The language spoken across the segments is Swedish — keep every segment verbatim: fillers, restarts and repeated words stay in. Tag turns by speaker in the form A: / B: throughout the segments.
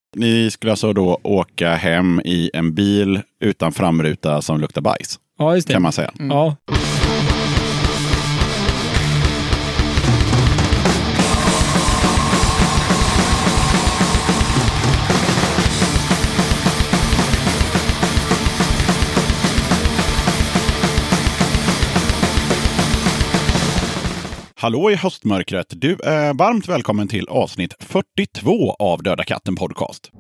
A: Ni skulle alltså då åka hem i en bil utan framruta som luktar bajs.
B: Ja, just det.
A: Kan man säga.
B: Mm. Ja.
A: Hallå i höstmörkret. Du är varmt välkommen till avsnitt fyrtiotvå av Döda katten podcast.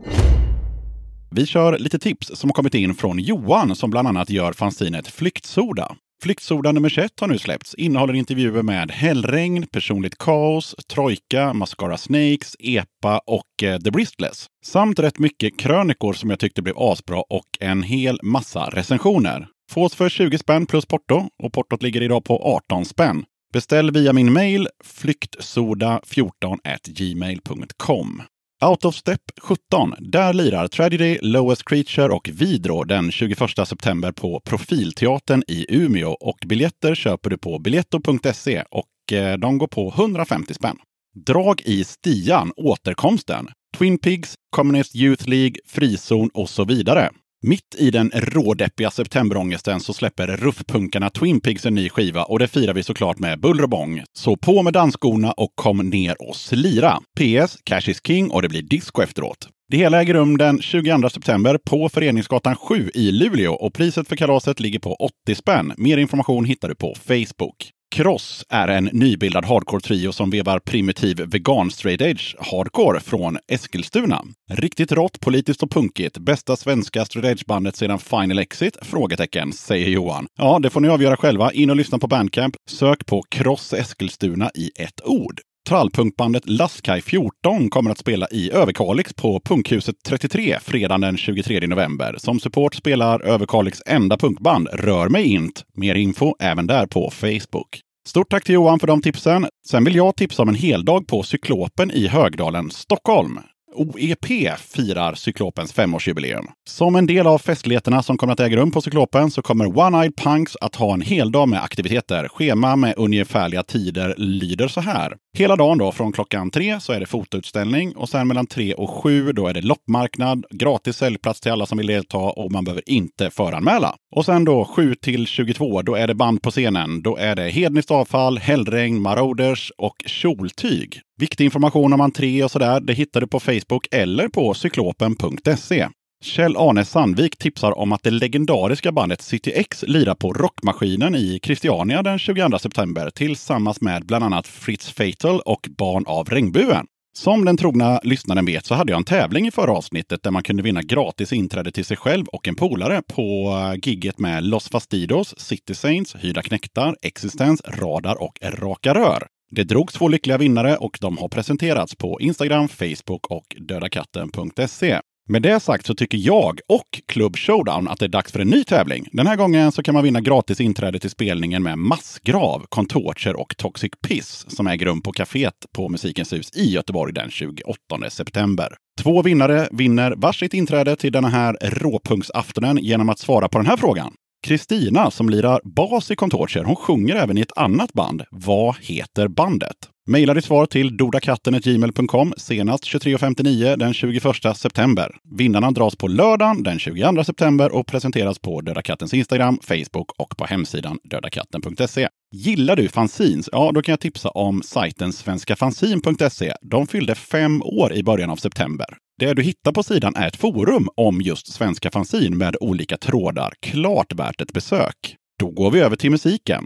A: Vi kör lite tips som har kommit in från Johan som bland annat gör fanzinet Flyktsoda. Flyktsoda nummer tjugoett har nu släppts. Innehåller intervjuer med Hellregn, Personligt kaos, Trojka, Mascara Snakes, Epa och eh, The Bristless. Samt rätt mycket krönikor som jag tyckte blev asbra och en hel massa recensioner. Fås för tjugo spänn plus porto och portot ligger idag på arton spänn. Beställ via min mail flyktsoda fjorton at gmail punkt com. Out of Step sjutton. Där lirar Tragedy, Lowest Creature och Vidro den tjugoförsta september på Profilteatern i Umeå. Och biljetter köper du på biletto punkt se och eh, de går på hundrafemtio spänn. Drag i Stian, återkomsten. Twin Pigs, Communist Youth League, Frizon och så vidare. Mitt i den rådeppiga septemberångesten så släpper ruffpunkarna Twin Pigs en ny skiva och det firar vi såklart med buller och bång. Så på med dansskorna och kom ner och slira. P S. Cash is king och det blir disco efteråt. Det hela äger rum den tjugoandra september på Föreningsgatan sju i Luleå och priset för kalaset ligger på åttio spänn. Mer information hittar du på Facebook. Cross är en nybildad hardcore-trio som vevar primitiv vegan straight edge hardcore från Eskilstuna. Riktigt rått, politiskt och punkigt. Bästa svenska straight edge-bandet sedan Final Exit? Frågetecken, säger Johan. Ja, det får ni avgöra själva. In och lyssna på Bandcamp. Sök på Cross Eskilstuna i ett ord. Trallpunkbandet Lastkaj fjorton kommer att spela i Överkalix på Punkhuset trettiotre fredagen den tjugotredje november. Som support spelar Överkalix enda punkband Rör mig int. Mer info även där på Facebook. Stort tack till Johan för de tipsen. Sen vill jag tipsa om en heldag på Cyklopen i Högdalen, Stockholm. O E P firar Cyklopens femårsjubileum. Som en del av festligheterna som kommer att äga rum på Cyklopen så kommer One-Eyed Punks att ha en hel dag med aktiviteter. Schema med ungefärliga tider lyder så här. Hela dagen då från klockan tre så är det fotoutställning och sen mellan tre och sju då är det loppmarknad, gratis säljplats till alla som vill delta och man behöver inte föranmäla. Och sen då sju till tjugotvå då är det band på scenen. Då är det Hedniskt avfall, Hellregn, Marauders och Kjoltyg. Viktig information om entré och sådär, det hittar du på Facebook eller på cyklopen punkt se. Kjell-Arne Sandvik tipsar om att det legendariska bandet City X lirar på Rockmaskinen i Christiania den tjugoandra september tillsammans med bland annat Fritz Fatal och Barn av Regnbuen. Som den trogna lyssnaren vet så hade jag en tävling i förra avsnittet där man kunde vinna gratis inträde till sig själv och en polare på gigget med Los Fastidos, City Saints, Hyrda Knektar, Existence, Radar och Raka Rör. Det drogs två lyckliga vinnare och de har presenterats på Instagram, Facebook och dödakatten punkt se. Med det sagt så tycker jag och Club Showdown att det är dags för en ny tävling. Den här gången så kan man vinna gratis inträde till spelningen med Massgrav, Contorture och Toxic Piss som äger rum på kaféet på Musikens hus i Göteborg den tjugoåttonde september. Två vinnare vinner varsitt inträde till den här råpunktsaftonen genom att svara på den här frågan. Kristina som lirar bas i Contorture, hon sjunger även i ett annat band. Vad heter bandet? Maila ditt svar till dodakatten at gmail punkt com senast tjugotre femtionio den tjugoförsta september. Vinnarna dras på lördagen den tjugoandra september och presenteras på Döda Kattens Instagram, Facebook och på hemsidan dödakatten punkt se. Gillar du fanzines? Ja, då kan jag tipsa om sajten svenskafanzin punkt se. De fyllde fem år i början av september. Det du hittar på sidan är ett forum om just svenska fanzine med olika trådar. Klart värt ett besök. Då går vi över till musiken.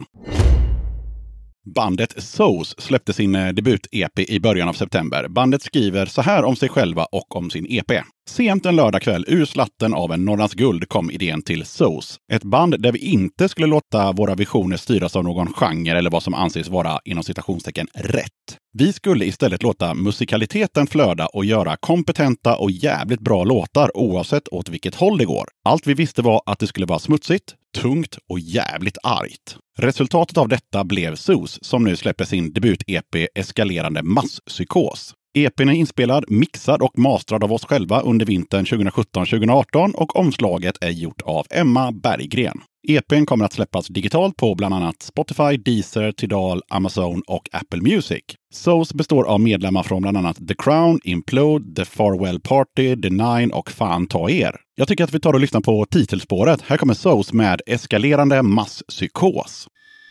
A: Bandet Soos släppte sin debut-E P i början av september. Bandet skriver så här om sig själva och om sin E P. Sent en lördag kväll ur slatten av en Norrlands guld kom idén till Soos. Ett band där vi inte skulle låta våra visioner styras av någon genre eller vad som anses vara inom citationstecken rätt. Vi skulle istället låta musikaliteten flöda och göra kompetenta och jävligt bra låtar oavsett åt vilket håll det går. Allt vi visste var att det skulle vara smutsigt, tungt och jävligt argt. Resultatet av detta blev Soos som nu släpper sin debut-E P Eskalerande masspsykos. E P:n är inspelad, mixad och mastrad av oss själva under vintern tjugosjutton tjugoarton och omslaget är gjort av Emma Berggren. E P:n kommer att släppas digitalt på bland annat Spotify, Deezer, Tidal, Amazon och Apple Music. Soz består av medlemmar från bland annat The Crown, Implode, The Farewell Party, The Nine och Fan ta er. Jag tycker att vi tar och lyssnar på titelspåret. Här kommer Soz med Eskalerande masspsykos.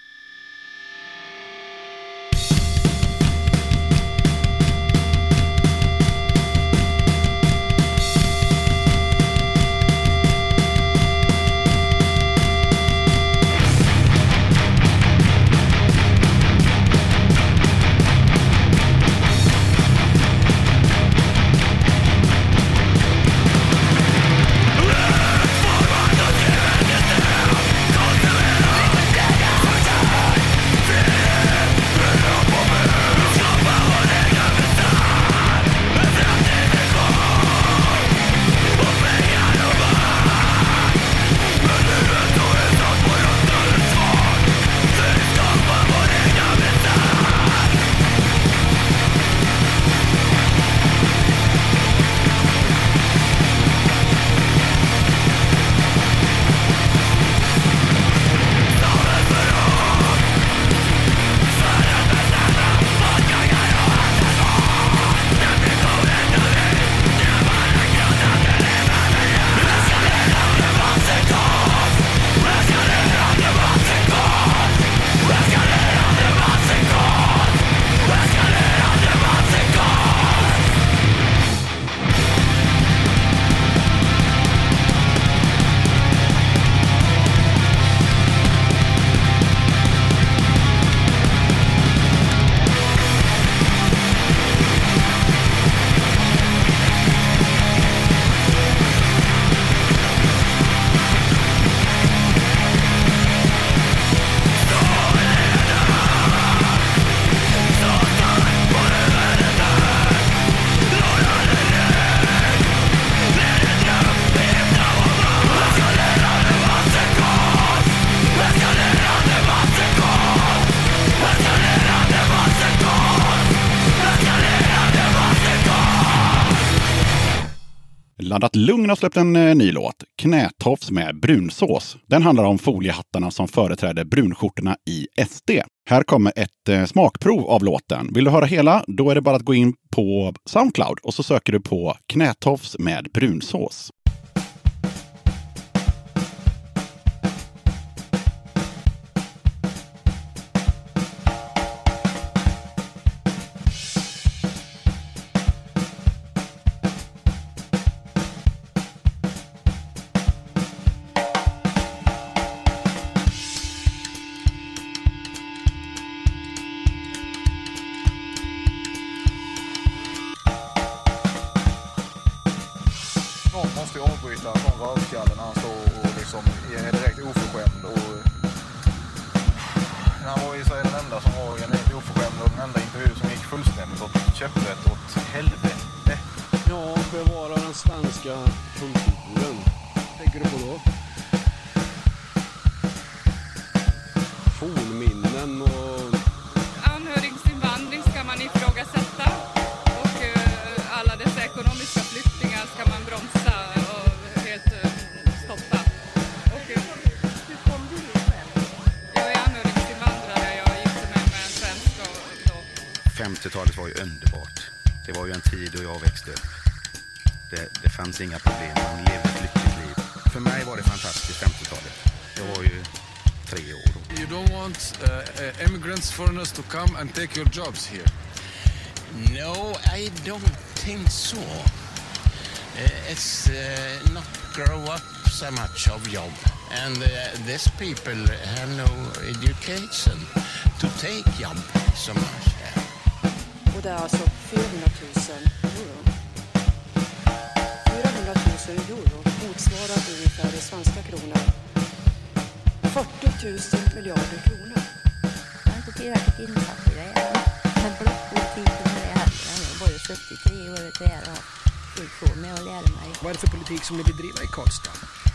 A: Laddat Lugn har släppt en eh, ny låt, Knätofs med brunsås. Den handlar om foliehattarna som företräder brunskjortorna i S D. Här kommer ett eh, smakprov av låten. Vill du höra hela? Då är det bara att gå in på SoundCloud och så söker du på Knätofs med brunsås.
B: Måste avbryta någon rövskalle när han står och liksom är direkt oförskämd. Och han var ju så den enda som var en oförskämd och den enda intervju som gick fullständigt åt käpprätt åt helvete.
C: Ja, bevara den svenska kulturen. Tänker du på då? Fornminnen och...
D: Anhöriginvandring ska man ifrågasätta och uh, alla dessa ekonomiska flyktingar ska man bromsa.
E: femtiotalet var ju underbart. Det var ju en tid då jag växte upp. Det, det fanns inga problem. Man levde ett lyckligt liv. För mig var det fantastiskt femtiotalet. Jag var ju tre år då.
F: You don't want uh, immigrants, foreigners to come and take your jobs here?
G: No, I don't think so. Uh, it's uh, not grow up so much of job. And uh, these people have no education to take job so much.
H: Och det är alltså fyrahundratusen euro. fyrahundratusen euro motsvarar ungefär i svenska kronor fyrtio tusen miljarder kronor.
I: Jag är inte tillräckligt insatt i det. Men blockpolitiken är det heller. Jag har bara suttit tre år i det här och fullt på med att lära mig.
J: Vad är det för politik som ni vill driva i Karlstad?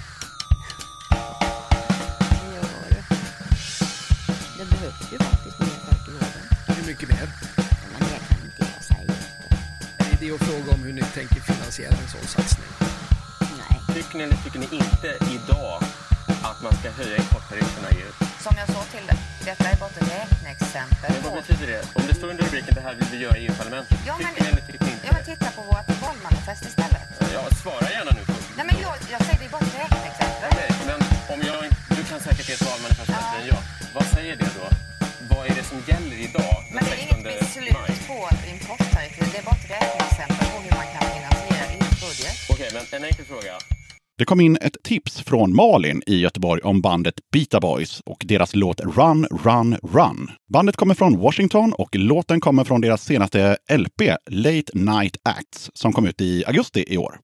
I: Det var det. Det behövs ju faktiskt mer folk i vården.
J: Hur mycket mer?
I: Men det kan inte jag säga.
J: idé att fråga om hur ni tänker finansiera en sån satsning.
I: Nej.
K: Tycker ni eller tycker ni inte idag att man ska höja importtarifferna i E U?
L: Som jag sa till dig, detta är bara ett räkneexempel.
K: Men vad betyder det? Om det står under rubriken det här vill vi göra i E U-parlamentet,
L: ja,
K: tycker
L: men,
K: ni eller tycker ni inte?
L: Ja, men titta på vårt valmanifest istället.
K: Ja, svara gärna nu.
L: Nej, men jag, jag säger det är bara ett räkneexempel.
K: Nej, men om jag, du kan säkert ge ett valmanifest bättre än jag. Vad säger det då? Vad är det som gäller idag?
L: Men det är inget beslut på importtariffer. Det är bara ett räkneexempel på hur man kan finansiera E U:s budget.
K: Okej, men en enkel fråga.
A: Det kom in ett tips från Malin i Göteborg om bandet Beata Boys och deras låt Run, Run, Run. Bandet kommer från Washington och låten kommer från deras senaste L P, Late Night Acts, som kom ut i augusti i år.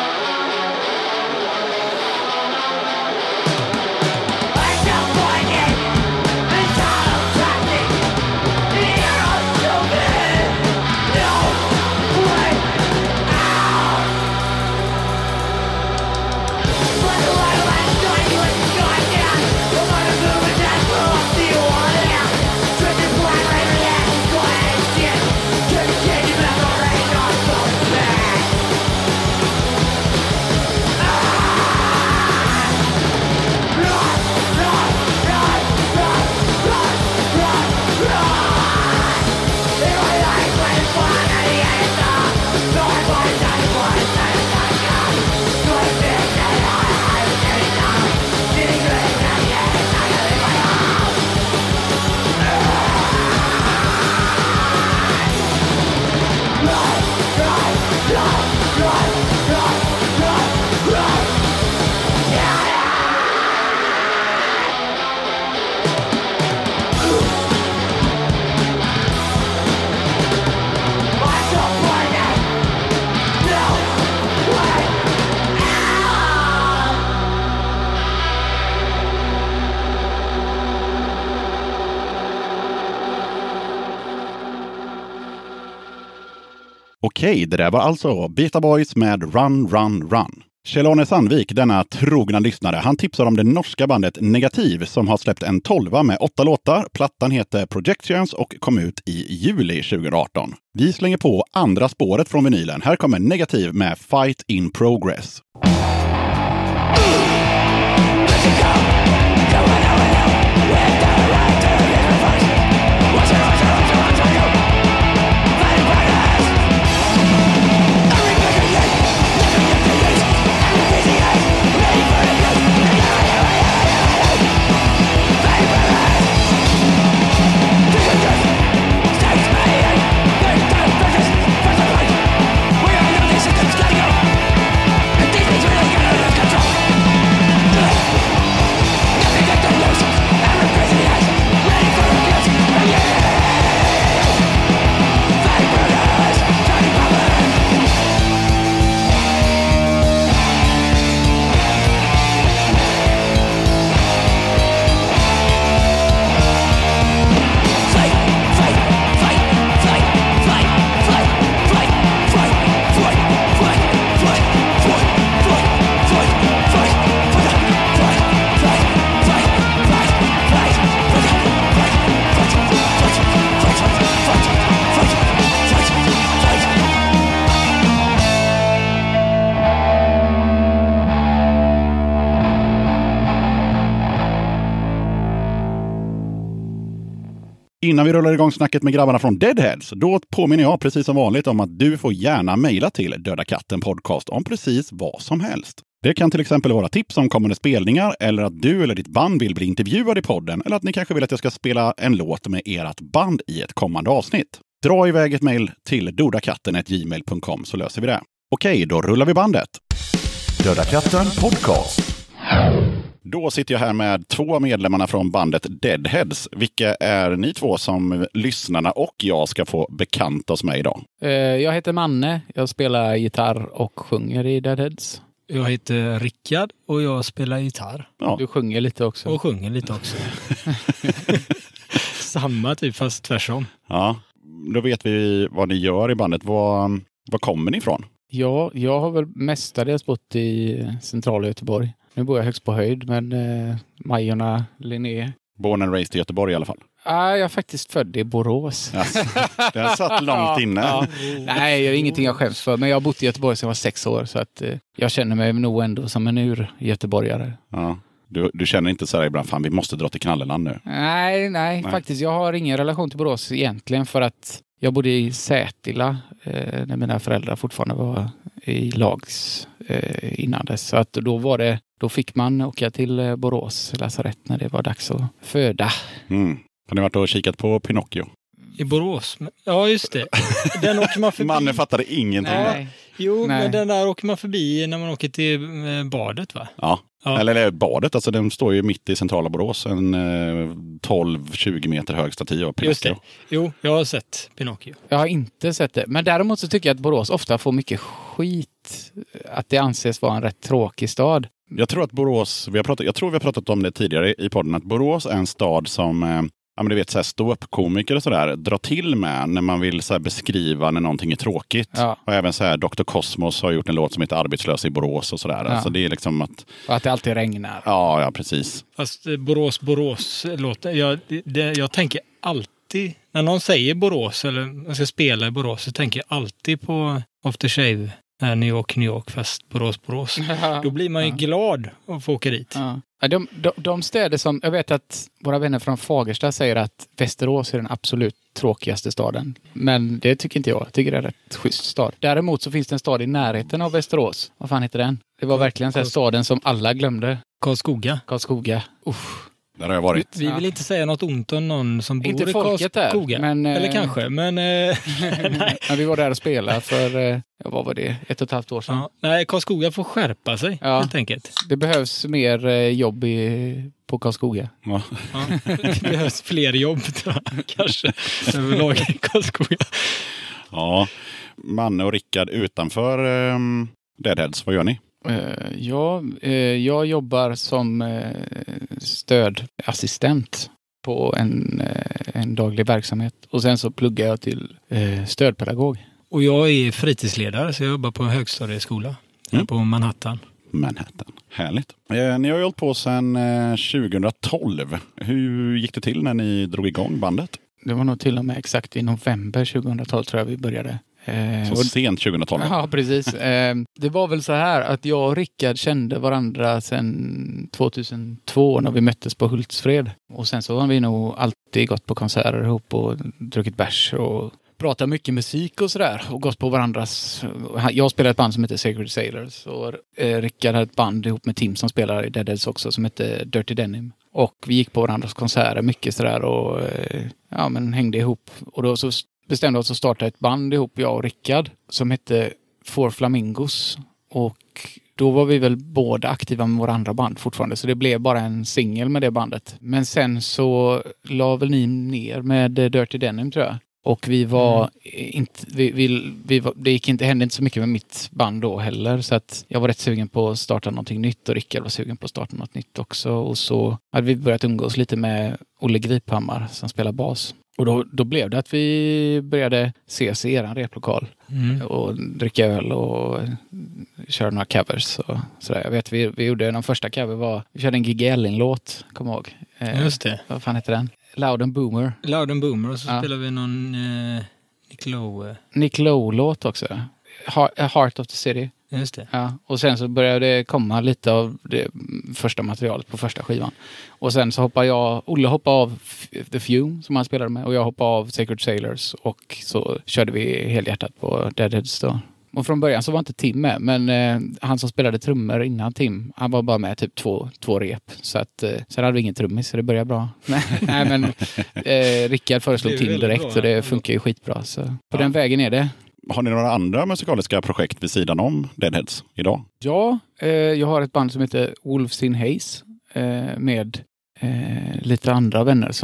A: Okej, det där var alltså Beata Boys med Run, Run, Run. Kjell-Arne Sandvik, denna trogna lyssnare, han tipsar om det norska bandet Negativ som har släppt en tolva med åtta låtar. Plattan heter Projections och kom ut i juli tjugoarton. Vi slänger på andra spåret från vinylen. Här kommer Negativ med Fight in Progress. Innan vi rullar igång snacket med grabbarna från Deadheads, då påminner jag precis som vanligt om att du får gärna mejla till Döda katten podcast om precis vad som helst. Det kan till exempel vara tips om kommande spelningar, eller att du eller ditt band vill bli intervjuad i podden, eller att ni kanske vill att jag ska spela en låt med ert band i ett kommande avsnitt. Dra iväg ett mejl till dodakatten at gmail punkt com så löser vi det. Okej, då rullar vi bandet. Döda katten podcast. Då sitter jag här med två av medlemmarna från bandet Deadheads. Vilka är ni två som lyssnarna och jag ska få bekanta oss med idag?
M: Jag heter Manne, jag spelar gitarr och sjunger i Deadheads.
N: Jag heter Rickard och jag spelar gitarr.
M: Ja. Du sjunger lite också.
N: Och sjunger lite också. Samma typ, fast tvärsom.
A: Ja, då vet vi vad ni gör i bandet. Var, var kommer ni ifrån?
M: Ja, jag har väl mestadels bott i centrala Göteborg. Nu bor jag högst på höjd med eh, Majorna, Linné.
A: Born and raised i Göteborg i alla fall.
M: Ah, jag är faktiskt född i Borås.
A: Alltså, det har satt långt inne.
M: Ja. Nej, det är ingenting jag skäms för. Men jag har bott i Göteborg sedan jag var sex år. Så att, eh, jag känner mig nog ändå som en ur-göteborgare.
A: Ja. Du, du känner inte så här ibland, fan vi måste dra till Knalleland nu?
M: Nej, nej, nej, faktiskt. Jag har ingen relation till Borås egentligen för att jag bodde i Sätila eh, när mina föräldrar fortfarande var i lags eh, innan dess. Så att då var det, då fick man åka till eh, Borås lasarett när det var dags att föda.
A: Mm. Har ni varit och kikat på Pinocchio?
N: I Borås? Ja, just det. Den åker man förbi.
A: Mannen fattade ingenting.
N: Nej. Jo,
M: Nej.
N: men den där åker man förbi när man åker till eh, badet, va?
A: Ja.
N: Ja.
A: Eller, eller badet, alltså den står ju mitt i centrala Borås. En eh, tolv till tjugo meter hög staty av Pinocchio.
N: Just det. Jo, jag har sett Pinocchio.
M: Jag har inte sett det. Men däremot så tycker jag att Borås ofta får mycket skit. Att det anses vara en rätt tråkig stad.
A: Jag tror att Borås, vi har pratat, jag tror vi har pratat om det tidigare i podden, att Borås är en stad som eh, ja, men du vet, så här stå-upp-komiker och sådär drar till med när man vill så här beskriva när någonting är tråkigt.
M: Ja.
A: Och även så här doktor Cosmos har gjort en låt som heter Arbetslös i Borås och sådär.
M: Ja.
A: Alltså det är liksom att...
M: Och att det alltid regnar.
A: Ja, ja, precis.
N: Fast eh, Borås, Borås låter... Jag, det, jag tänker alltid... När någon säger Borås eller man ska spela i Borås så tänker jag alltid på After Shave. New York, New York, fast Borås, Borås. Då blir man ju
M: Ja.
N: glad att få åka dit.
M: Ja. Ja, de, de, de städer som, jag vet att våra vänner från Fagersta säger att Västerås är den absolut tråkigaste staden. Men det tycker inte jag. Jag tycker det är en rätt schysst stad. Däremot så finns det en stad i närheten av Västerås. Vad fan heter den? Det var verkligen så här staden som alla glömde.
N: Karlskoga.
M: Karlskoga. Uff.
A: Där har jag varit.
N: Vi, vi vill inte säga något ont om någon som bor
M: Inte
N: i
M: folket där,
N: Karlskoga.
M: men, eh,
N: Eller kanske, men... Eh, nej.
M: Men vi var där och spelade för, eh, ja, vad var det? Ett och ett halvt år sedan.
N: Ja, nej, Karlskoga får skärpa sig,
M: Ja.
N: helt enkelt.
M: Det behövs mer eh, jobb i, på Karlskoga.
A: Ja.
N: Ja, det behövs fler jobb, tror jag, kanske. Överlag i Karlskoga.
A: Ja. Manne och Rickard utanför eh, Deadheads, vad gör ni?
M: Uh, ja, uh, jag jobbar som uh, stödassistent på en, uh, en daglig verksamhet. Och sen så pluggar jag till uh, stödpedagog.
N: Och jag är fritidsledare, så jag jobbar på en högstadieskola
A: Mm.
N: på Manhattan.
A: Manhattan. Härligt. Eh, ni har ju hållit på sedan eh, tjugohundratolv. Hur gick det till när ni drog igång bandet?
M: Det var nog till och med exakt i november tjugohundratolv tror jag vi började. Eh,
A: Så
M: och-
A: sent tjugohundratolv?
M: Ja, precis. Eh, det var väl så här att jag och Rickard kände varandra sedan tjugohundratvå när vi möttes på Hultsfred. Och sen så har vi nog alltid gått på konserter ihop och druckit bärs och pratat mycket musik och sådär. Och gått på varandras... Jag spelade ett band som heter Sacred Sailors och eh, Rickard hade ett band ihop med Tim som spelar i Deadheads också som heter Dirty Denim. Och vi gick på varandras konserter mycket sådär och eh, ja, men hängde ihop. Och då så bestämde oss att starta ett band ihop, jag och Rickard, som hette Four Flamingos. Och då var vi väl båda aktiva med våra andra band fortfarande. Så det blev bara en singel med det bandet. Men sen så la väl ni ner med Dirty Denim tror jag. Och vi var mm. inte, vi, vi, vi var, det gick inte, hände inte så mycket med mitt band då heller. Så att jag var rätt sugen på att starta någonting nytt och Rickard var sugen på att starta något nytt också. Och så hade vi börjat umgås lite med Olle Griphammar som spelar bas. Och då, då blev det att vi började ses i eran replokal
N: Mm.
M: och dricka öl och köra några covers och sådär. Jag vet, vi, vi gjorde den första cover var, vi körde en Gigi Elling-låt, kom ihåg. Eh,
N: Just det.
M: Vad fan heter den? Loud and Boomer.
N: Loud and Boomer och så
M: Ja.
N: spelar vi någon eh, Nick Lowe.
M: Nick Lowe-låt också. Heart, Heart of the City.
N: Just det.
M: Ja, och sen så började det komma lite av det första materialet på första skivan. Och sen så hoppade jag, Olle hoppade av F- The Fume som han spelade med och jag hoppade av Sacred Sailors och så körde vi helhjärtat på Deadheads då. Och från början så var inte Tim med, men eh, han som spelade trummor innan Tim, han var bara med typ två, två rep. Så att, eh, sen hade vi ingen trummis så det började bra. Nej, nej men eh, Rickard föreslog
N: Det är
M: Tim
N: väldigt
M: direkt
N: bra,
M: så det
N: ja.
M: funkar ju skitbra. Så på
A: Ja.
M: den vägen är det.
A: Har ni några andra musikaliska projekt vid sidan om Deadheads idag?
M: Ja, eh, jag har ett band som heter Wolves in Haze eh, med eh, lite andra vänner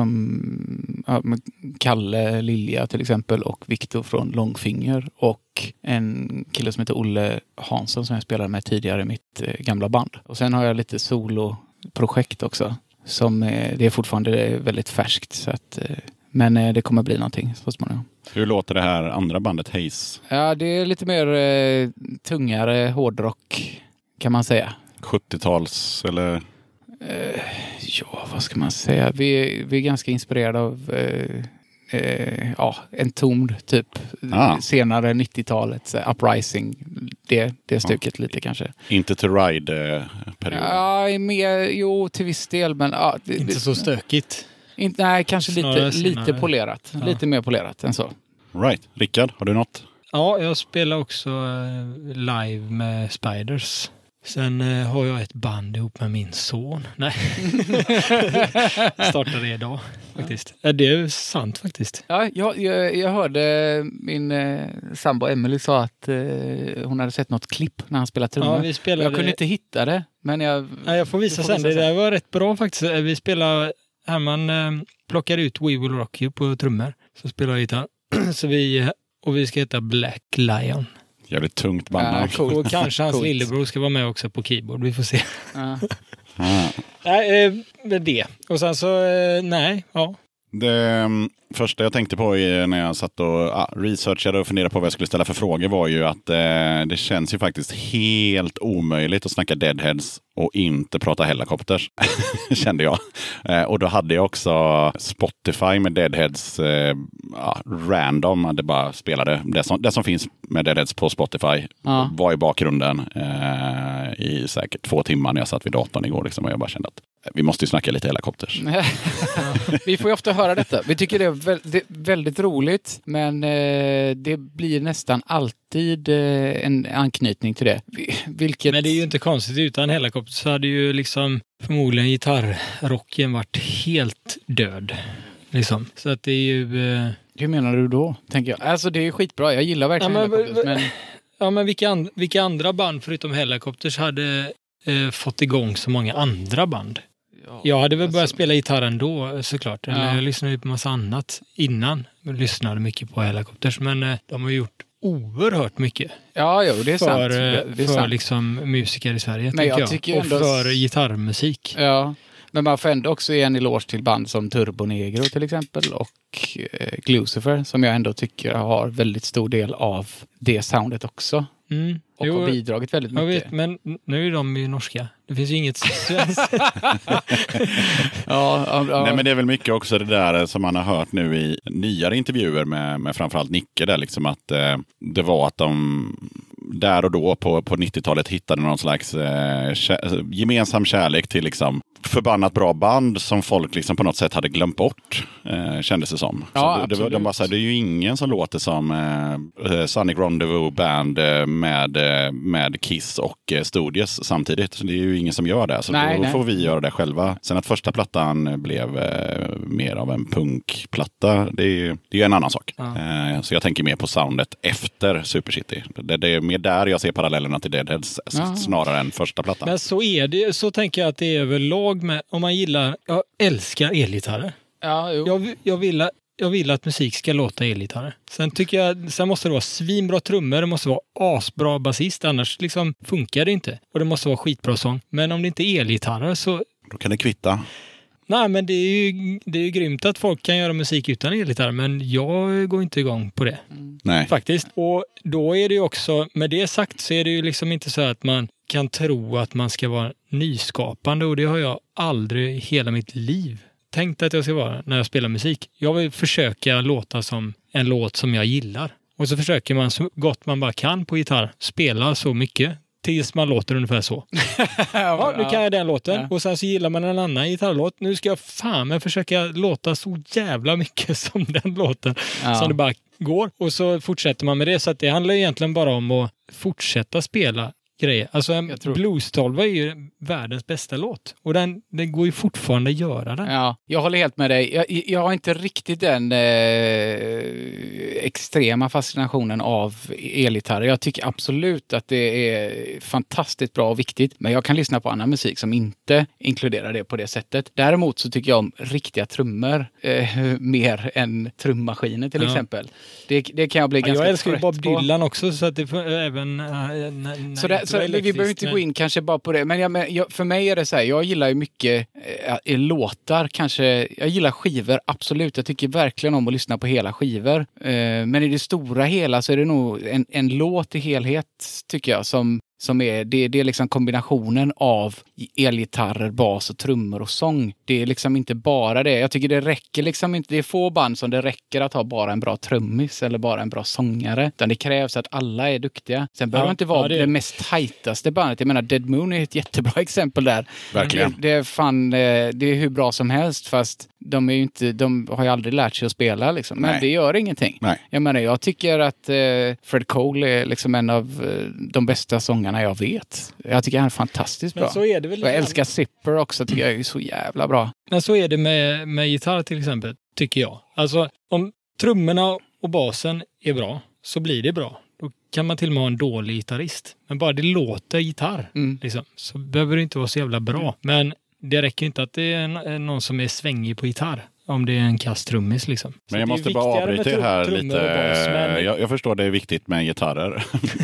M: som ja, med Kalle Lilja till exempel och Viktor från Långfinger och en kille som heter Olle Hansson som jag spelade med tidigare i mitt eh, gamla band. Och sen har jag lite soloprojekt också som eh, det är fortfarande väldigt färskt så att, eh, men eh, det kommer bli någonting så småningom.
A: Hur låter det här andra bandet Haze?
M: Ja, det är lite mer eh, tungare hårdrock kan man säga.
A: sjuttio-tals eller?
M: Eh, Ja, vad ska man säga? Vi, vi är ganska inspirerade av eh, eh, ja, en tomd typ
A: Ah.
M: senare nittiotalet, så Uprising, det, det stuket ja. lite kanske.
A: Inte to ride-perioden?
M: Ja, mer, jo till viss del, men ja, det,
N: inte så stökigt.
M: Inte, nej, kanske lite, lite polerat.
N: Ja.
M: Lite mer polerat än så.
A: Right. Rickard, har du något?
N: Ja, jag spelar också eh, live med Spiders. Sen eh, har jag ett band ihop med min son. Nej. Startade det idag faktiskt. Ja. Det är sant faktiskt.
M: Ja, jag, jag, jag hörde min eh, sambo Emily sa att eh, hon hade sett något klipp när han spelade trummor.
N: Ja, vi spelade...
M: Jag kunde inte hitta det, men jag...
N: Ja, jag får visa
M: får
N: sen. Visa det där var rätt bra faktiskt. Vi spelade... Herman eh, plockade ut We Will Rock You på trummor. Så spelar jag gitarr. Så vi... Och vi ska heta Black Lion.
A: Jävligt tungt band.
N: Ja, cool. Och kanske hans lillebror ska vara med också på keyboard. Vi får se.
M: Ja.
N: Nej, eh, det. Och sen så, eh, nej, ja.
A: Det um, första jag tänkte på i, när jag satt och ah, researchade och funderade på vad jag skulle ställa för frågor var ju att eh, det känns ju faktiskt helt omöjligt att snacka Deadheads och inte prata Hellacopters, kände jag. Eh, och då hade jag också Spotify med Deadheads eh, ah, random, det bara spelade det som, det som finns med Deadheads på Spotify
M: ja.
A: var i bakgrunden eh, i säkert två timmar när jag satt vid datorn igår liksom, och jag bara kände att vi måste ju snacka lite Hellacopters.
M: Vi får ju ofta höra detta. Vi tycker det är väldigt, väldigt roligt, men eh, det blir nästan alltid eh, en anknytning till det. Vilket...
N: Men det är ju inte konstigt, utan Hellacopters så hade ju liksom förmodligen gitarrrocken varit helt död. Liksom. Så att det är ju... Eh...
M: Hur menar du då, tänker jag? Alltså det är skitbra, jag gillar verkligen ja, men, Hellacopters, men...
N: Ja, men vilka, and- vilka andra band förutom Hellacopters hade eh, fått igång så många andra band? Ja, jag hade väl alltså... börjat spela gitarr ändå, såklart. Eller ja. Jag lyssnade ju på massa annat innan. Jag lyssnade mycket på Hellacopters, men eh, de har gjort oerhört mycket.
M: Ja, jo, det är
N: för,
M: sant. Det är
N: för
M: sant.
N: Liksom musiker i Sverige,
M: men jag
N: jag.
M: Tycker
N: och
M: ändå...
N: för gitarrmusik.
M: Ja, men man får ändå också ge en eloge till band som Turbo Negro till exempel och eh, Glucifer, som jag ändå tycker har väldigt stor del av det soundet också.
N: Mm.
M: Och
N: jo,
M: har bidragit väldigt mycket.
N: Jag vet, men nu är de ju norska. Det finns ju inget svenskt.
A: ja, ja, ja. Nej, men det är väl mycket också det där som man har hört nu i nyare intervjuer med, med framförallt Nicke där liksom att eh, det var att de där och då på, på nittiotalet hittade någon slags eh, kä- gemensam kärlek till liksom förbannat bra band som folk liksom på något sätt hade glömt bort, eh, kändes det som.
M: Ja,
A: så det, det, de bara, så här, det är ju ingen som låter som eh, Sonic Rendezvous Band eh, med, eh, med Kiss och eh, Studios samtidigt. Så det är ju ingen som gör det. Så nej, då nej. får vi göra det själva. Sen att första plattan blev eh, mer av en punkplatta, det är ju det är en annan sak. Ja. Eh, så jag tänker mer på soundet efter Super City. Det, det är mer där jag ser parallellerna till Deadheads ja. snarare än första plattan.
N: Men så är det, så tänker jag att det är överlag med, om man gillar, jag älskar elgitarrer.
M: Ja, jo.
N: Jag, jag, vill, jag vill att musik ska låta elgitarrer. Sen tycker jag, sen måste det vara svinbra trummor, det måste vara asbra basist, annars liksom funkar det inte. Och det måste vara skitbra sång. Men om det inte är elgitarrer så...
A: Då kan det kvitta.
N: Nej, men det är ju, det är ju grymt att folk kan göra musik utan elgitarr, men jag går inte igång på det.
A: Mm. Nej.
N: Faktiskt. Och då är det ju också, med det sagt så är det ju liksom inte så att man kan tro att man ska vara nyskapande, och det har jag aldrig i hela mitt liv tänkt att jag ska vara när jag spelar musik. Jag vill försöka låta som en låt som jag gillar. Och så försöker man så gott man bara kan på gitarr spela så mycket tills man låter ungefär så. Ja, nu kan jag den låten. Ja. Och sen så gillar man en annan gitarrlåt. Nu ska jag fan men försöka låta så jävla mycket som den låten. Ja. Som det bara går. Och så fortsätter man med det. Så att det handlar egentligen bara om att fortsätta spela grejer. Alltså en Blues tolv är ju världens bästa låt. Och den, den går ju fortfarande att göra den.
M: Ja, jag håller helt med dig. Jag, jag har inte riktigt den eh, extrema fascinationen av elgitarrer. Jag tycker absolut att det är fantastiskt bra och viktigt. Men jag kan lyssna på annan musik som inte inkluderar det på det sättet. Däremot så tycker jag om riktiga trummor eh, mer än trummaskiner till ja. exempel. Det, det kan jag bli ja, ganska
N: jag älskar ju Bob Dylan
M: på.
N: också, så att det får även... Äh, nej,
M: så det, så vi behöver inte gå in kanske bara på det. Men, jag, men jag, för mig är det så här, jag gillar ju mycket äh, låtar kanske. Jag gillar skivor, absolut. Jag tycker verkligen om att lyssna på hela skivor. Uh, men i det stora hela så är det nog en, en låt i helhet tycker jag som som är, det, det är liksom kombinationen av elgitarrer, bas och trummor och sång. Det är liksom inte bara det. Jag tycker det räcker liksom inte, det är få band som det räcker att ha bara en bra trummis eller bara en bra sångare. Utan det krävs att alla är duktiga. Sen behöver
N: Ja,
M: det inte vara
N: ja, det är-
M: det mest tajtaste bandet. Jag menar, Dead Moon är ett jättebra exempel där.
A: Verkligen.
M: Det, det är fan, eh, det är hur bra som helst, fast de är ju inte, de har ju aldrig lärt sig att spela liksom. Men
A: Nej.
M: det gör ingenting.
A: Nej.
M: Jag menar, jag tycker att eh, Fred Cole är liksom en av eh, de bästa sångarna jag vet. Jag tycker han är fantastiskt
N: Men
M: bra.
N: så är det väl
M: Och jag
N: lite-
M: älskar Zipper också, tycker jag är så jävla bra.
N: Men så är det med, med gitarr till exempel, tycker jag. Alltså, om trummorna och basen är bra, så blir det bra. Då kan man till och med ha en dålig gitarrist. Men bara det låter gitarr,
M: Mm.
N: liksom, så behöver det inte vara så jävla bra. Men det räcker inte att det är en- någon som är svängig på gitarr. Om det är en kasstrummis liksom. Så
A: Men jag
N: det är
A: måste bara
N: viktigare med
A: avbryta er här
N: trummor
A: lite.
N: och bas, men-
A: Jag, jag förstår det är viktigt med gitarrer.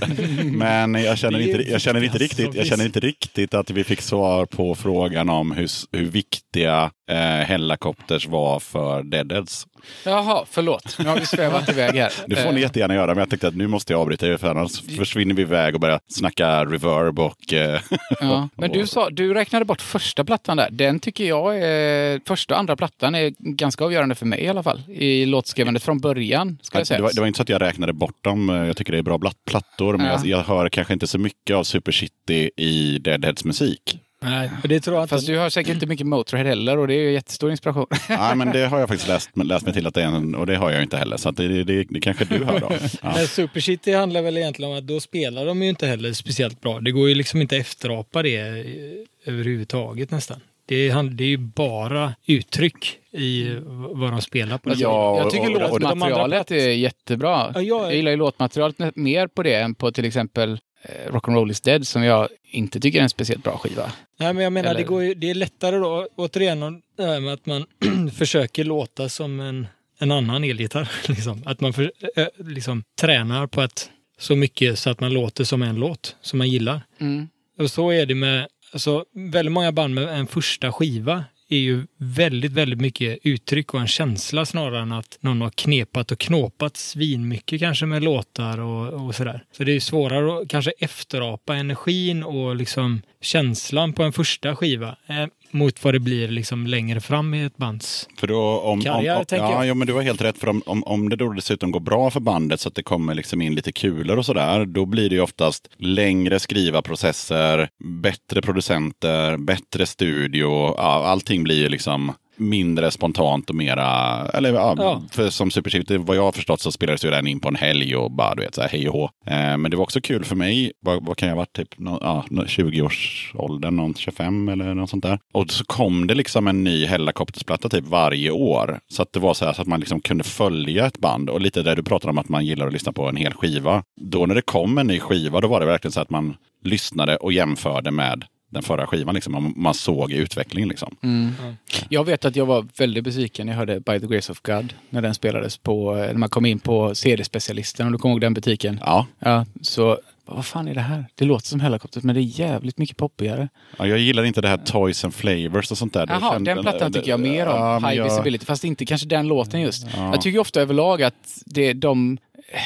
A: Men jag känner,
N: Det är
A: inte, jag, känner inte
N: viktigast,
A: riktigt, jag
N: visst.
A: känner inte riktigt att vi fick svar på frågan om hur, hur viktiga eh, Hellacopters var för Deadheads.
M: Jaha, förlåt. Nu har vi svävat iväg här.
A: Det får ni jättegärna göra, men jag tänkte att nu måste jag avbryta er för annars försvinner vi iväg och börjar snacka reverb och... Eh,
M: Ja, men du sa, du räknade bort första plattan där. Den tycker jag är, första och andra plattan är ganska avgörande för mig i alla fall. I låtskrivandet från början, ska jag säga.
A: det, var, det var inte så att jag räknade bort dem. Jag tycker det är bra blatt- plattor, men
M: Ja.
A: jag, jag hör kanske inte så mycket av Super City i Deadheads musik.
N: Nej, och det tror jag inte.
M: Fast du har säkert inte mycket Motorhead heller, och det är ju jättestor inspiration.
A: Nej, men det har jag faktiskt läst, läst mig till att det är en, och det har jag inte heller. Så att det, det, det kanske du hör då. Ja.
N: Men Super City handlar väl egentligen om att då spelar de ju inte heller speciellt bra. Det går ju liksom inte efterapa det eh, överhuvudtaget nästan. Det är, det är ju bara uttryck i v- vad de spelar på.
A: Ja,
M: Jag tycker
A: och- och- och-
M: låtmaterialet är jättebra.
N: Ja, jag-
M: Jag gillar ju låtmaterialet mer på det än på till exempel eh, Rock'n'Roll is Dead, som jag inte tycker är en speciellt bra skiva.
N: Nej, men jag menar,
M: Eller-
N: det, går ju, det är lättare då, återigen, och det här med att man försöker låta som en, en annan elgitarr. Liksom. Att man för, äh, liksom, tränar på att så mycket så att man låter som en låt som man gillar.
M: Mm.
N: Och så är det med, alltså, väldigt många band med en första skiva är ju väldigt, väldigt mycket uttryck och en känsla snarare än att någon har knepat och knåpat svinmycket kanske med låtar och, och sådär. Så det är svårare att kanske efterapa energin och liksom känslan på en första skiva eh, mot vad det blir liksom längre fram i ett bands
A: För då, om,
N: karriär,
A: om, om,
N: tänker
A: ja,
N: jag.
A: ja, men du har helt rätt. För om, om, om det då dessutom går bra för bandet så att det kommer liksom in lite kulor och sådär, då blir det ju oftast längre skrivarprocesser, bättre producenter, bättre studio. Ja, allting blir ju liksom mindre spontant och mera, eller ja,
N: Ja.
A: för som Super City, vad jag har förstått så spelades ju den in på en helg och bara, du vet, så här hej och hå. Eh, men det var också kul för mig, vad, vad kan jag ha varit, typ no, ja, tjugo-årsåldern, någon tjugofem eller något sånt där. Och så kom det liksom en ny Hellacopters-platta typ varje år. Så att det var så här så att man liksom kunde följa ett band. Och lite där du pratade om att man gillar att lyssna på en hel skiva. Då när det kom en ny skiva, då var det verkligen så att man lyssnade och jämförde med den förra skivan. Liksom. Man, man såg utvecklingen liksom.
M: Mm. Jag vet att jag var väldigt besviken när jag hörde By the Grace of God när den spelades på, när man kom in på C D-specialisten, om du kommer ihåg den butiken.
A: Ja.
M: Ja, så vad fan är det här? Det låter som Hellacopters, men det är jävligt mycket poppigare.
A: Ja, jag gillar inte det här Toys and Flavors och sånt där. Det
M: Jaha,
A: kände-
M: den plattan tycker jag mer om.
A: Ja, men
M: High
A: jag-
M: Visibility, fast inte kanske den låten just.
A: Ja.
M: Jag tycker ofta överlag att det är de...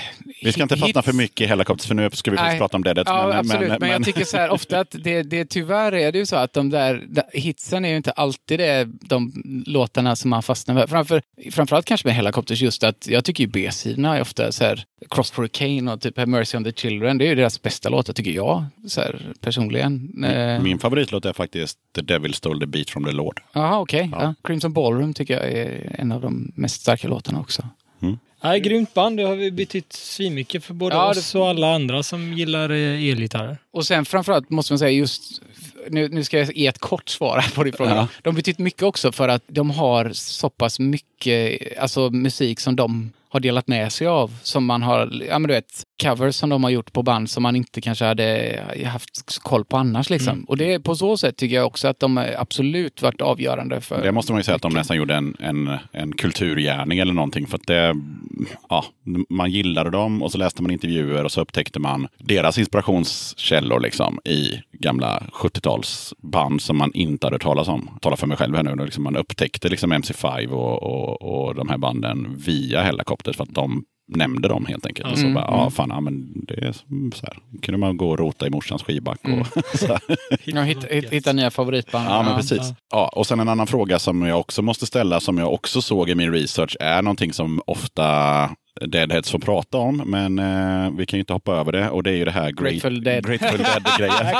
A: Vi ska inte fastna för mycket i Hellacopters, för nu ska vi faktiskt
M: Nej.
A: prata om Deadheads.
M: Ja,
A: men,
M: absolut. Men,
A: men,
M: jag tycker så här ofta att det, det tyvärr är det ju så att de där, där hitsen är ju inte alltid det, de låtarna som man fastnar med. Framför, framförallt kanske med Hellacopters just att jag tycker ju B-sidorna är ofta så här Cross for a Cane och typ Have Mercy on the Children. Det är ju deras bästa låtar tycker jag, så här, personligen. Eh,
A: Min favoritlåt är faktiskt The Devil Stole the Beat from the Lord.
M: Jaha, okej. Okay.
A: Ja.
M: Ja. Crimson Ballroom tycker jag är en av de mest starka låtarna också.
N: Nej, grymt band. Det har vi betytt svinmycket för både
M: Ja,
N: oss och alla andra som gillar eh, elgitarrer.
M: Och sen framförallt måste man säga just, nu, nu ska jag ge ett kort svar här på din fråga.
N: Ja.
M: De betyder mycket också för att de har så pass mycket alltså musik som de har delat med sig av. Som man har, ja men du vet, covers som de har gjort på band som man inte kanske hade haft koll på annars liksom.
A: Mm.
M: Och det på så sätt tycker jag också att de absolut varit avgörande för...
A: Det måste man ju säga att de nästan gjorde en, en, en kulturgärning eller någonting. För att det, ja, man gillade dem och så läste man intervjuer och så upptäckte man deras inspirationskällor liksom i gamla sjuttiotalsband som man inte hade talat om. Tala för mig själv här nu. Liksom man upptäckte liksom M C fem och, och, och de här banden via Hellacopters för att de nämnde dem helt enkelt.
M: Mm.
A: Och så bara, ja
M: Mm.
A: fan, ja, men det är så här. Kunde man gå och rota i morsans skivback och
M: Mm.
A: så här.
M: Ja, hitta, hitta, hitta nya favoritband.
A: Ja, men precis. Ja, och sen en annan fråga som jag också måste ställa, som jag också såg i min research, är någonting som ofta Deadheads får prata om, men eh, vi kan ju inte hoppa över det, och det är ju det här Great,
M: Grateful Dead.
A: Grateful Dead-grejen.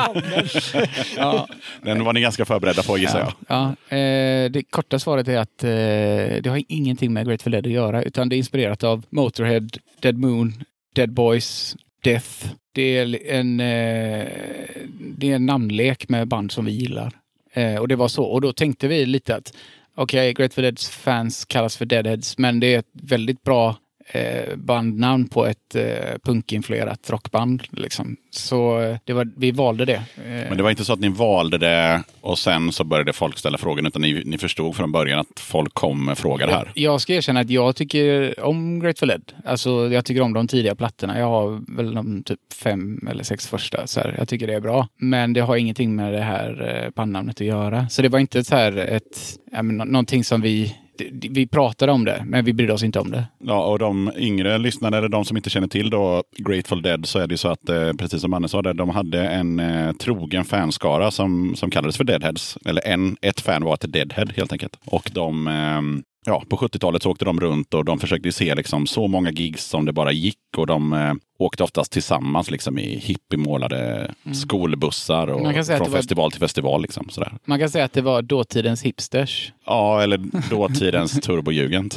M: Ja.
A: Den var ni ganska förberedda på, gissar jag.
M: Ja, eh, det korta svaret är att eh, det har ingenting med Grateful Dead att göra, utan det är inspirerat av Motorhead, Dead Moon, Dead Boys, Death. Det är en, eh, det är en namnlek med band som vi gillar. Eh, och det var så. Och då tänkte vi lite att okej, okay, Grateful Deads fans kallas för Deadheads, men det är ett väldigt bra eh, bandnamn på ett eh, punkinfluerat rockband. Liksom. Så eh, det var, vi valde det. Eh,
A: Men det var inte så att ni valde det och sen så började folk ställa frågan, utan ni, ni förstod från början att folk kom med frågor här.
M: Jag ska erkänna att jag tycker om Grateful Dead. Alltså, jag tycker om de tidiga plattorna. Jag har väl de typ fem eller sex första. Så här. Jag tycker det är bra. Men det har ingenting med det här eh, bandnamnet att göra. Så det var inte så här ett, ja, men, någonting som vi... Vi pratade om det, men vi brydde oss inte om det.
A: Ja, och de yngre lyssnare, eller de som inte känner till då Grateful Dead, så är det ju så att, eh, precis som Anne sa, där, de hade en eh, trogen fanskara som, som kallades för Deadheads. Eller en, ett fan var ett Deadhead helt enkelt. Och de... Eh, Ja, på sjuttiotalet så åkte de runt och de försökte se liksom så många gigs som det bara gick, och de eh, åkte oftast tillsammans liksom i hippiemålade mm. skolbussar och från festival var... till festival liksom sådär.
M: Man kan säga att det var dåtidens hipsters.
A: Ja, eller dåtidens turbojugend.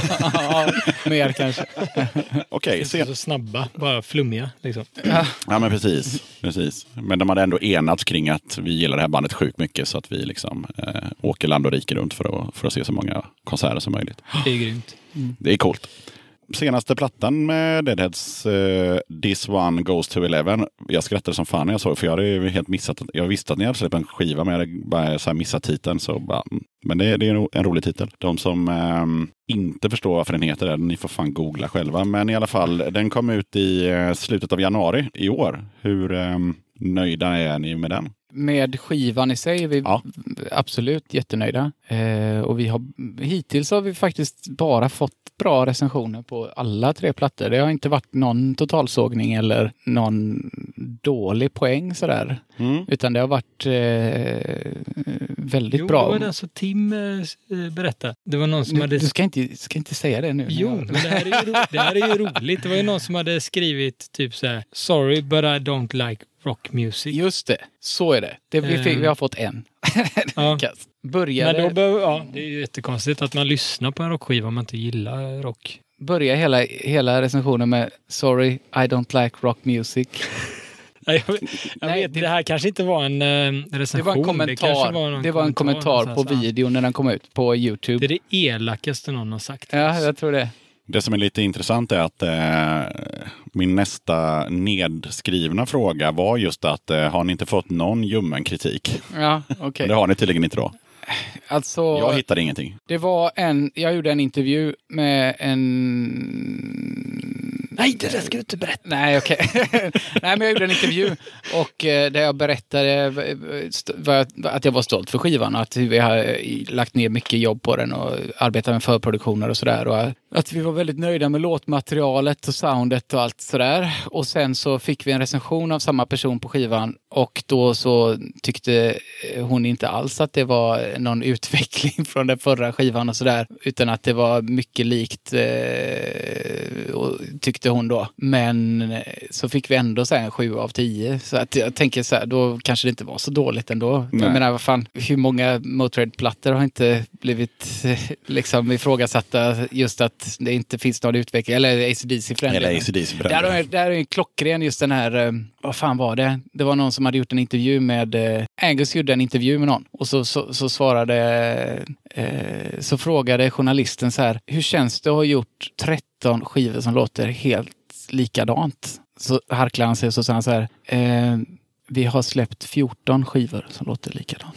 M: Ja, mer kanske.
A: Okej,
N: okay, så snabba, bara flummiga liksom.
A: Ja, men precis, precis. Men de hade ändå enats kring att vi gillar det här bandet sjukt mycket, så att vi liksom eh, åker land och rike runt för att, för att se så många konserter som möjligt.
N: Det är grymt.
A: Mm. Det är coolt. Senaste plattan med Deadheads, uh, This One Goes to Eleven. Jag skrattade som fan när jag såg, för jag hade ju helt missat, jag visste att ni hade släppt en skiva, men jag hade bara så här missat titeln. Så bara, men det, det är en rolig titel. De som um, inte förstår varför den heter det, ni får fan googla själva. Men i alla fall, den kom ut i uh, slutet av januari i år. Hur um, nöjda är ni med den?
M: Med skivan i sig är vi
A: ja.
M: absolut jättenöjda. Eh, och vi har, hittills har vi faktiskt bara fått bra recensioner på alla tre plattor. Det har inte varit någon totalsågning eller någon dålig poäng sådär. Mm. Utan det har varit eh, väldigt
N: jo,
M: bra.
N: Jo, det var den som Tim eh, berättade. Det var någon som
M: du,
N: hade...
M: Du ska inte, ska inte säga det nu.
N: Jo, men det här, är ju ro... det här är ju roligt. Det var ju någon som hade skrivit typ så här: sorry, but I don't like rock music.
M: Just det, så är det. det vi, fick, vi har fått en.
N: Ja.
M: Började...
N: Men då behöver, ja, det är ju jättekonstigt att man lyssnar på en rockskiva om man inte gillar rock.
M: Börja hela, hela recensionen med sorry, I don't like rock music.
N: jag jag Nej, vet, det, det här kanske inte var en uh, recension.
M: Det var en kommentar, det var, det var en kommentar, kommentar på videon när den kom ut på YouTube.
N: Det är det elakaste någon har sagt.
M: Ja, jag tror det.
A: Det som är lite intressant är att eh, min nästa nedskrivna fråga var just att eh, har ni inte fått någon ljummen kritik?
M: Ja, okej. Okay.
A: Det har ni tydligen inte då.
M: Alltså,
A: jag hittade ingenting.
M: Det var en, jag gjorde en intervju med en...
N: Nej, det där ska du inte berätta.
M: Nej, okej. Okay. Nej, men jag gjorde en intervju och eh, där jag berättade st- jag, att jag var stolt för skivan och att vi har lagt ner mycket jobb på den och arbetat med förproduktioner och sådär. Och att vi var väldigt nöjda med låtmaterialet och soundet och allt sådär. Och sen så fick vi en recension av samma person på skivan och då så tyckte hon inte alls att det var någon utveckling från den förra skivan och sådär, utan att det var mycket likt eh, och tyckte hon då. Men så fick vi ändå så här en sju av tio. Så att jag tänker så här, då kanske det inte var så dåligt ändå. Nej. Jag menar, vad fan, hur många Motörhead-plattor har inte blivit liksom ifrågasatta just att det inte finns någon utveckling, eller A C D C-förändring.
A: Eller A C D C-förändring.
M: Där är, där är en klockren just den här, vad fan var det? Det var någon som hade gjort en intervju med, eh, Angus gjorde en intervju med någon och så, så, så svarade, eh, så frågade journalisten så här, hur känns det att ha gjort tretton skivor som låter helt likadant? Så harklade han sig och så sa han så här, eh, Vi har släppt fjorton skivor som låter likadant.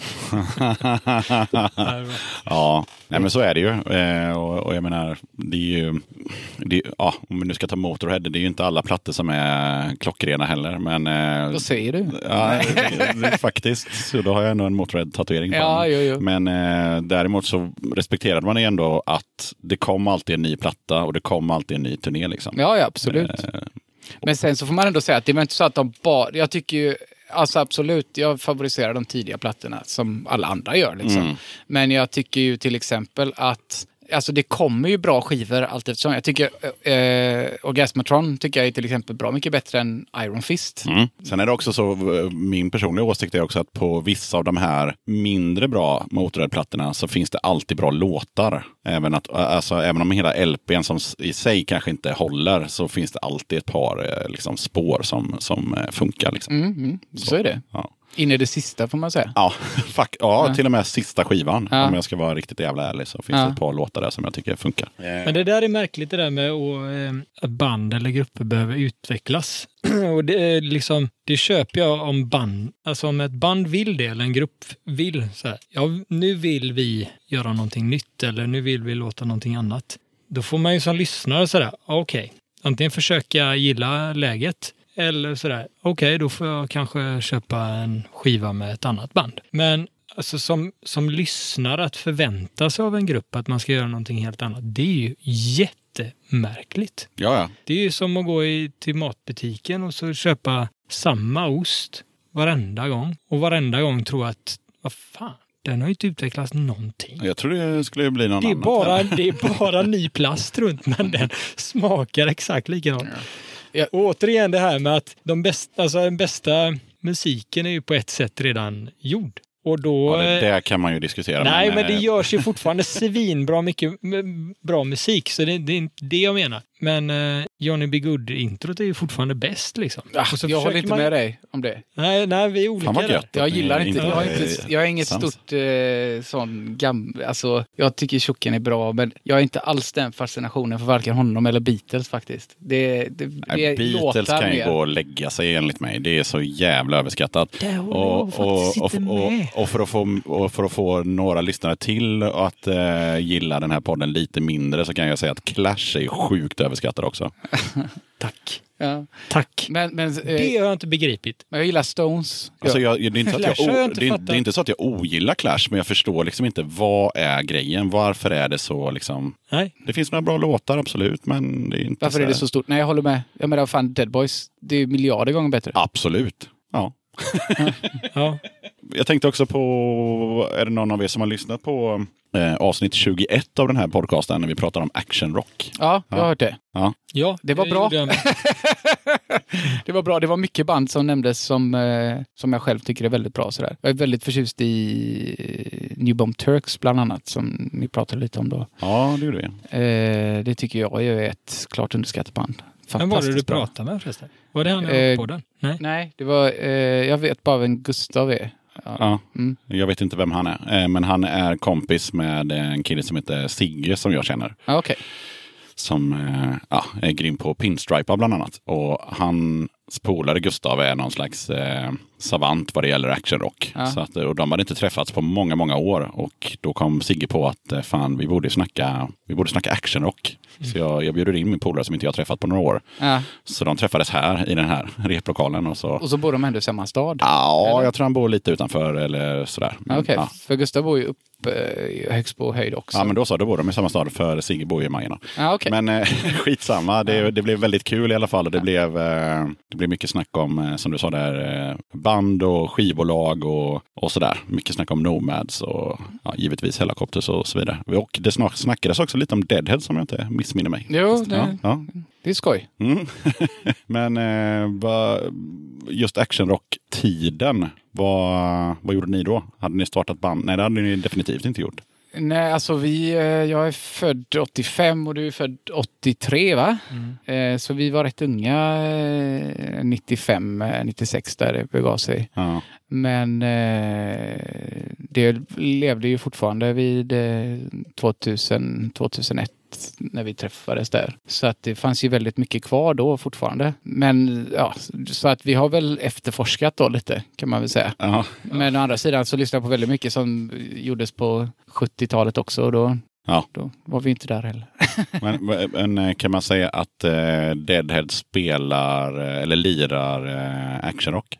A: Ja, nej, men så är det ju. Eh, och, och jag menar, det är ju... Det, ja, om vi nu ska ta Motorhead, det är ju inte alla plattor som är klockrena heller. Men, eh,
M: Vad säger du?
A: Ja, det, det, faktiskt. Så då har jag ändå en Motorhead-tatuering på
M: ja,
A: den.
M: jo, jo.
A: Men eh, däremot så respekterade man ändå att det kom alltid en ny platta och det kom alltid en ny turné. Liksom.
M: Ja, ja, absolut.
A: Eh,
M: Men sen så får man ändå säga att det var inte så att de bara... Jag tycker ju... Alltså absolut, jag favoriserar de tidiga plattorna som alla andra gör. Liksom.
A: Mm.
M: Men jag tycker ju till exempel att... Alltså det kommer ju bra skivor allt eftersom. Jag tycker eh, Orgasmatron tycker jag är till exempel bra mycket bättre än Iron Fist.
A: Mm. Sen är det också så, min personliga åsikt är också att på vissa av de här mindre bra Motorhead-plattorna så finns det alltid bra låtar. Även, att, alltså, även om hela L P:n som i sig kanske inte håller så finns det alltid ett par liksom, spår som, som funkar. Liksom.
M: Mm, mm. Så, så är det.
A: Ja.
M: In i det sista får man säga.
A: Ja, fuck, ja, ja. Till och med sista skivan.
M: Ja.
A: Om jag ska vara riktigt jävla ärlig så finns
M: ja.
A: det ett par låtar där som jag tycker funkar.
N: Men det där är märkligt det där med att band eller grupper behöver utvecklas. Och det är liksom, det köper jag om band, alltså om ett band vill det eller en grupp vill så här, ja nu vill vi göra någonting nytt eller nu vill vi låta någonting annat. Då får man ju som lyssnare sådär, okej, okay, antingen försöka gilla läget eller sådär, okej okay, då får jag kanske köpa en skiva med ett annat band. Men alltså som, som lyssnare att förvänta sig av en grupp att man ska göra någonting helt annat, det är ju jättemärkligt.
A: Ja, ja.
N: Det är ju som att gå i, till matbutiken och så köpa samma ost varenda gång. Och varenda gång tro att, vad fan, den har ju inte utvecklats någonting.
A: Jag tror det skulle bli någon
N: det är
A: annan.
N: Bara, det är bara ny plast runt, men den smakar exakt likadant. Ja. Ja. Och återigen det här med att de bästa, alltså den bästa musiken är ju på ett sätt redan gjord. Och då,
A: ja, det, det kan man ju diskutera.
N: Nej, men,
A: men
N: det görs ju fortfarande svinbra mycket bra musik, så det, det är inte det jag menar. Men uh, Johnny B. Good-introt är ju fortfarande bäst liksom.
M: Ja, jag håller inte man... med dig om det.
N: Nej, nej vi är olika där.
M: Jag gillar inte, jag har inte, jag är inget Sans. stort eh, sån gam, alltså jag tycker Tjocken är bra, men jag har inte alls den fascinationen för varken honom eller Beatles faktiskt. Det, det,
A: nej,
M: det
A: Beatles kan ju
M: mer.
A: gå och lägga sig enligt mig. Det är så jävla överskattat. Och, och, och, och, och, och, för att få, och för att få några lyssnare till att eh, gilla den här podden lite mindre så kan jag säga att Clash är sjukt överskattad också.
N: Tack.
M: Ja.
N: Tack.
M: Men, men, eh,
N: det har jag inte begripit.
M: Men jag gillar Stones.
A: Alltså jag, det, är inte så att jag, o, det, är, det är inte så att jag ogillar Clash, men jag förstår liksom inte vad är grejen. Varför är det så liksom...
N: Nej.
A: Det finns några bra låtar, absolut, men det är inte
M: Varför
A: så
M: är det så stort? Nej, jag håller med. Jag menar, fan, Dead Boys, det är miljarder gånger bättre.
A: Absolut, ja.
N: ja.
A: Jag tänkte också på, är det någon av er som har lyssnat på eh, avsnitt tjugoett av den här podcasten när vi pratar om action rock?
M: Ja, jag har hört det.
A: Ja,
N: ja
M: det var
N: det
M: bra.
N: Jag
M: det var bra. Det var mycket band som nämndes som, eh, som jag själv tycker är väldigt bra. Sådär. Jag är väldigt förtjust i New Bomb Turks bland annat som ni pratade lite om då.
A: Ja, det gjorde vi.
M: Eh, det tycker jag är ett klart underskattat band.
N: Men var det du pratade med förresten? Var det han eh, på den? Nej,
M: nej det var, eh, jag vet bara vem Gustav är.
A: Ja, ja. Mm. Jag vet inte vem han är. Eh, men han är kompis med en kille som heter Sigge som jag känner.
M: Ah, okay.
A: Som eh, ja, är grym på pinstripa bland annat. Och hans polare Gustav är någon slags eh, savant vad det gäller actionrock.
M: Ja.
A: Så att, och de hade inte träffats på många, många år. Och då kom Sigge på att eh, fan, vi borde snacka, vi borde snacka actionrock. Mm. Så jag, jag bjuder in min polare som inte jag har träffat på några år.
M: Ja.
A: Så de träffades här i den här replokalen. Och så,
M: och så bor de ändå i samma stad?
A: Ja,
M: eller?
A: Jag tror han bor lite utanför eller sådär.
M: Men, Okej, okay.
A: ja.
M: För Gustav bor ju upp högst på höjd också.
A: Ja, men då så, då bor de i samma stad för Sigge bor i Majerna.
M: Ah, okay.
A: Men eh, skitsamma, det, det blev väldigt kul i alla fall. Det blev, eh, det blev mycket snack om, eh, som du sa där, eh, band och skivbolag och, och sådär. Mycket snack om Nomads och ja, givetvis Helicopters och så vidare. Och det snackades också lite om Deadhead som jag inte missminner mig.
M: Jo, det,
A: ja, ja.
M: det är skoj.
A: Mm. Men eh, just actionrock-tiden, vad, vad gjorde ni då? Hade ni startat band? Nej, det hade ni definitivt inte gjort.
M: Nej, alltså vi, jag är född åttiofem och du är född åttiotre, va? Mm. Så vi var rätt unga nittiofem, nittiosex där det begav sig.
A: Ja.
M: Men det levde ju fortfarande vid tvåtusen, tvåtusenett året när vi träffades där. Så att det fanns ju väldigt mycket kvar då fortfarande. Men ja, så att vi har väl efterforskat då lite, kan man väl säga.
A: Ja.
M: Men å andra sidan så lyssnar jag på väldigt mycket som gjordes på sjuttiotalet också, och då,
A: ja.
M: då var vi inte där heller.
A: men, men kan man säga att eh, Deadhead spelar eller lirar eh, actionrock?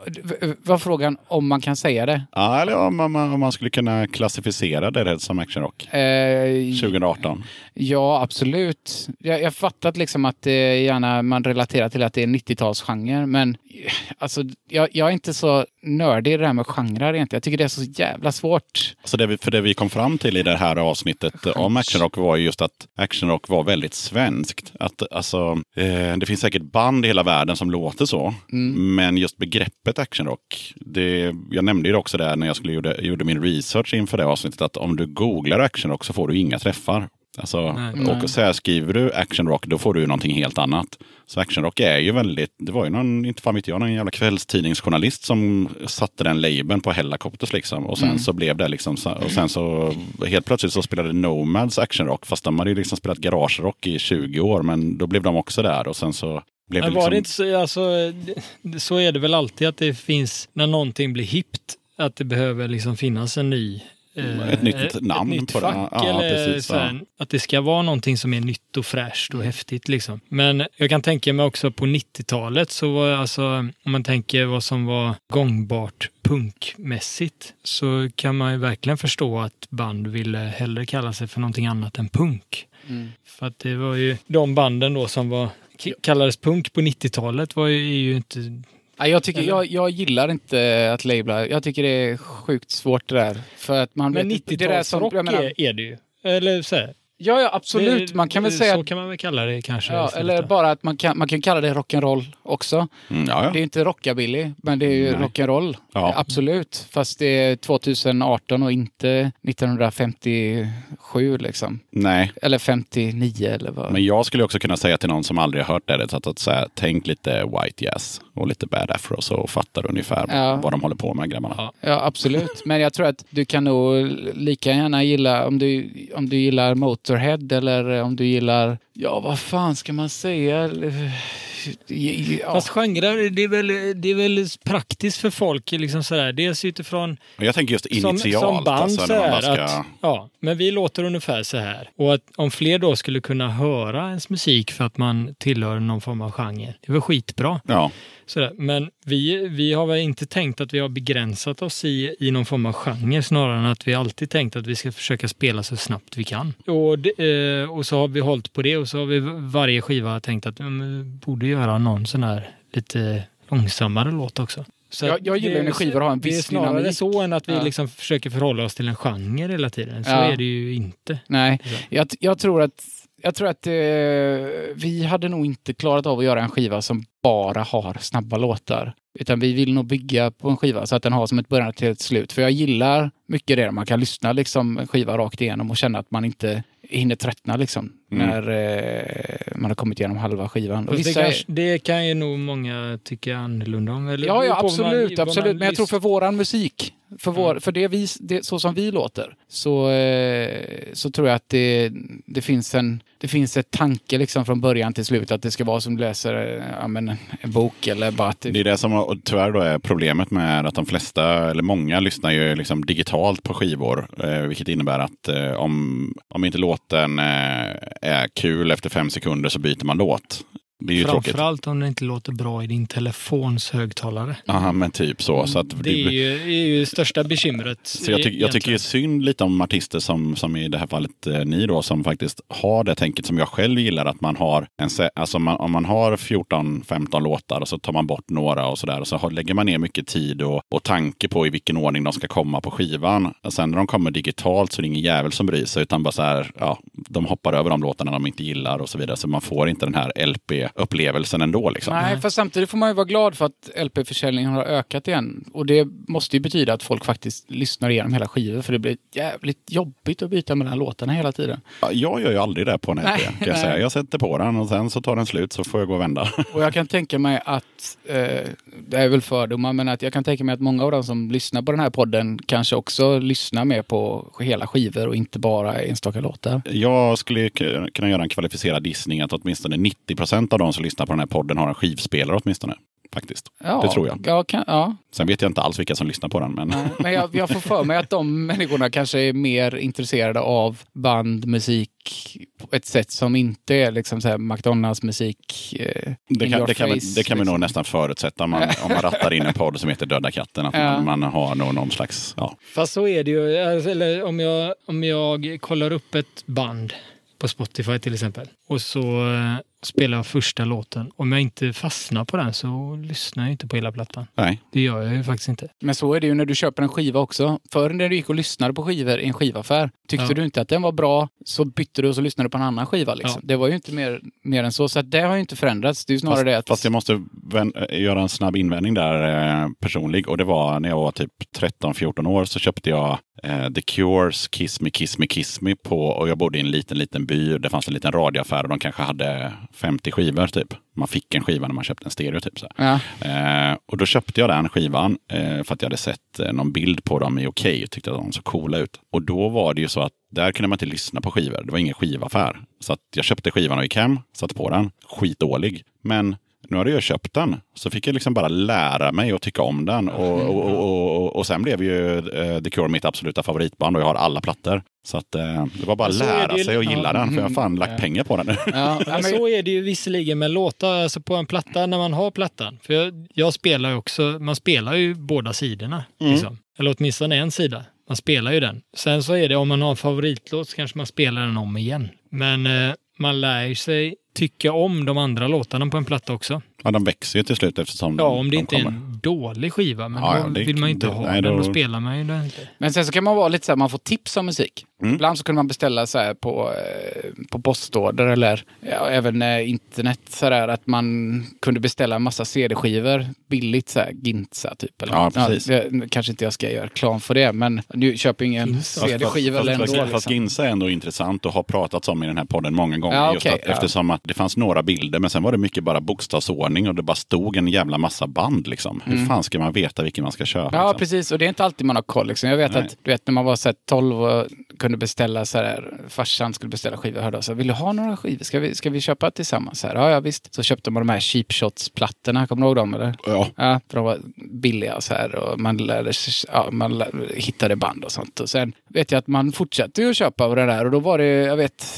M: Var frågan om man kan säga det?
A: Ja, eller om man, om man skulle kunna klassificera det som actionrock
M: eh,
A: tjugo arton.
M: Ja, absolut. Jag har fattat liksom att det gärna man relaterar till att det är nittiotalsgenre, men alltså, jag, jag är inte så nördig i det här med genrer egentligen. Jag tycker det är så jävla svårt.
A: Så det vi, för det vi kom fram till i det här avsnittet om actionrock var just att actionrock var väldigt svenskt. Att, alltså, eh, det finns säkert band i hela världen som låter så, mm. men just begreppet actionrock, det, jag nämnde ju det också där när jag skulle gjorde, gjorde min research inför det avsnittet, att om du googlar actionrock så får du inga träffar. Alltså,
N: Nej.
A: och så här skriver du actionrock, då får du någonting helt annat. Så actionrock är ju väldigt, det var ju någon, inte fan vet jag, någon jävla kvällstidningsjournalist som satte den labeln på Hellacopters liksom. Och sen mm. så blev det liksom, och sen så helt plötsligt så spelade Nomads actionrock, fast de hade ju liksom spelat garagerock i tjugo år, men då blev de också där och sen så blev det
N: men var
A: liksom...
N: det inte så, alltså, så är det väl alltid att det finns, när någonting blir hippt, att det behöver liksom finnas en ny
A: ett nytt namn
N: ett nytt
A: på
N: fack,
A: det. Ja,
N: eller
A: precis,
N: så här, att det ska vara någonting som är nytt och fräscht och häftigt liksom. Men jag kan tänka mig också på nittiotalet, så var alltså, om man tänker vad som var gångbart punkmässigt, så kan man ju verkligen förstå att band ville hellre kalla sig för någonting annat än punk. Mm. För att det var ju de banden då som var kallades punk på nittiotalet var ju, är ju inte...
M: Jag, tycker, jag, jag gillar inte att labla. Jag tycker det är sjukt svårt det där. För att man
N: men nittiotalsrock är, är det ju. Eller så här.
M: Ja, ja, absolut. Man kan väl säga...
N: Så kan man väl kalla det kanske.
M: Ja, eller bara att man kan, man kan kalla det rock'n'roll också. Mm, ja, ja. Det är inte rockabilly, men det är ju rock'n'roll. Ja. Absolut. Fast det är tjugoarton och inte nittonhundrafemtiosju liksom.
A: Nej.
M: Eller femtionio eller vad.
A: Men jag skulle också kunna säga till någon som aldrig har hört det, att, att säga, tänk lite white jazz och lite bad afro, så fattar du ungefär ja. vad de håller på med, grabbarna.
M: Ja, ja, absolut. Men jag tror att du kan nog lika gärna gilla, om du, om du gillar Motorhead eller om du gillar, ja vad fan ska man säga? Ja.
N: Fast genrer, det är väl, det är väl praktiskt för folk liksom sådär. Dels utifrån...
A: Jag tänker just initialt.
N: Som, som band
A: alltså,
N: sådär,
A: ska...
N: att, ja, men vi låter ungefär så här. Och att om fler då skulle kunna höra ens musik för att man tillhör någon form av genre, det är väl skitbra.
A: Ja.
N: Sådär. Men vi, vi har väl inte tänkt att vi har begränsat oss i, i någon form av genre, snarare än att vi alltid tänkt att vi ska försöka spela så snabbt vi kan. Och, det, och så har vi hållit på det, och så har vi varje skiva tänkt att vi borde göra någon sån här lite långsammare låt också. Så
M: jag, jag gillar när skivor har en viss
N: Det är snarare
M: dynamik.
N: så än att vi
M: ja.
N: liksom försöker förhålla oss till en genre hela tiden. Så
M: ja.
N: är det ju inte.
M: Nej, jag, jag tror att Jag tror att eh, vi hade nog inte klarat av att göra en skiva som bara har snabba låtar. Utan vi vill nog bygga på en skiva så att den har som ett början till ett slut. För jag gillar mycket det. Man kan lyssna liksom en skiva rakt igenom och känna att man inte hinner tröttna liksom. Mm. När eh, man har kommit igenom halva skivan. Och
N: det,
M: vissa
N: kanske, det kan ju nog många tycka annorlunda om. Eller
M: ja, ja absolut.
N: Man,
M: absolut. Men jag tror för våran musik, för, vår, mm. för det vi, det, så som vi låter, så, eh, så tror jag att det, det finns en det finns ett tanke liksom från början till slut att det ska vara som du läser ja, men, en bok eller bara att det...
A: det är det som och tyvärr då är problemet med att de flesta eller många lyssnar ju liksom digitalt på skivor, eh, vilket innebär att eh, om, om inte låten eh, är kul efter fem sekunder så byter man låt. Det är ju
N: framförallt
A: tråkigt.
N: Om det inte låter bra i din telefons högtalare.
A: Ja, men typ så. så att
N: det är ju, är ju största bekymret.
A: Så jag, ty- jag tycker ju synd lite om artister som, som i det här fallet eh, ni då, som faktiskt har det tänket som jag själv gillar, att man har en se- alltså man, om man har fjorton femton låtar och så tar man bort några och sådär och så har, lägger man ner mycket tid och, och tanke på i vilken ordning de ska komma på skivan. Och sen när de kommer digitalt så är det ingen jävel som bryr sig, utan bara så här, ja, de hoppar över de låtarna de inte gillar och så vidare, så man får inte den här L P upplevelsen ändå. Liksom.
M: Nej, för samtidigt får man ju vara glad för att L P-försäljningen har ökat igen. Och det måste ju betyda att folk faktiskt lyssnar igenom hela skivor, för det blir jävligt jobbigt att byta mellan låtarna hela tiden.
A: Ja, jag gör ju aldrig det på en L P.
M: Nej,
A: kan jag, säga. Jag sätter på den och sen så tar den slut så får jag gå och vända.
M: Och jag kan tänka mig att, eh, det är väl fördomar, men att jag kan tänka mig att många av dem som lyssnar på den här podden kanske också lyssnar med på hela skivor och inte bara enstaka låtar.
A: Jag skulle kunna göra en kvalificerad gissning att åtminstone nittio procent av de som lyssnar på den här podden har en skivspelare åtminstone. Faktiskt.
M: Ja,
A: det tror jag.
M: jag kan, ja.
A: Sen vet jag inte alls vilka som lyssnar på den. Men,
M: Nej, men jag, jag får för mig att de människorna kanske är mer intresserade av band, musik på ett sätt som inte är liksom så här McDonalds musik. Eh,
A: det, kan, det, kan,
M: face,
A: det kan vi
M: liksom.
A: nog nästan förutsätta om man, om man rattar in en podd som heter Döda katten. Att
M: Ja.
A: man, man har nog någon slags... Ja.
N: Fast så är det ju. Eller om jag, om jag kollar upp ett band på Spotify till exempel och så eh, spelar jag första låten. Om jag inte fastnar på den så lyssnar jag inte på hela plattan.
A: Nej.
N: Det gör jag ju faktiskt inte.
M: Men så är det ju när du köper en skiva också. Förr när du gick och lyssnade på skivor i en skivaffär, tyckte
N: Ja.
M: du inte att den var bra, så bytte du och så lyssnade du på en annan skiva. Liksom.
N: Ja.
M: Det var ju inte mer, mer än så. Så att det har ju inte förändrats. Det är ju snarare
A: Fast,
M: det att...
A: fast jag måste vän, göra en snabb invändning där eh, personlig. Och det var när jag var typ tretton fjorton år så köpte jag eh, The Cures Kiss Me, Kiss Me, Kiss Me på, och jag bodde i en liten, liten by. Det fanns en liten radioaffär och de kanske hade femtio skivor typ. Man fick en skiva när man köpte en stereo typ. Så.
M: Ja.
A: Eh, och då köpte jag den skivan eh, för att jag hade sett eh, någon bild på dem i Okej och tyckte att de såg coola ut. Och då var det ju så att där kunde man inte lyssna på skivor. Det var ingen skivaffär. Så att jag köpte skivan och gick hem, satte på den. Skitdålig. Men nu hade jag köpt den. Så fick jag liksom bara lära mig att tycka om den. Och, och, och, och, och sen blev ju uh, The Cure mitt absoluta favoritband och jag har alla plattor. Så att uh, det var bara att lära sig och gilla den. För jag har fan lagt pengar på den nu.
N: Ja, men så är det ju visserligen med låtar, alltså på en platta när man har plattan. För jag, jag spelar ju också, man spelar ju båda sidorna.
A: Mm.
N: Liksom. Eller åtminstone en sida. Man spelar ju den. Sen så är det, om man har en favoritlåt så kanske man spelar den om igen. Men eh, man lär sig tycka om de andra låtarna på en platta också.
A: Ja, de växer ju till slut eftersom
N: Ja,
A: de,
N: om det
A: de
N: inte
A: kommer.
N: är en dålig skiva. Men
A: Ja,
N: då
A: ja, det-
N: vill man inte
A: det-
N: ha
A: nej,
N: den.
A: då-
N: Då spelar man ju den inte.
M: Men sen så kan man vara lite så här, man får tips om musik.
A: Mm.
M: Ibland så kunde man beställa så här på, eh, på postorder eller ja, även eh, internet så där, att man kunde beställa en massa C D-skivor billigt, så här Ginza typ. Eller,
A: Ja, precis.
M: det, kanske inte jag ska göra reklam för det, men nu köper jag ingen C D-skiva eller
A: Fast,
M: ändå.
A: fast, fast
M: Liksom.
A: Ginza är ändå intressant och har pratats om i den här podden många gånger.
M: Ja,
A: just
M: okej,
A: att,
M: ja.
A: Eftersom att det fanns några bilder, men sen var det mycket bara bokstavsordning och det bara stod en jävla massa band. Liksom. Hur
M: Mm.
A: fan ska man veta vilken man ska köpa?
M: Ja,
A: liksom?
M: precis. Och det är inte alltid man har koll. Liksom. Jag vet
A: Nej.
M: att du vet, när man var så här tolv och kunde beställa så här, farsan skulle beställa skivor, hörde så här, vill du ha några skivor? Ska vi, ska vi köpa tillsammans? Så här, ja, ja, visst. Så köpte man de här Cheap Shots-plattorna, kommer du ihåg dem eller?
A: Ja.
M: Ja, för de var billiga så här och man, lärde, sig- ja, man lärde, hittade band och sånt. Och sen vet jag att man fortsatte ju att köpa av det där och då var det, jag vet,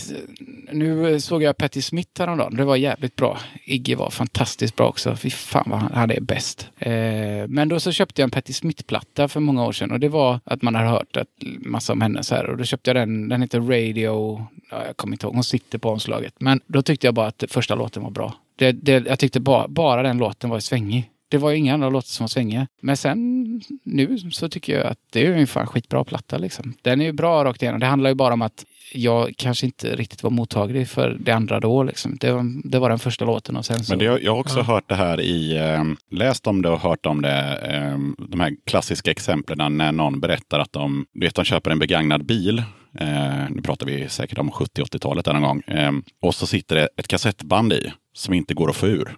M: nu såg jag Patti Smith häromdagen. Det var jävligt bra. Iggy var fantastiskt bra också. Fy fan vad han, han är bäst. Eh, men då så köpte jag en Patti Smith-platta för många år sedan och det var att man hade hört ett massa om henne så här och då köpte jag den, den heter Radio, ja, jag kommer inte ihåg, hon sitter på omslaget. Men då tyckte jag bara att första låten var bra. Det, det, jag tyckte bara, bara den låten var svängig. Det var ju inga andra låtar som var svängiga. Men sen nu så tycker jag att det är ju en fan skitbra platta liksom. Den är ju bra rakt igenom. Det handlar ju bara om att jag kanske inte riktigt var mottaglig för det andra då liksom. Det var, det var den första låten och sen så...
A: Men det, jag har också
M: Ja.
A: hört det här i, eh, läst om det och hört om det, eh, de här klassiska exemplen när någon berättar att de, du vet, de köper en begagnad bil. Eh, nu pratar vi säkert om sjuttio-åttiotalet där någon gång. Eh, och så sitter det ett kassettband i som inte går att få ur.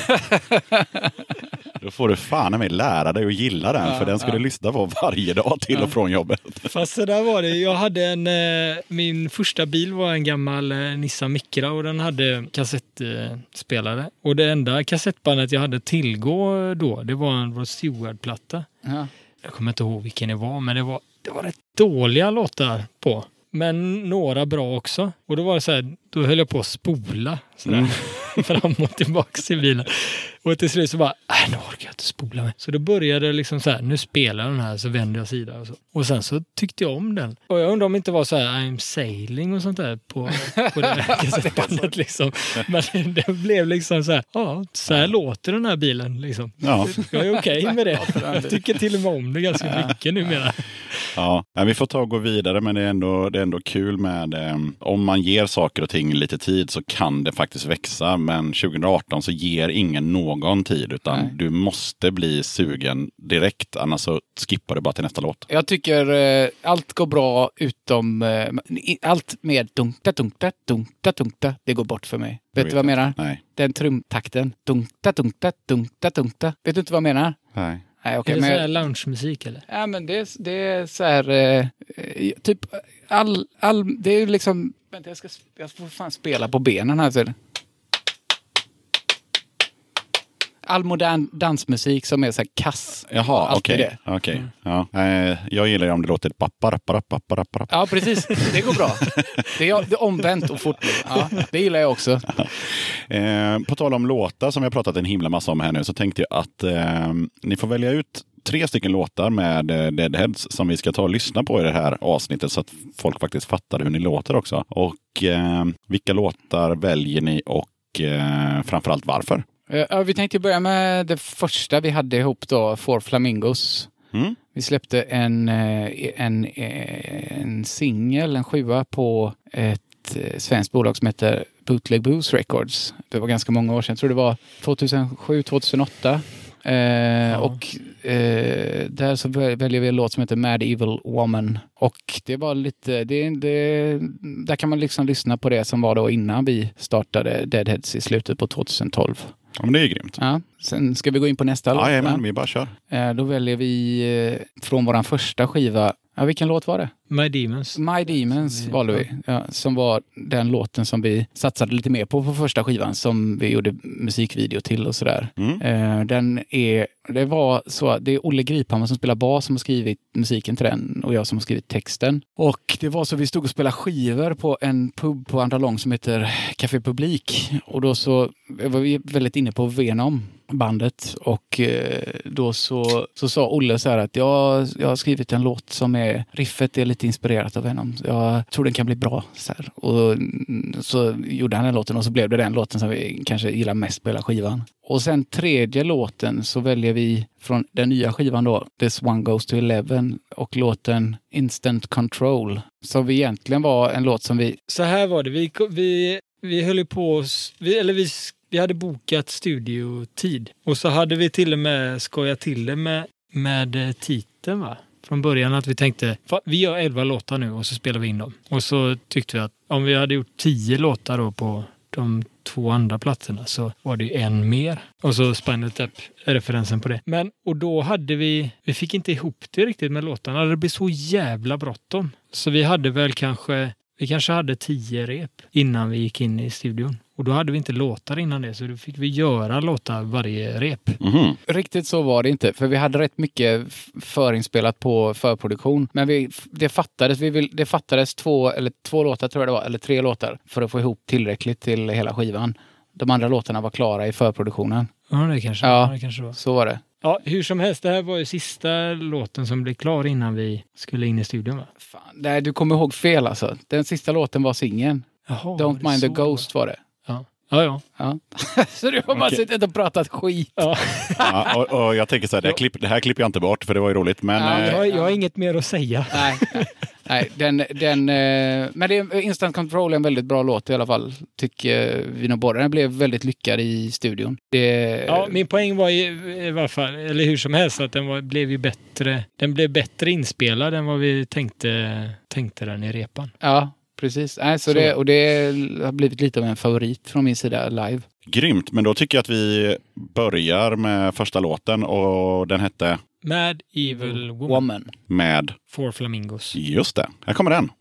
A: Då får du fan mig lära dig att gilla den,
N: Ja,
A: för den ska
N: ja.
A: du lyssna på varje dag till
N: Ja.
A: och från jobbet.
N: Fast så där var det. Jag hade en, eh, min första bil var en gammal eh, Nissan Micra och den hade kassettspelare. Och det enda kassettbandet jag hade tillgå då, det var en Rod Stewart-platta.
M: Ja.
N: Jag kommer inte ihåg vilken det var, men det var, det var rätt dåliga låtar på. Men några bra också. Och då var det så här, då höll jag på att spola sådär,
A: Mm.
N: fram och tillbaka i bilen. Och till slut så bara, nej nu orkar jag inte spola med. Så då började det liksom så här, nu spelar den här, så vänder jag sida och så. Och sen så tyckte jag om den. Och jag undrar om det inte var så här, I'm sailing och sånt där på, på det här kassettbandet liksom. Men det blev liksom så här, ja, så här låter den här bilen liksom.
A: Ja.
N: Jag är okej med det. Jag tycker till och med om det ganska mycket numera.
A: Ja, vi får ta och gå vidare, men det är ändå, det är ändå kul med eh, om man ger saker och ting lite tid så kan det faktiskt växa, men tjugo arton så ger ingen någon tid, utan Nej. du måste bli sugen direkt, annars så skippar du bara till nästa låt.
M: Jag tycker eh, allt går bra utom eh, allt med dunkta, dunkta, dunkta, dunkta, det går bort för mig. Vet, vet du vad jag menar?
A: Nej.
M: Den trumtakten. Dunkta, dunkta, dunkta, dunkta. Vet du inte vad jag menar?
A: Nej.
M: Nej, okay,
N: är det
M: men...
N: så här lounge-musik eller?
M: Ja, men det är, det är så här eh, typ all, all, det är liksom, vänta, jag ska, jag får fan spela på benen här. Så. All modern dansmusik som är så här kass.
A: Jaha, okej. Okay. Okay. Mm. Ja. Eh, jag gillar ju om det låter ett pappa, rappa, rappa, rappa, rappa.
M: Ja, precis. Det går bra. Det är, det är omvänt och fort. Ja, det gillar jag också.
A: eh, på tal om låtar som vi har pratat en himla massa om här nu, så tänkte jag att eh, ni får välja ut tre stycken låtar med eh, Deadheads som vi ska ta och lyssna på i det här avsnittet så att folk faktiskt fattar hur ni låter också. Och eh, vilka låtar väljer ni och eh, framförallt varför?
M: Ja, vi tänkte börja med det första vi hade ihop då, Four Flamingos.
A: Mm.
M: Vi släppte en, en, en singel, en sjua på ett svenskt bolag som heter Bootleg Booze Records. Det var ganska många år sedan, jag tror det var tjugohundrasju tjugohundraåtta. Eh, ja. Och eh, där så väljer vi en låt som heter Mad Evil Woman. Och det var lite, det, det, där kan man liksom lyssna på det som var då innan vi startade Deadheads i slutet på tjugotolv.
A: Ja, men det är ju grymt.
M: Ja, sen ska vi gå in på nästa låt.
A: Ja, men vi bara kör.
M: Eh, då väljer vi eh, från våran första skiva. Ja, vilken låt var det?
N: My Demons.
M: My Demons valde vi. Ja, som var den låten som vi satsade lite mer på på första skivan. Som vi gjorde musikvideo till och sådär.
A: Mm.
M: Eh, den är, det var så, det är Olle Griphammar som spelar bas som har skrivit musiken till den. Och jag som har skrivit texten. Och det var så vi stod och spelade skivor på en pub på Andra Lång som heter Café Publik. Och då så var vi väldigt inne på Venom bandet och eh, då så, så sa Olle så här att jag, jag har skrivit en låt som är, riffet är lite inspirerat av Venom. Jag tror den kan bli bra. Så här. Och så gjorde han den låten och så blev det den låten som vi kanske gillar mest på hela skivan. Och sen tredje låten så väljer vi från den nya skivan då, This One Goes to Eleven och låten Instant Control. Som vi egentligen var en låt som vi...
N: Så här var det, vi, vi, vi höll på oss, vi, eller vi Vi hade bokat studiotid. Och så hade vi till och med skojat till det med, med titeln va? Från början att vi tänkte, vi gör elva låtar nu och så spelar vi in dem. Och så tyckte vi att om vi hade gjort tio låtar då på de två andra platserna så var det ju en mer. Och så Spinal Tap är referensen på det. Men, och då hade vi, vi fick inte ihop det riktigt med låtarna. Det blev så jävla bråttom. Så vi hade väl kanske, vi kanske hade tio rep innan vi gick in i studion. Och då hade vi inte låtar innan det, så då fick vi göra låtar varje rep.
A: Mm-hmm.
M: Riktigt så var det inte, för vi hade rätt mycket förinspelat på förproduktion. Men vi, det, fattades, vi vill, det fattades två, eller två låtar tror jag det var, eller tre låtar för att få ihop tillräckligt till hela skivan. De andra låtarna var klara i förproduktionen.
N: Ja, det kanske,
M: ja,
N: det kanske var.
M: Så var det.
N: Ja, hur som helst, det här var ju sista låten som blev klar innan vi skulle in i studion va?
M: Fan, nej, du kommer ihåg fel alltså. Den sista låten var singeln. Don't Mind the Ghost var det.
N: Ja, ja. ja.
M: ja. Så du har bara okay. suttit och pratat skit.
N: Ja.
A: ja, och, och jag tänker så här, det här, klipp, det här klipper jag inte bort för det var ju roligt. Men,
N: ja,
A: äh...
N: jag, jag har inget mer att säga.
M: Nej, nej. Nej, den, den, men det är Instant Control är en väldigt bra låt i alla fall, tycker vi nog båda. Den blev väldigt lyckad i studion. Det...
N: Ja, min poäng var i, i varje fall, eller hur som helst, att den var, blev ju bättre, den blev bättre inspelad än vad vi tänkte, tänkte den i repan.
M: Ja, precis. Nej, så, så. Det, och det har blivit lite av en favorit från min sida live.
A: Grymt, men då tycker jag att vi börjar med första låten och den hette
N: Mad Evil Woman.
M: Woman.
A: Med
N: Four Flamingos.
A: Just det, här kommer den.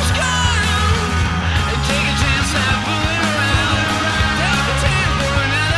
O: Take a chance, I pull it around. Take a chance for another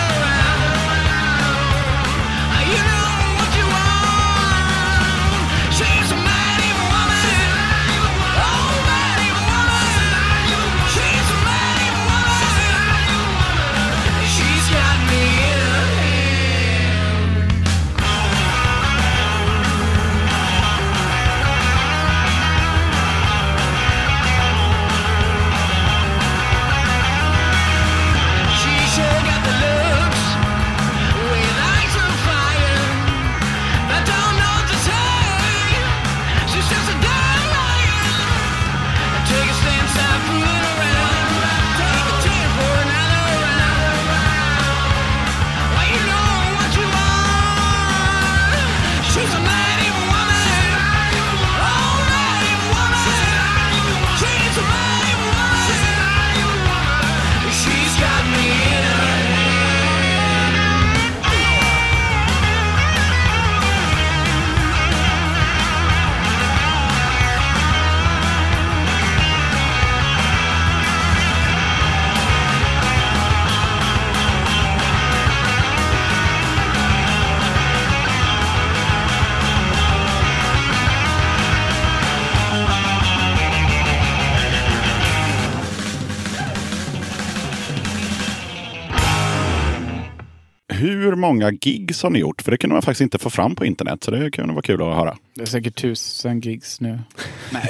A: hur många gigs har ni gjort? För det kunde man faktiskt inte få fram på internet. Så det kunde vara kul att höra.
M: Det är säkert tusen gigs nu. Nej,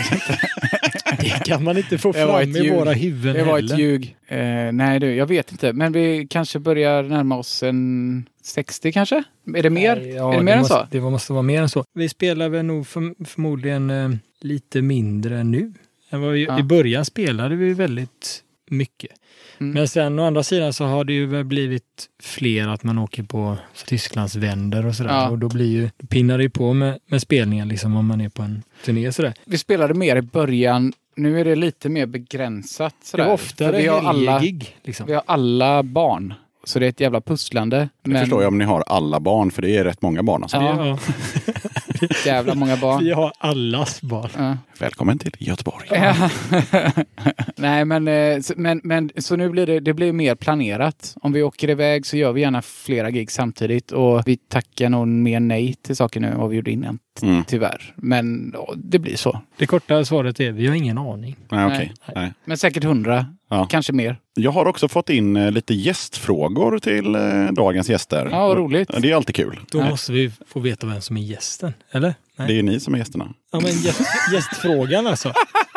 N: det kan man inte få fram i våra huvuden.
M: Det var
N: heller.
M: ett ljug. Eh, nej du, jag vet inte. Men vi kanske börjar närma oss en sextio kanske? Är det mer?
N: Nej, ja,
M: är det mer
N: det
M: än
N: måste,
M: så?
N: Det måste vara mer än så. Vi spelar väl nog för, förmodligen eh, lite mindre nu. Än vad vi,
M: Ja.
N: I början spelade vi väldigt mycket.
M: Mm.
N: Men sen å andra sidan så har det ju väl blivit fler att man åker på Tysklands vänder och sådär.
M: Ja.
N: Och då blir ju, pinnar det ju på med, med spelningen liksom om man är på en turné sådär.
M: Vi spelade mer i början. Nu är det lite mer begränsat. Sådär.
N: Det var oftare
M: För vi har alla,
N: helggig, liksom.
M: vi har alla barn. Så det är ett jävla pusslande.
A: Det förstår jag om ni har alla barn, för det är rätt många barn. Alltså.
M: Ja. Jävla många barn.
N: Vi har allas barn.
M: Ja.
A: Välkommen till Göteborg.
M: Ja. Nej, men, eh, så- men, men så nu blir det, det blir mer planerat. Om vi åker iväg så gör vi gärna flera gig samtidigt. Och vi tackar nog mer nej till saker nu än vad vi gjorde innan. t-
A: Mm.
M: Tyvärr. Men ja, det blir så.
N: Det korta svaret är vi har ingen aning.
A: Nej, okej. Nej.
M: Men säkert hundra.
A: Ja.
M: Kanske mer.
A: Jag har också fått in eh, lite gästfrågor till eh, dagens gäster.
M: Ja, vad roligt.
A: Det är alltid kul.
N: Då
M: Nej.
N: måste vi få veta vem som är gästen, eller? Nej.
A: Det är ju ni som är gästerna.
N: Ja, men gäst, gästfrågan alltså.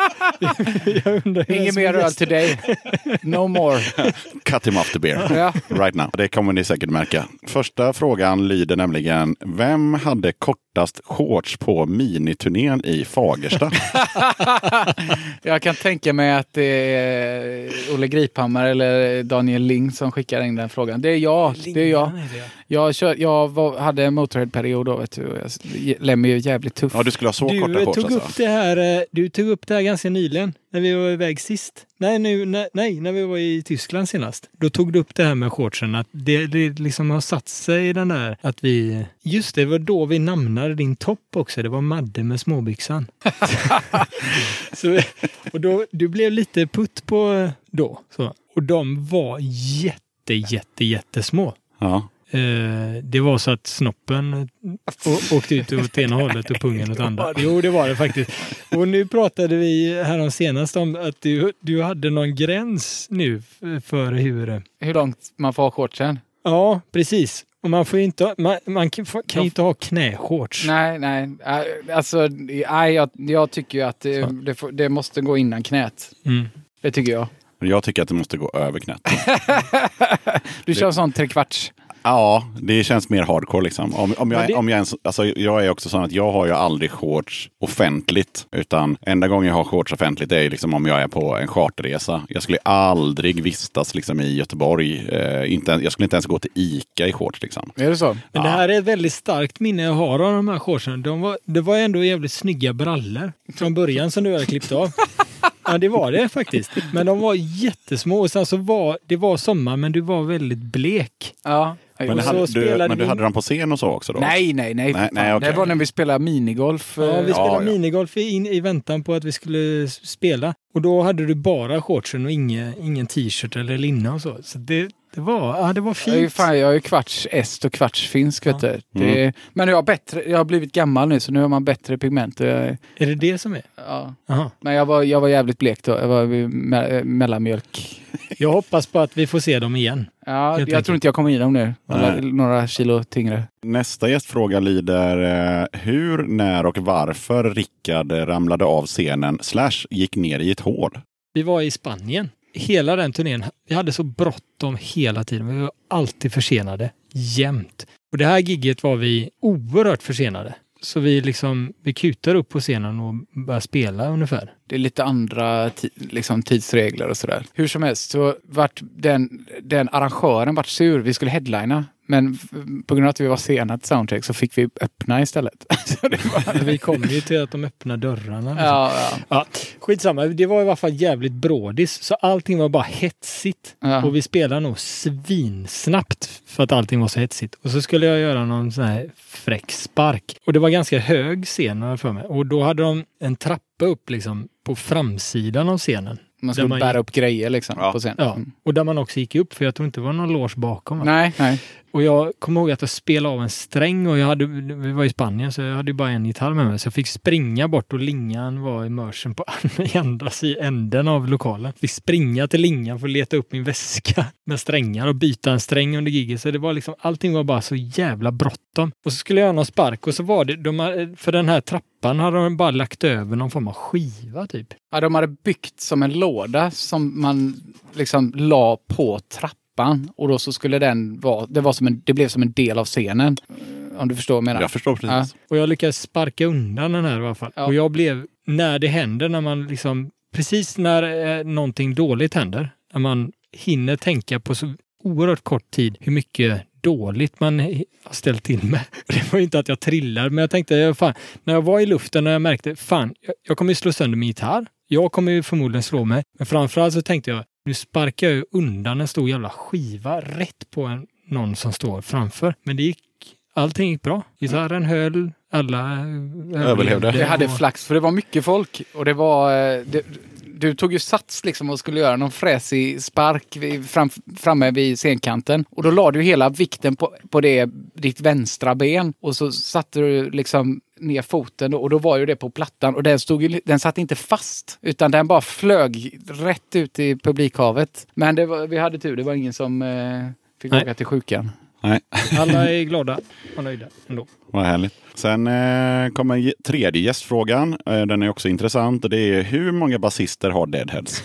N: Jag undrar vem
M: Inget
N: som är
M: mer öl
N: gästen.
M: today. No more.
A: Cut him off the beer.
M: Ja.
A: Right now. Det kommer ni säkert märka. Första frågan lyder nämligen: vem hade kortast shorts på miniturnén i Fagersta?
M: Jag kan tänka mig att det är Olle Griphammar eller Daniel Ling som skickar in den frågan. Det är jag. Det är jag. Jag, kör, jag var, hade en Motörhead-period då, vet du. Jag, Lemmy är jävligt tuff.
A: Ja, du skulle ha så
N: Du
A: korta
N: eh,
A: shorts
N: tog
A: alltså.
N: upp det här, eh, du tog upp det här ganska nyligen när vi var iväg sist. Nej, nu, nej, nej, när vi var i Tyskland senast. Då tog du upp det här med shortsen, att det, det liksom har satt sig i den där att vi... Just det, det var då vi namnade din topp också. Det var Madde med småbyxan. så, och då, du blev lite putt på då. Så. Och de var jätte, jätte, jättesmå.
A: Ja.
N: Eh, det var så att snoppen å- åkte ut åt ena hållet och pungen åt andra. Jo, det var det faktiskt. Och nu pratade vi här om senast om att du, du hade någon gräns nu f- för hur...
M: Hur långt man får ha shortsen?
N: Ja, precis. Och man får ju inte ha, man, man kan, kan ju inte ha knäshorts.
M: Nej, nej. Äh, Alltså, nej, jag, jag tycker ju att det, det, får, det måste gå innan knät.
N: Mm.
M: Det tycker jag.
A: Jag tycker att det måste gå över knät.
M: Du kör sån trekvarts.
A: Ja, det känns mer hardcore liksom. Om, om jag,
N: Men det-
A: om jag, ens, alltså, jag är också sån att jag har ju aldrig shorts offentligt. Utan enda gången jag har shorts offentligt är liksom om jag är på en charterresa. Jag skulle aldrig vistas liksom i Göteborg. Eh, inte, jag skulle inte ens gå till Ica i shorts liksom.
M: Är det så?
N: Men det här är ett väldigt starkt minne jag har av de här shortsen. De var, det var ändå jävligt snygga brallor från början som du hade klippt av. Ja, det var det faktiskt. Men de var jättesmå. Och sen så var det var sommar, men du var väldigt blek.
M: Ja.
A: Men,
N: Och
A: det
N: så
A: hade, du,
N: spelade
A: men du
N: vi-
A: hade dem på scen och så också då?
M: Nej, nej, nej.
A: Nej, nej, okej.
M: Det var när vi spelade minigolf.
N: Ja, vi
M: eh,
N: spelade
A: ja.
N: minigolf in, i väntan på att vi skulle s- spela. Och då hade du bara shortsen och ingen, ingen t-shirt eller linne och så. Så det, det var, ja, det var
M: Jag är, ju
N: fint.
M: fan, jag är ju kvarts est och kvarts finsk, vet du. Det är, men jag har, bättre, jag har blivit gammal nu, så nu har man bättre pigment. Och jag,
N: Är det det som är?
M: ja.
N: Aha.
M: Men jag var, jag var jävligt blek då. Jag var vid me- mellanmjölk.
N: Jag hoppas på att vi får se dem igen.
M: Ja,
N: Helt
M: jag
N: enkelt.
M: tror inte jag kommer i dem nu. Alla,
A: Nej.
M: några kilo tyngre.
A: Nästa gästfråga lyder: eh, hur, när och varför Rickard ramlade av scenen slash gick ner i ett hål?
N: Vi var i Spanien. Hela den turnén, vi hade så bråttom hela tiden. Vi var alltid försenade, jämt. Och det här gigget var vi oerhört försenade. Så vi liksom, vi kutar upp på scenen och börjar spela ungefär.
M: Det är lite andra ti- liksom tidsregler och sådär. Hur som helst så vart den, den arrangören vart sur. Vi skulle headlina. Men f- på grund av att vi var sena till soundcheck så fick vi öppna istället. Så det var...
N: Vi kom ju till att de öppnade dörrarna. Liksom.
M: Ja, ja.
N: Ja, skitsamma, det var i alla fall jävligt brådis. Så allting var bara hetsigt.
M: Ja.
N: Och vi spelade nog svinsnabbt för att allting var så hetsigt. Och så skulle jag göra någon sån här fräck spark. Och det var ganska hög scen har jag för mig. Och då hade de en trappa upp liksom på framsidan av scenen.
M: Man
N: Där
M: skulle
N: man
M: bära
N: gick-
M: upp grejer liksom
A: Ja.
M: på scen.
N: Ja,
M: Mm.
N: och där man också gick upp, för jag tror inte det var någon loge bakom. Va?
M: Nej, nej.
N: Och jag kommer ihåg att jag spelade av en sträng och jag hade, vi var i Spanien så jag hade bara en gitarr med mig. Så jag fick springa bort och lingan var immersion på andra änden av lokalen. Fick springa till lingan för att leta upp min väska med strängar och byta en sträng under giget. Så det var liksom, allting var bara så jävla bråttom. Och så skulle jag göra någon spark och så var det, de, för den här trappan hade de bara lagt över någon form av skiva typ.
M: Ja, de hade byggt som en låda som man liksom la på trappan och då så skulle den vara, det var som en, det blev som en del av scenen. Om du förstår vad jag menar.
A: Jag förstår precis.
M: Ja.
N: Och jag lyckades sparka undan den här i alla fall. Ja. Och jag blev, när det händer, när man liksom, precis när eh, någonting dåligt händer, när man hinner tänka på så oerhört kort tid hur mycket dåligt man har ställt till med. Det var inte att jag trillar, men jag tänkte, fan, när jag var i luften och jag märkte, fan, jag, jag kommer ju slå sönder min gitarr. Jag kommer ju förmodligen slå mig. Men framförallt så tänkte jag, nu sparkar jag undan en stor jävla skiva rätt på en, någon som står framför. Men det gick, allting gick bra. Gitarren höll, alla överlevde.
M: överlevde. Det hade flax, för det var mycket folk. Och det var... Det, du tog ju sats liksom och skulle göra någon fräsig spark fram, framme vid scenkanten. Och då la du hela vikten på, på det, ditt vänstra ben. Och så satte du liksom ner foten och då var ju det på plattan. Och den, stod ju, den satt inte fast utan den bara flög rätt ut i publikhavet. Men det var, vi hade tur, det var ingen som eh, fick
N: Nej.
M: åka till sjukan.
A: Nej.
N: Alla är glada och nöjda ändå.
A: Vad härligt. Sen eh, kommer tredje gästfrågan. Eh, den är också intressant. Det är hur många basister har Deadheads?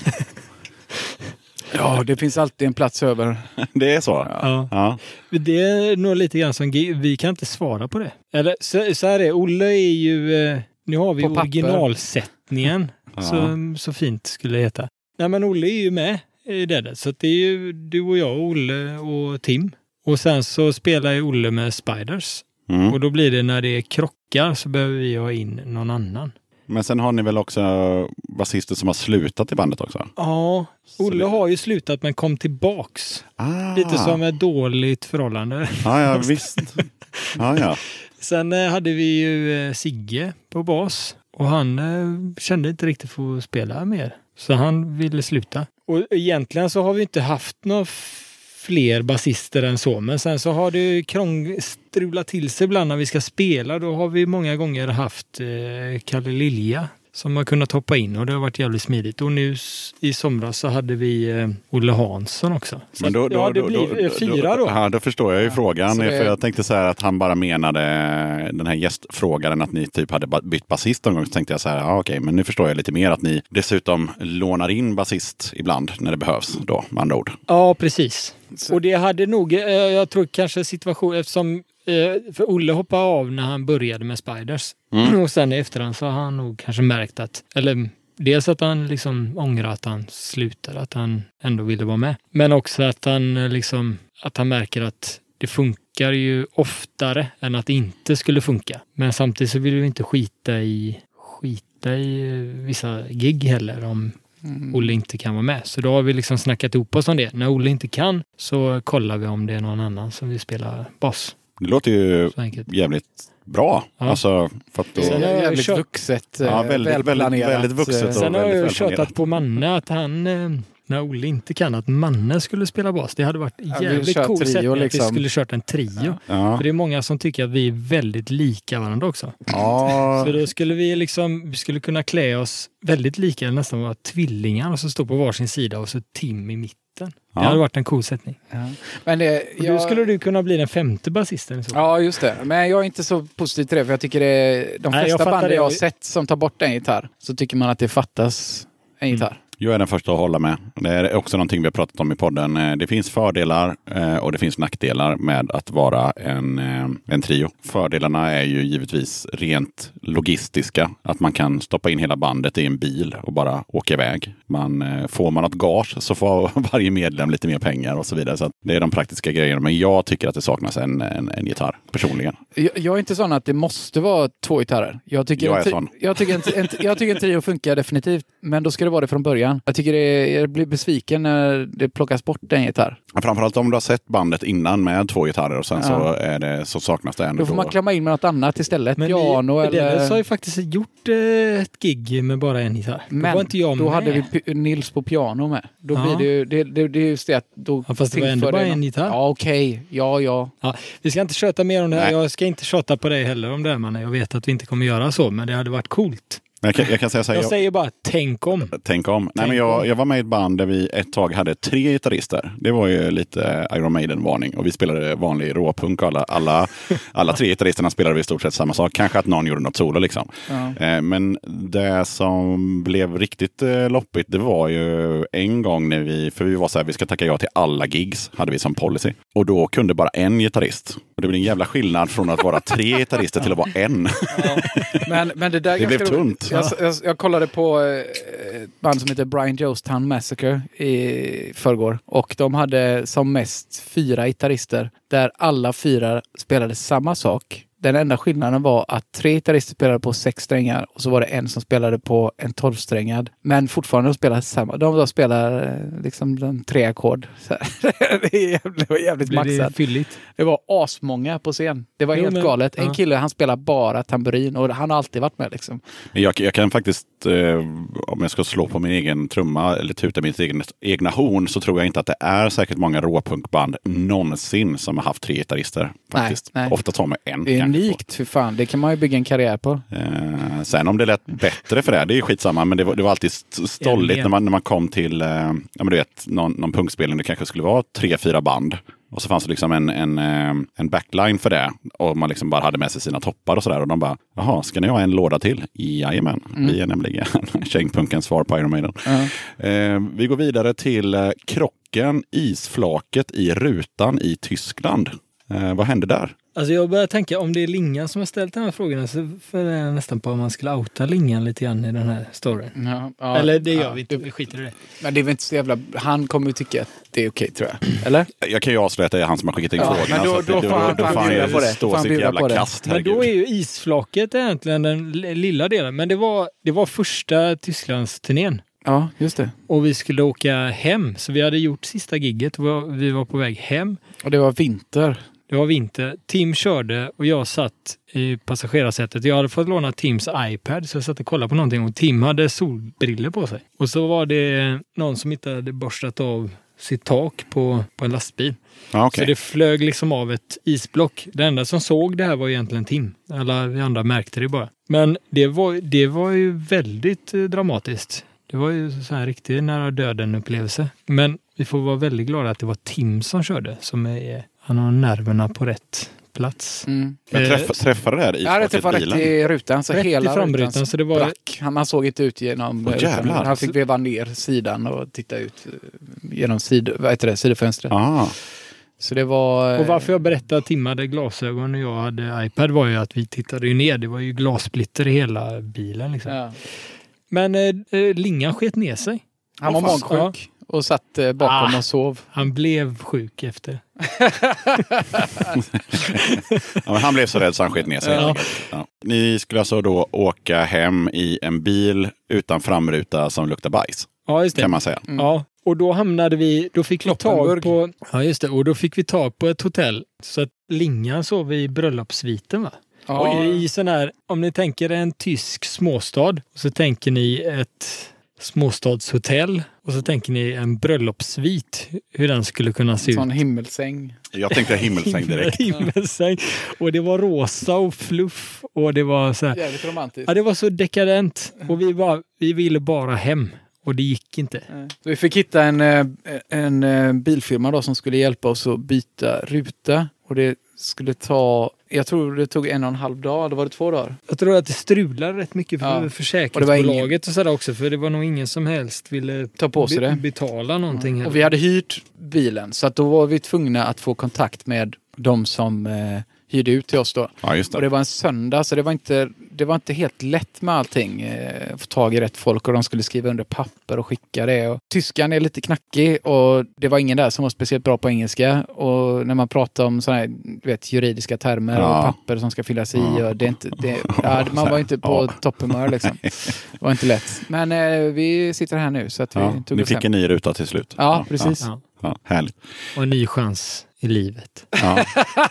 M: Ja, det finns alltid en plats över.
A: Det är så?
N: Ja.
A: Ja.
N: Det är nog lite grann som vi kan inte svara på det. Eller så, så här är Olle är ju, eh, nu har vi originalsättningen.
A: Ja.
N: så, så fint skulle det heta. Nej, men Olle är ju med i det. Så det är ju du och jag, Olle och Tim. Och sen så spelar ju Olle med Spiders. Mm. Och då blir det när det är krockar så behöver vi ha in någon annan.
A: Men sen har ni väl också basister som har slutat i bandet också?
N: Ja, Olle har ju slutat men kom tillbaks.
A: Ah.
N: Lite som ett dåligt förhållande.
A: Ja, ja visst. Ja, ja.
N: Sen eh, hade vi ju eh, Sigge på bas. Och han eh, kände inte riktigt för att spela mer. Så han ville sluta. Och egentligen så har vi inte haft några fler basister än så. Men sen så har det krång strulat till sig ibland när vi ska spela. Då har vi många gånger haft eh, Kalle Lilja som har kunnat hoppa in och det har varit jävligt smidigt. Och nu i somras så hade vi eh, Olle Hansson också. Så
A: men då, då,
N: ja, det
A: då,
N: blir
A: då,
N: fyra då.
A: Ja, då förstår jag ju ja. frågan.
N: Det...
A: För jag tänkte så här att han bara menade den här gästfrågaren att ni typ hade bytt basist någon gång. Så tänkte jag så här, ja okej, men nu förstår jag lite mer att ni dessutom lånar in basist ibland när det behövs då, med andra ord.
N: Ja, precis. Och det hade nog, jag tror kanske situation, eftersom för Olle hoppade av när han började med Spiders. Mm. Och sen i efterhand så har han nog kanske märkt att, eller dels att han liksom ångrar att han slutade, att han ändå ville vara med. Men också att han liksom, att han märker att det funkar ju oftare än att det inte skulle funka. Men samtidigt så vill vi inte skita i, skita i vissa gig heller om Mm. Olle inte kan vara med. Så då har vi liksom snackat ihop oss om det. När Olle inte kan så kollar vi om det är någon annan som vill spela bas.
A: Det låter ju jävligt bra. Ja. Alltså, för att då...
M: Sen har jag jävligt kört... vuxet.
A: Ja, väldigt, väldigt, väldigt vuxet.
N: Sen har jag tjatat på Manne att han, när Olle inte kan, att Manne skulle spela bas. Det hade varit jävligt ja, coolt sätt liksom. Att vi skulle kört en trio. Ja. För det är många som tycker att vi är väldigt lika varandra också. Ja. Så då skulle vi liksom, vi skulle kunna klä oss väldigt lika, nästan vara tvillingar och så stå på varsin sida och så Tim i mitten. Det ja. hade varit en cool sättning. Ja. Men det, jag... Då skulle du kunna bli den femte basisten. Så.
M: Ja, just det. Men jag är inte så positiv till det, för jag tycker det är, de Nej, flesta band jag har sett som tar bort en gitarr, så tycker man att det fattas en gitarr. Mm.
A: Jag är den första att hålla med. Det är också någonting vi har pratat om i podden. Det finns fördelar och det finns nackdelar med att vara en, en trio. Fördelarna är ju givetvis rent logistiska. Att man kan stoppa in hela bandet i en bil och bara åka iväg. Man, får man något gage så får varje medlem lite mer pengar och så vidare. Så att det är de praktiska grejerna. Men jag tycker att det saknas en, en, en gitarr personligen.
M: Jag, jag är inte sån att det måste vara två gitarrer. Jag tycker,
A: jag är
M: en,
A: sån.
M: Jag tycker en, en, jag tycker en trio funkar definitivt. Men då ska det vara det från början. innan. Jag tycker det, jag blir besviken när det plockas bort en gitarr.
A: Framförallt om du har sett bandet innan med två gitarrer och sen
M: Ja.
A: så, är det, så saknas det en.
M: Då får man klämma in med något annat istället.
N: Men
M: Piano
N: vi,
M: eller...
N: Dennis har ju faktiskt gjort eh, ett gig med bara en gitarr.
M: Men
N: då var inte jag
M: då
N: med.
M: hade vi P- Nils på piano med. Då
N: Ja.
M: blir det ju, det, det, det är just det att då
N: Ja, fast det var ändå
M: tillför
N: bara
M: det
N: en
M: någon-
N: gitarr.
M: Ja, okej. Ja, ja.
N: Ja, vi ska inte köta mer om det här.
A: Nej.
N: Jag ska inte köta på dig heller om det här, man. Jag vet att vi inte kommer göra så, men det hade varit coolt.
A: Jag kan, jag kan säga så här,
N: Jag
A: jag,
N: säger bara, tänk om.
A: tänk om. Nej,
N: Tänk
A: men jag,
N: om.
A: jag var med i ett band där vi ett tag hade tre gitarrister. Det var ju lite Iron Maiden-varning. Och vi spelade vanlig råpunk. Alla, alla, alla tre gitarristerna spelade vi i stort sett samma sak. Kanske att någon gjorde något solo liksom.
M: Ja.
A: Eh, men det som blev riktigt eh, loppigt, det var ju en gång när vi, för vi var så här, vi ska tacka ja till alla gigs, hade vi som policy. Och då kunde bara en gitarrist. Och det blev en jävla skillnad från att vara tre gitarrister till att vara en.
M: Men, men det där är
A: Det blev
M: ganska roligt.
A: tunt.
M: Jag, jag, jag kollade på eh, ett band som heter Brian Jonestown Massacre i förrgår. Och de hade som mest fyra gitarrister där alla fyra spelade samma sak. Den enda skillnaden var att tre gitarrister spelade på sex strängar och så var det en som spelade på en tolvsträngad. Men fortfarande de spelade samma. De då spelar eh, liksom de tre ackord. Så här. det, är jävligt, det var jävligt
N: Blir det
M: maxat.
N: fylligt?
M: Det var asmånga på scen. Det var
N: Jo,
M: helt
N: men-
M: galet. En
N: ja.
M: kille, han spelar bara tamburin och han har alltid varit med liksom.
A: Jag, jag kan faktiskt, eh, om jag ska slå på min egen trumma eller tuta mitt egen, egna horn, så tror jag inte att det är säkert många råpunkband någonsin som har haft tre gitarrister. Faktiskt.
M: Nej, nej.
A: Ofta tar man en.
M: Det är
A: kanske
M: unikt, för fan. Det kan man ju bygga en karriär på.
A: Eh, sen om det lät bättre för det, det är ju skitsamma, men det var, det var alltid st- stolligt när man, när man kom till eh, ja, men du vet, någon, någon punkspelning, det kanske skulle vara tre, fyra band. Och så fanns det liksom en, en, eh, en backline för det. Och man liksom bara hade med sig sina toppar och sådär. Och de bara, jaha, ska ni ha en låda till? Jajamän,
M: Mm.
A: vi är nämligen kängpunkens svar på Iron Maiden.
M: Ja.
A: Eh, vi går vidare till eh, krocken, isflaket i rutan i Tyskland. Eh, vad hände där?
N: Alltså jag börjar tänka, om det är Lingan som har ställt de här frågorna, så får jag nästan på om man skulle outa Lingan lite grann i den här storyn.
M: Ja, ja,
N: Eller det gör
M: ja,
N: vi inte, vi skiter i det.
M: Men det är väl inte så jävla... Han kommer ju tycka att det är okej, tror jag. Eller?
A: Jag kan ju avslöja att det är han som har skickat in
M: Ja,
A: frågorna.
M: men då-
A: så att
M: då
A: det-
M: får han-
A: då får
M: han
A: han
M: bjuda på det.
A: ju stå
M: Får han
A: sitt
M: bjuda
A: jävla
M: på det.
A: kast.
N: Men
A: herregud.
N: då är ju isflaket egentligen den l- lilla delen. Men det var, det var första Tysklandsturnén.
M: Ja, just det.
N: Och vi skulle åka hem. Så vi hade gjort sista gigget. Vi var, vi var på väg hem.
M: Och det var vinter.
N: Det var vinter. Tim körde och jag satt i passagerarsätet. Jag hade fått låna Tims iPad så jag satt och kollade på någonting. Och Tim hade solbriller på sig. Och så var det någon som inte hade borstat av sitt tak på, på en lastbil.
A: Ja, okej.
N: Så det flög liksom av ett isblock. Det enda som såg det här var egentligen Tim. Alla vi andra märkte det bara. Men det var, det var ju väldigt eh, dramatiskt. Det var ju så här riktigt nära döden upplevelse. Men vi får vara väldigt glada att det var Tim som körde. Som är, han har nerverna på rätt plats.
M: Mm.
A: Men
N: Eh,
A: träff, träffade det här
M: Ja, det
A: isflaket
M: var rätt
A: bilen?
M: i rutan. Så
N: Rätt i
M: hela
N: framrutan,
M: rutan
N: så det var-
M: sprack. Han, man såg inte ut genom...
A: Åh, jävlar.
M: Han fick veva ner sidan och titta ut eh, genom sid, vad heter det, sidofönstret.
A: Ah.
M: Så det var...
N: Och varför jag berättade att Tim hade glasögon och jag hade iPad var ju att vi tittade ju ner. Det var ju glassplitter i hela bilen liksom.
M: Ja.
N: Men eh, Lingan sket ner sig.
M: Han var
N: Åh, fan.
M: magsjuk och satt eh, bakom
N: Ah.
M: och sov.
N: Han blev sjuk efter.
A: Ja, men han blev så rädd så han skit ner sig.
N: Ja.
A: Ja. Ni skulle alltså då åka hem i en bil utan framruta som luktar bajs,
N: Ja, just det.
A: kan man säga.
M: Mm.
N: Ja, och då hamnade vi, då fick vi tag
M: Kloppenburg.
N: på, ja just det, och då fick vi tag på ett hotell. Så att Lingan sov i bröllopssviten va?
M: Ja.
N: Och i sån här, om ni tänker en tysk småstad, så tänker ni ett småstadshotell och så tänker ni en bröllopssvit, hur den skulle kunna se
M: En sån
N: ut.
M: himmelsäng.
A: Jag tänkte himmelsäng direkt.
N: Himmelsäng. Och det var rosa och fluff och det var så här,
M: Jävligt romantiskt.
N: ja det var så dekadent och vi, bara, vi ville bara hem och det gick inte.
M: Så vi fick hitta en, eh, en eh, bilfirma då som skulle hjälpa oss att byta ruta. Och det skulle ta, jag tror det tog en och en halv dag, eller var det två dagar?
N: Jag tror att det strulade rätt mycket för
M: Ja.
N: försäkringsbolaget
M: Och det var ingen-
N: och sådär också. För det var nog ingen som helst ville
M: Ta på sig
N: be-
M: det.
N: betala någonting. heller.
M: Och vi hade hyrt bilen, så att då var vi tvungna att få kontakt med de som eh, hyrde ut till oss då.
A: Ja, just
M: Och
A: det.
M: det var en söndag, så det var inte, det var inte helt lätt med allting. Eh, få tag i rätt folk och de skulle skriva under papper och skicka det. Och tyskan är lite knackig och det var ingen där som var speciellt bra på engelska. Och och när man pratar om sådana här, du vet, juridiska termer
A: Ja.
M: och papper som ska fyllas i.
A: Ja.
M: Och det är inte, det, ja, man var inte på
A: Ja.
M: topphumör liksom. Det var inte lätt. Men eh, vi sitter här nu så att vi
A: Ja,
M: tog
A: ni
M: oss
A: fick
M: hem.
A: en ny ruta till slut.
M: Ja, precis.
A: Ja. Ja, härligt.
N: Och en ny chans i livet.
A: Ja.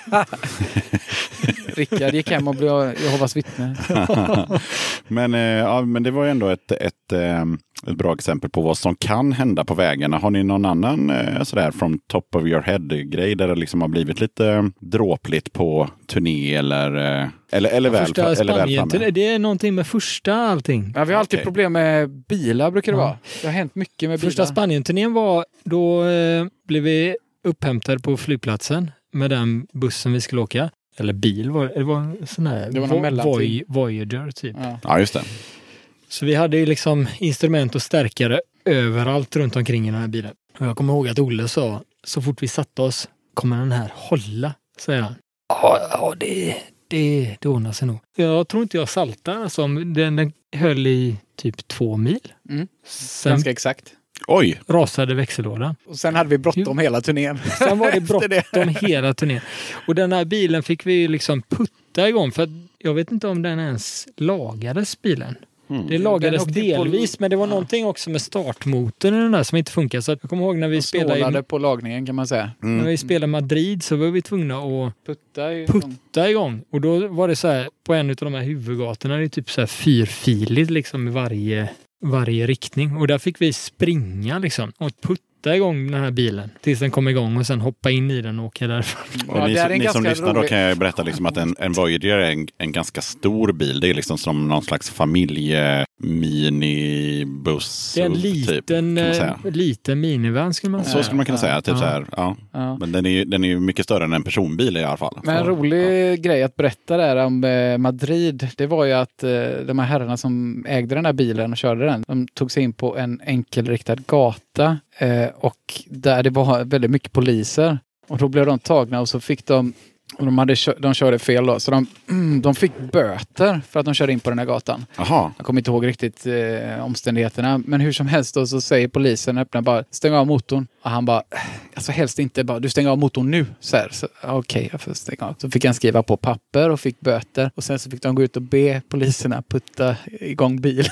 M: Rickard gick hem och blev Jehovas vittne.
A: men, eh, ja, men det var ju ändå ett, ett, eh, ett bra exempel på vad som kan hända på vägarna. Har ni någon annan eh, sådär from top of your head-grej där det liksom har blivit lite dråpligt på turné eller, eh, eller, eller, väl,
N: Första
A: eller väl
N: Spanien,
A: framme?
N: det är någonting med första allting.
M: Ja, vi har alltid
A: Okej.
M: problem med bilar brukar det
N: Ja.
M: vara. Det har hänt mycket med
N: Första
M: bilar.
N: Spanien-turnén var, då eh, blev vi upphämtade på flygplatsen med den bussen vi skulle åka. Eller bil var det. Det var en sån här
M: Det var någon
N: Vo-
M: mellanting.
N: Voy- Voyager typ.
M: Ja.
A: Ja, just det.
N: Så vi hade ju liksom instrument och stärkare överallt runt omkring i den här bilen. Och jag kommer ihåg att Olle sa, så fort vi satte oss, kommer den här hålla, säger han. Ja, ja det, det, det ordnar sig nog. Jag tror inte jag saltar, alltså. Den, den höll i typ två mil.
M: Mm.
N: Sen
M: Ganska exakt.
A: Oj!
N: rasade växellådan.
M: Och sen hade vi bråttom hela turnén.
N: Sen var det
M: Efter det.
N: bråttom hela turnén. Och den här bilen fick vi liksom putta igång, för att jag vet inte om den ens lagades, bilen.
A: Mm.
N: Det lagades
M: Den åkte in på-
N: delvis, men det var någonting också med startmotorn i den där som inte funkar. Så att jag kommer ihåg när vi
M: Vi
N: spelade,
M: snålade
N: i,
M: på lagningen kan man säga.
N: när vi spelade Madrid, så var vi tvungna att
M: Putta i
N: putta igång. Och då var det så här, på en av de här huvudgatorna, det är typ så här fyrfiligt liksom i varje, varje riktning. Och där fick vi springa liksom och putta igång den här bilen tills den kom igång och sen hoppa in i den och åka därifrån.
A: Och
M: Ja,
A: ni,
M: det är en
A: ni som
M: ganska
A: lyssnar då
M: rolig-
A: kan jag berätta liksom att en, en Voyager är en, en ganska stor bil. Det är liksom som någon slags familje-minibuss.
N: Det är en
A: typ,
N: liten,
A: kan man säga.
N: eh, liten minivan skulle man säga.
A: Så skulle man kunna säga. Typ
N: Ja.
A: så här, ja.
M: Ja.
A: Men den är ju den är ju mycket större än en personbil i alla fall.
M: Men en
A: Så,
M: rolig grej att berätta där om eh, Madrid, det var ju att eh, de här herrarna som ägde den här bilen och körde den, de tog sig in på en enkelriktad gata eh, och där det var väldigt mycket poliser. Och då blev de tagna och så fick de, och de, hade, kö- de körde fel då, så de, mm, de fick böter för att de körde in på den här gatan.
A: Jaha.
M: Jag kommer inte ihåg riktigt eh, omständigheterna, men hur som helst då så säger polisen, öppnar bara, stäng av motorn. Och han bara, alltså helst inte bara, du stänger av motorn nu. Så här, så, okej, okay, jag får stänga av. Så fick han skriva på papper och fick böter. Och sen så fick de gå ut och be poliserna putta igång bilen.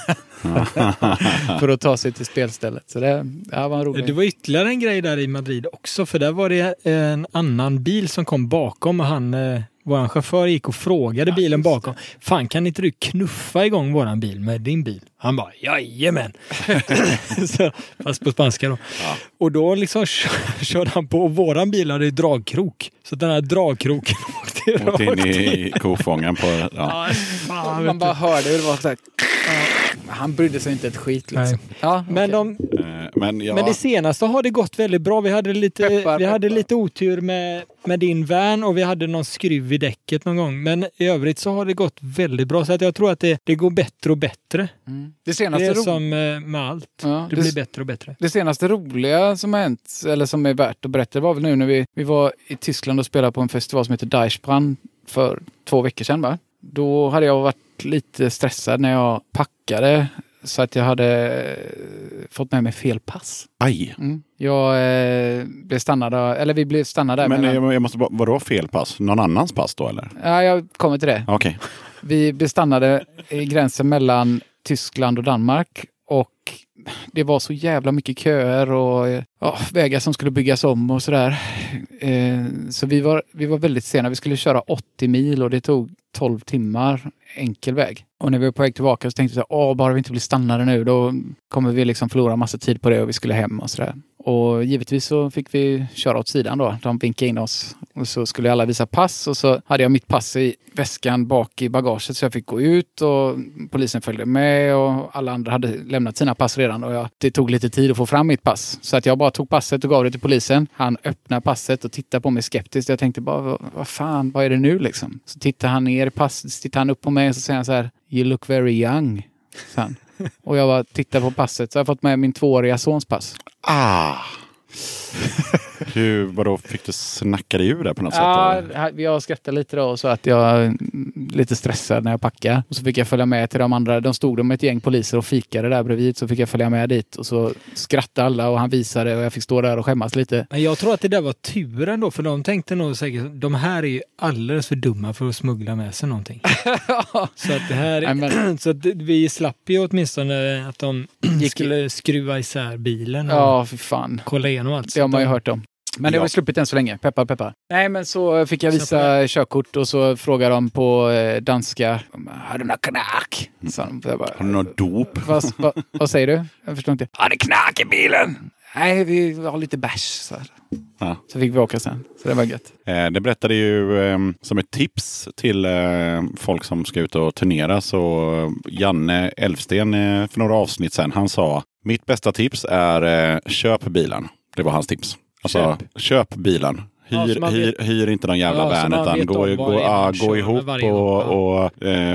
M: för att ta sig till spelstället. Så det ja, var en rolig.
N: Det var ytterligare en grej där i Madrid också, för där var det en annan bil som kom bakom och han, eh, våran chaufför gick och frågade bilen bakom, fan kan inte du knuffa igång våran bil med din bil? Han bara, jajamän! Så, fast på spanska då.
A: Ja.
N: Och då liksom körde han på, och våran bil hade ju dragkrok. Så den här dragkroken åkte
A: Åkte in
N: rakt
A: i kofångaren på... Ja.
N: Ja, fan,
M: Man
N: vet
M: bara
N: du.
M: hörde hur det var så här. Han brydde sig inte ett skit liksom. Ja,
N: Men,
M: okej.
N: de,
A: Eh, Men, ja.
N: men det senaste har det gått väldigt bra. Vi hade lite,
M: Peppar,
N: vi hade
M: peppar.
N: lite otur med, med din van och vi hade någon skruv i däcket någon gång. Men i övrigt så har det gått väldigt bra. Så att jag tror att det, det går bättre och bättre.
M: Mm. Det
N: Det
M: senaste
N: är
M: ro-
N: som eh, med allt.
M: Ja,
N: Det
M: det-
N: blir bättre och bättre.
M: Det senaste roliga som har hänt, eller som är värt att berätta, var väl nu när vi, vi var i Tyskland och spelade på en festival som heter Deichbrand för två veckor sedan, va? Då hade jag varit lite stressad när jag packade så att jag hade fått med mig fel pass.
A: Aj.
M: Mm. Jag eh, blev stannad, eller vi blev stannade där.
A: Men
M: mellan-
A: jag, jag måste bara, vadå fel pass? Någon annans pass då eller?
M: Ja, jag kommer till det.
A: Okej.
M: Vi blev stannade i gränsen mellan Tyskland och Danmark och det var så jävla mycket köer och ja, vägar som skulle byggas om och sådär. Eh, så vi var, vi var väldigt sena. Vi skulle köra åttio mil och det tog tolv timmar enkel väg. Och när vi var på väg tillbaka så tänkte jag så här, åh, bara vi inte blir stannade nu, då kommer vi liksom förlora massa tid på det och vi skulle hem och sådär. Och givetvis så fick vi köra åt sidan då. De vinkade in oss och så skulle alla visa pass och så hade jag mitt pass i väskan bak i bagaget så jag fick gå ut och polisen följde med och alla andra hade lämnat sina pass redan och jag, det tog lite tid att få fram mitt pass. Så att jag bara tog passet och gav det till polisen. Han öppnade passet och tittade på mig skeptiskt. Jag tänkte bara, vad, vad fan, vad är det nu liksom? Så tittade han ner i passet, så tittade han upp på mig och så säger han så här, you look very young. Så han. Och jag bara tittade på passet så jag har fått med min tvååriga sons pass.
A: Ah. Hur, vadå, fick du snacka dig ur det på något
M: ja,
A: sätt?
M: Ja, jag skrattade lite då så att jag är lite stressad när jag packade. Och så fick jag följa med till de andra. De stod med ett gäng poliser och fikade där bredvid. Så fick jag följa med dit och så skrattade alla och han visade och jag fick stå där och skämmas lite.
N: Men jag tror att det där var turen då, för de tänkte nog säkert, de här är ju alldeles för dumma för att smuggla med sig någonting. Så att det här,
M: Nej, men...
N: så att vi slapp ju åtminstone att de gick... skulle skruva isär bilen och
M: ja, för fan.
N: kolla igenom allt.
M: Det har man ju hört om. Men det har vi sluppit än så länge. Peppar, peppar. Nej, men så fick jag visa körkort och så frågade de på danska. Har du något knack? Så jag bara,
A: har du något dop?
M: Vad, vad, vad säger du? Jag förstår inte. Har du knack i bilen? Nej, vi har lite bärs. Så,
A: ja.
M: Så fick vi åka sen. Så det var gött.
A: Eh, det berättade ju eh, som ett tips till eh, folk som ska ut och turnera. Så Janne Elfsten eh, för några avsnitt sen, han sa mitt bästa tips är eh, köp bilen. Det var hans tips. Alltså, köp, köp bilen. Hyr,
N: ja,
A: hyr, hyr inte någon jävla
N: ja,
A: vän utan gå, gå, ah, gå ihop och, och eh,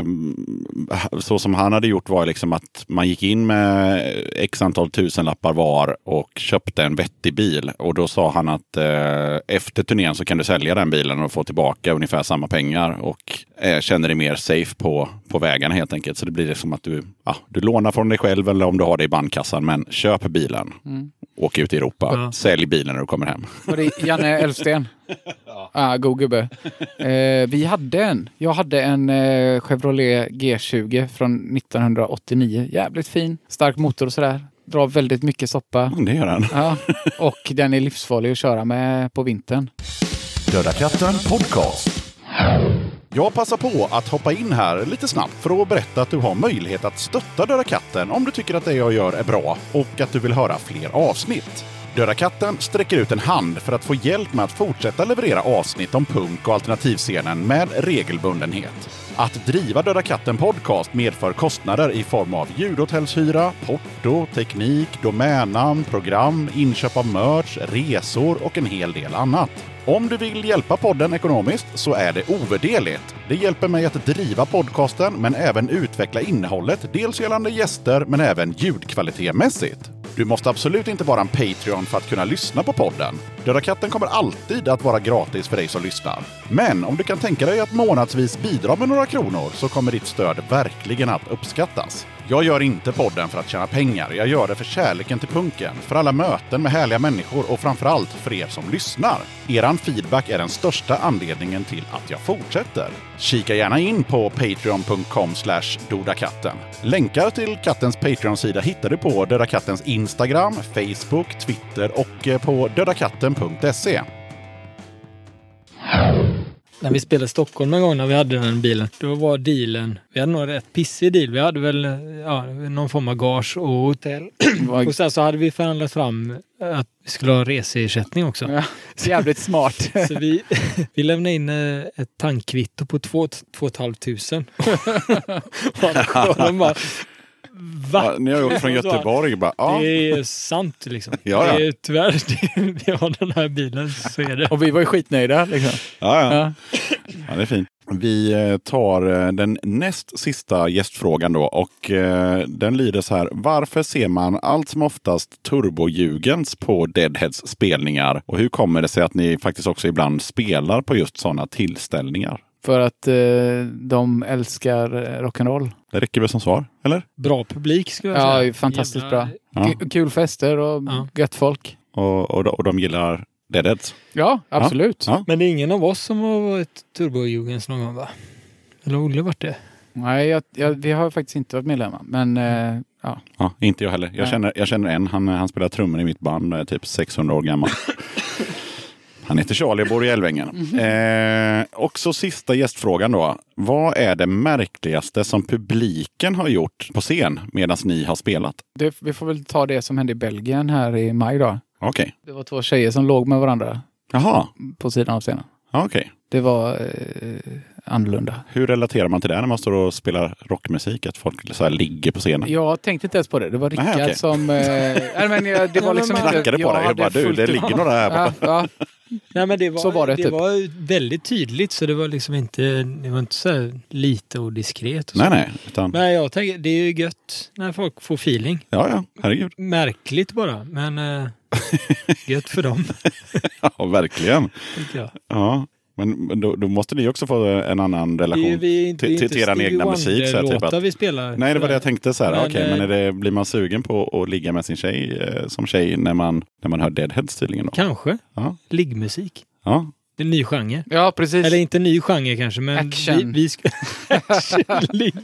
A: så som han hade gjort var liksom att man gick in med x antal tusenlappar var och köpte en vettig bil och då sa han att eh, efter turnén så kan du sälja den bilen och få tillbaka ungefär samma pengar och eh, känner dig mer safe på, på vägarna helt enkelt. Så det blir liksom att du, ja, du lånar från dig själv eller om du har det i bandkassan, men köp bilen. Mm. Åk ut i Europa. Ja. Sälj bilen när du kommer hem.
M: Var det Janne Elfsten? Ja, ah, god gubbe. Eh, vi hade en. Jag hade en eh, Chevrolet G tjugo från nittonhundraåttionio. Jävligt fin. Stark motor och sådär. Drar väldigt mycket soppa.
A: Mm, det gör den.
M: Ja, och den är livsfarlig att köra med på vintern.
A: Döda katten podcast. Jag passar på att hoppa in här lite snabbt för att berätta att du har möjlighet att stötta Döda katten om du tycker att det jag gör är bra och att du vill höra fler avsnitt. Döda katten sträcker ut en hand för att få hjälp med att fortsätta leverera avsnitt om punk- och alternativscenen med regelbundenhet. Att driva Döda katten podcast medför kostnader i form av ljudhotellshyra, porto, teknik, domännamn, program, inköp av merch, resor och en hel del annat. Om du vill hjälpa podden ekonomiskt så är det ovärderligt. Det hjälper mig att driva podcasten men även utveckla innehållet, dels gällande gäster men även ljudkvalitetmässigt. Du måste absolut inte vara en Patreon för att kunna lyssna på podden. Döda katten kommer alltid att vara gratis för dig som lyssnar. Men om du kan tänka dig att månadsvis bidra med några kronor så kommer ditt stöd verkligen att uppskattas. Jag gör inte podden för att tjäna pengar. Jag gör det för kärleken till punken, för alla möten med härliga människor och framförallt för er som lyssnar. Eran feedback är den största anledningen till att jag fortsätter. Kika gärna in på patreon punkt com slash dodakatten. Länkar till kattens Patreon-sida hittar du på Döda kattens Instagram, Facebook, Twitter och på dödakatten punkt se.
N: När vi spelade i Stockholm en gång när vi hade den bilen, då var dealen, vi hade nog en rätt pissig deal. Vi hade väl ja, någon form av gage och hotell. Och sen så hade vi förhandlat fram att vi skulle ha reseersättning också.
M: Ja, jävligt smart.
N: Så vi, vi lämnade in ett tankkvitto på två, två och ett halvt tusen. Och de bara,
A: ja, ni har ju åkt från Göteborg. Bara, ja.
N: Det är sant liksom.
A: Ja, ja.
N: Det är, tyvärr, det, vi har den här bilen så är det.
M: Och vi var ju skitnöjda. Liksom.
A: Ja, ja. Ja. Ja, det är fint. Vi tar den näst sista gästfrågan då och eh, den lyder så här. Varför ser man allt som oftast turbojugens på Deadheads spelningar? Och hur kommer det sig att ni faktiskt också ibland spelar på just sådana tillställningar?
M: För att eh, de älskar rock'n'roll.
A: Det räcker väl som svar, eller?
N: Bra publik skulle jag säga.
M: Ja, fantastiskt
N: Jävla...
M: bra. Ja. Kul fester och ja. Gött folk.
A: Och, och, och de gillar Deadheads?
M: Ja, absolut.
A: Ja.
N: Men det är ingen av oss som har varit turbojugens någon gång, va? Eller Olle varit det?
M: Nej, jag, jag, vi har faktiskt inte varit medlemmar. Men eh, ja.
A: Ja, inte jag heller. Jag känner, jag känner en, han, han spelar trummor i mitt band, typ sexhundra år gammal. Han heter Charlie och bor i Älvängen. Mm-hmm. Eh, och så sista gästfrågan då. Vad är det märkligaste som publiken har gjort på scen medan ni har spelat?
M: Det, vi får väl ta det som hände i Belgien här i maj då.
A: Okej. Okay.
M: Det var två tjejer som låg med varandra.
A: Jaha.
M: På sidan av scenen.
A: Okej. Okay.
M: Det var eh, annorlunda.
A: Hur relaterar man till det när man står och spelar rockmusik? Att folk så här ligger på scenen?
M: Jag tänkte inte ens på det. Det var Rickard
A: Aha, okay.
M: som... Eh, nej, men det var liksom
A: inte... Knackade på det. Jag bara, du, det ligger några här borta.
M: Ja, ja.
N: Nej, men det var,
M: så var det,
N: det
M: typ.
N: var väldigt tydligt så det var liksom inte, det var inte så lite och diskret. Och
A: nej,
N: så.
A: nej. Utan...
N: Men jag tänker, det är ju gött när folk får feeling.
A: Ja, ja. Herregud.
N: Märkligt bara, men... Eh... Gött för dem.
A: Ja, verkligen.
N: Jag.
A: Ja. Men då, då måste ni också få en annan relation
N: vi,
A: till, till, till er egna musik. Så typ att,
N: vi spelar.
A: Nej, det var det jag tänkte. Så här, men, okay, men är det, blir man sugen på att ligga med sin tjej eh, som tjej när man, när man hör Deadheads tydligen? Då?
N: Kanske.
A: Ja.
N: Liggmusik.
A: Ja.
N: Det är en ny genre.
M: Ja, precis.
N: Eller inte en ny genre kanske, men
M: action.
N: vi, vi ska... Ligg.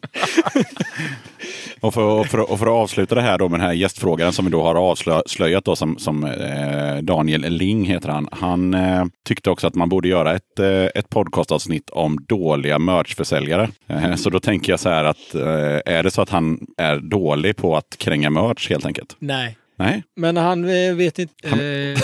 A: Och för, och, för, och för att avsluta det här då med den här gästfrågan som vi då har avslöjat då som, som eh, Daniel Ling heter han. Han eh, tyckte också att man borde göra ett, eh, ett podcastavsnitt om dåliga merchförsäljare. Eh, så då tänker jag så här att eh, är det så att han är dålig på att kränga merch helt enkelt?
N: Nej.
A: Nej.
N: Men han eh, vet inte...
A: Han...
N: Eh...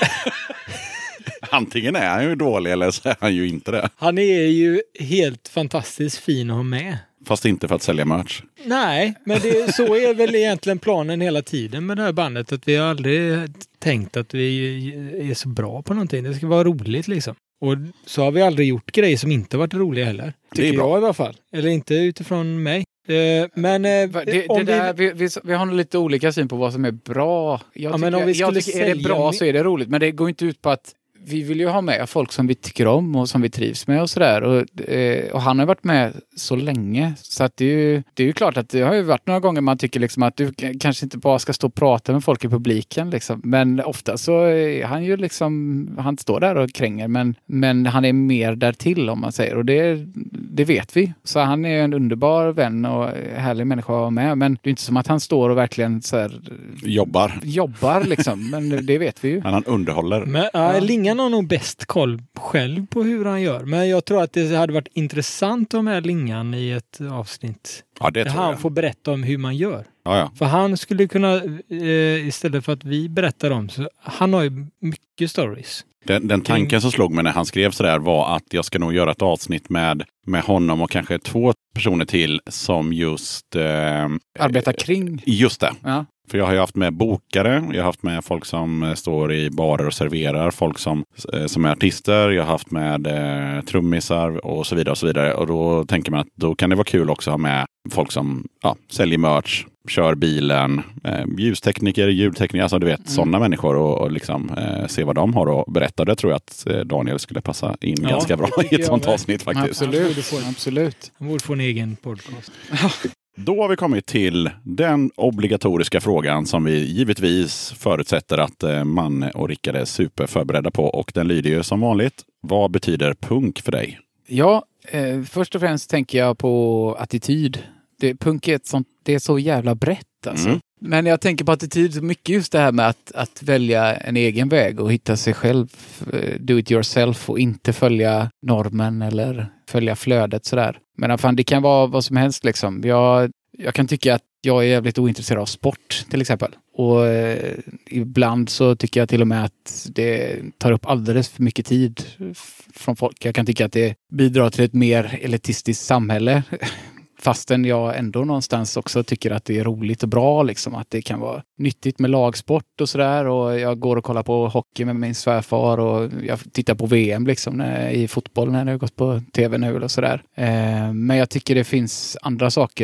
A: Antingen är han ju dålig eller så är han ju inte det.
N: Han är ju helt fantastiskt fin att ha med.
A: Fast inte för att sälja merch.
N: Nej, men det, så är väl egentligen planen hela tiden med det här bandet. Att vi har aldrig tänkt att vi är så bra på någonting. Det ska vara roligt liksom. Och så har vi aldrig gjort grejer som inte varit roliga heller. Tycker jag i alla fall. Eller inte utifrån mig. Uh, men uh,
M: det, om det där, vi, vi, vi har nog lite olika syn på vad som är bra. Jag
N: ja,
M: tycker,
N: men om vi
M: jag tycker är det bra med... så är det roligt. Men det går inte ut på att vi vill ju ha med folk som vi tycker om och som vi trivs med och sådär. Och, eh, och han har varit med så länge. Så att det är ju, det är ju klart att det har ju varit några gånger man tycker liksom att du kanske inte bara ska stå och prata med folk i publiken. Liksom. Men ofta så är han ju liksom, han står där och kränger. Men, men han är mer där till om man säger. Och det, det vet vi. Så han är en underbar vän och härlig människa att ha med. Men det är inte som att han står och verkligen så här,
A: jobbar.
M: Jobbar liksom. Men det vet vi ju.
A: Men han underhåller.
N: Men, ja. Lingan har nog bäst koll själv på hur han gör. Men jag tror att det hade varit intressant att ha med Lingan i ett avsnitt.
A: Ja, det tror
N: han
A: jag.
N: får berätta om hur man gör.
A: Ja, ja.
N: För han skulle kunna, eh, istället för att vi berättar om, så han har ju mycket stories.
A: Den, den tanken som slog mig när han skrev sådär var att jag ska nog göra ett avsnitt med, med honom och kanske två personer till som just... Eh,
M: arbetar kring.
A: Just det.
M: Ja.
A: För jag har ju haft med bokare, jag har haft med folk som står i barer och serverar, folk som, som är artister, jag har haft med eh, trummisar och så vidare och så vidare. Och då tänker man att då kan det vara kul också att ha med folk som ja, säljer merch, kör bilen, eh, ljustekniker, ljudtekniker, alltså du vet, mm. sådana människor och, och liksom eh, se vad de har att berätta. Det tror jag att eh, Daniel skulle passa in ja, ganska bra i ett sånt avsnitt faktiskt.
M: Absolut, få, absolut.
N: Han borde få en egen podcast.
A: Då har vi kommit till den obligatoriska frågan som vi givetvis förutsätter att eh, Manne och Rickard är superförberedda på. Och den lyder ju som vanligt. Vad betyder punk för dig?
M: Ja, eh, först och främst tänker jag på attityd. Det, punk är ett sånt, det är så jävla brett alltså. Mm. Men jag tänker på attityd så mycket just det här med att, att välja en egen väg och hitta sig själv, do it yourself och inte följa normen eller följa flödet sådär. Men fan, det kan vara vad som helst liksom. Jag, jag kan tycka att jag är jävligt ointresserad av sport till exempel. Och eh, ibland så tycker jag till och med att det tar upp alldeles för mycket tid f- från folk. Jag kan tycka att det bidrar till ett mer elitistiskt samhälle. Fastän jag ändå någonstans också tycker att det är roligt och bra. Liksom, att det kan vara nyttigt med lagsport och sådär. Och jag går och kollar på hockey med min svärfar. Och jag tittar på V M liksom, när, i fotboll när det har gått på tv nu och sådär. Eh, men jag tycker det finns andra saker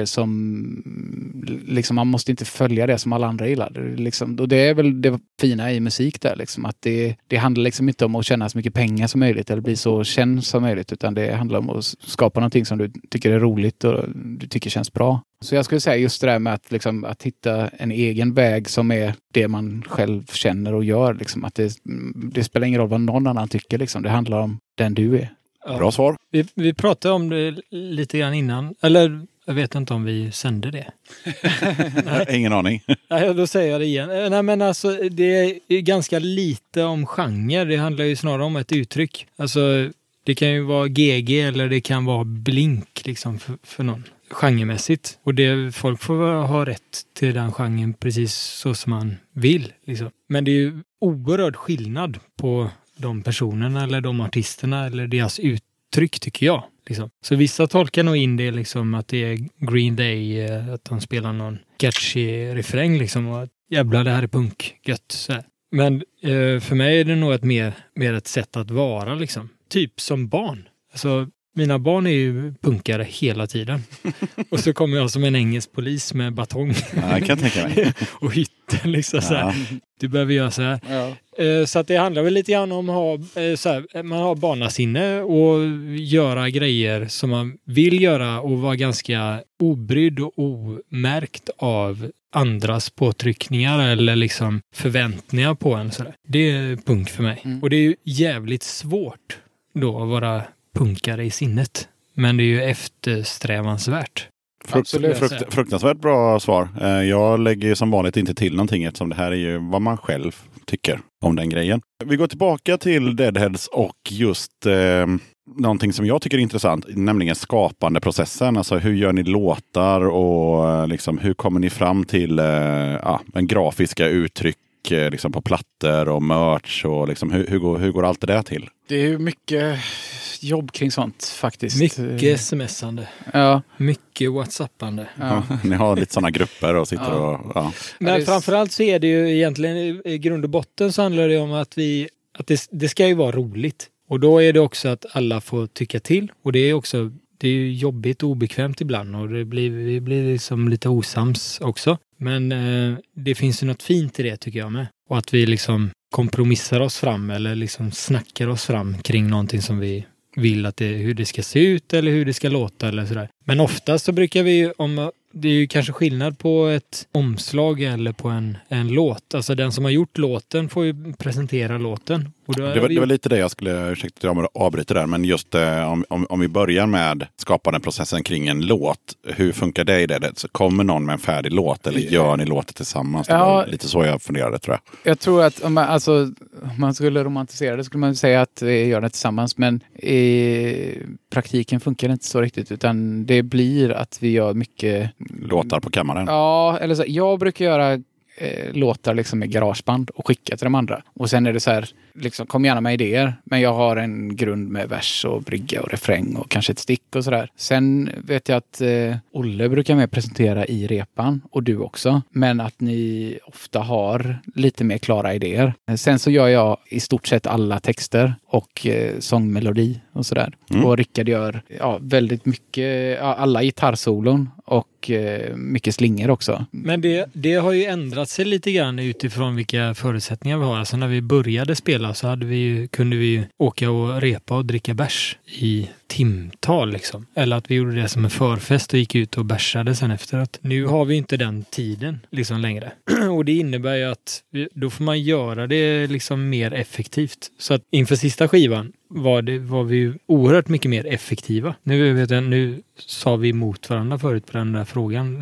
M: som liksom, man måste inte följa det som alla andra gillar. Liksom, och det är väl det fina i musik där. Liksom, att det, det handlar liksom inte om att tjäna så mycket pengar som möjligt. Eller bli så känd som möjligt. Utan det handlar om att skapa någonting som du tycker är roligt och du tycker känns bra. Så jag skulle säga just det där med att, liksom, att hitta en egen väg som är det man själv känner och gör. Liksom, att det, det spelar ingen roll vad någon annan tycker. Liksom. Det handlar om den du är.
N: Ja.
A: Bra svar.
N: Vi, vi pratade om det lite grann innan. Eller jag vet inte om vi sände det.
A: Ingen aning.
N: Nej, då säger jag det igen. Nej, men alltså, det är ganska lite om genre. Det handlar ju snarare om ett uttryck. Alltså, det kan ju vara G G eller det kan vara blink liksom, för, för någon. Genremässigt. Och det, folk får ha rätt till den genren precis så som man vill. Liksom. Men det är ju oerhörd skillnad på de personerna eller de artisterna eller deras uttryck tycker jag. Liksom. Så vissa tolkar nog in det liksom att det är Green Day, att de spelar någon catchy refräng liksom och att jävlar det här är punk, gött så här. Men eh, för mig är det nog ett mer, mer ett sätt att vara liksom. Typ som barn. Alltså mina barn är ju punkare hela tiden. Och så kommer jag som en engelsk polis med batong.
A: Ja, jag kan tänka mig.
N: Och hytt låten. Liksom, så här.
A: Ja.
N: Du behöver göra så här.
M: Ja.
N: Eh, så att det handlar väl lite grann om att ha, eh, så här, man har barnasinne och göra grejer som man vill göra och vara ganska obrydd och omärkt av andras påtryckningar eller liksom förväntningar på en. Så där. Det är punk för mig. Mm. Och det är ju jävligt svårt då att vara punkare i sinnet. Men det är ju eftersträvansvärt.
A: Frukt, frukt, fruktansvärt bra svar. Jag lägger som vanligt inte till någonting eftersom det här är ju vad man själv tycker om den grejen. Vi går tillbaka till Deadheads och just eh, någonting som jag tycker är intressant, nämligen skapandeprocessen. Alltså hur gör ni låtar och liksom, hur kommer ni fram till eh, ja, en grafiska uttryck liksom på plattor och merch och liksom, hur, hur, går, hur går allt det där till?
M: Det är ju mycket jobb kring sånt faktiskt.
N: Mycket smsande.
M: Ja.
N: Mycket whatsappande.
A: Ja. Ja, ni har lite sådana grupper och sitter ja. och... Ja.
N: Men framförallt så är det ju egentligen i grund och botten så handlar det om att vi att det, det ska ju vara roligt. Och då är det också att alla får tycka till. Och det är också det är ju jobbigt och obekvämt ibland och det blir, vi blir liksom lite osams också. Men eh, det finns ju något fint i det tycker jag med. Och att vi liksom kompromissar oss fram eller liksom snackar oss fram kring någonting som vi vill att det, hur det ska se ut eller hur det ska låta eller sådär. Men oftast så brukar vi ju, om det är ju kanske skillnad på ett omslag eller på en, en låt. Alltså den som har gjort låten får ju presentera låten. Och då
A: det, var,
N: vi...
A: det var lite det jag skulle, ursäkta jag avbryter där, men just eh, om, om, om vi börjar med skapandeprocessen kring en låt, hur funkar det i det? Så kommer någon med en färdig låt eller gör ni låten tillsammans? Det
M: ja,
A: var lite så jag funderade tror jag.
M: Jag tror att om man, alltså, om man skulle romantisera det skulle man säga att vi gör det tillsammans, men i praktiken funkar det inte så riktigt utan det blir att vi gör mycket
A: låtar på kammaren.
M: Ja, eller så, jag brukar göra eh, låtar liksom med garageband och skicka till de andra. Och sen är det så här, liksom, kom gärna med idéer. Men jag har en grund med vers och brygga och refräng och kanske ett stick och sådär. Sen vet jag att eh, Olle brukar med presentera i repan och du också. Men att ni ofta har lite mer klara idéer. Sen så gör jag i stort sett alla texter och eh, sångmelodi och sådär. Mm. Och Rickard gör ja, väldigt mycket, ja, alla gitarrsolon och eh, mycket slingor också.
N: Men det, det har ju ändrat sig lite grann utifrån vilka förutsättningar vi har. Alltså när vi började spela så hade vi ju, kunde vi ju åka och repa och dricka bärs i timtal liksom. Eller att vi gjorde det som en förfest och gick ut och bärsade sen efteråt. Nu har vi inte den tiden liksom längre. Och det innebär ju att vi, då får man göra det liksom mer effektivt. Så att inför sista skivan var, det, var vi ju oerhört mycket mer effektiva. Nu, vet jag, nu sa vi emot varandra förut på den där frågan.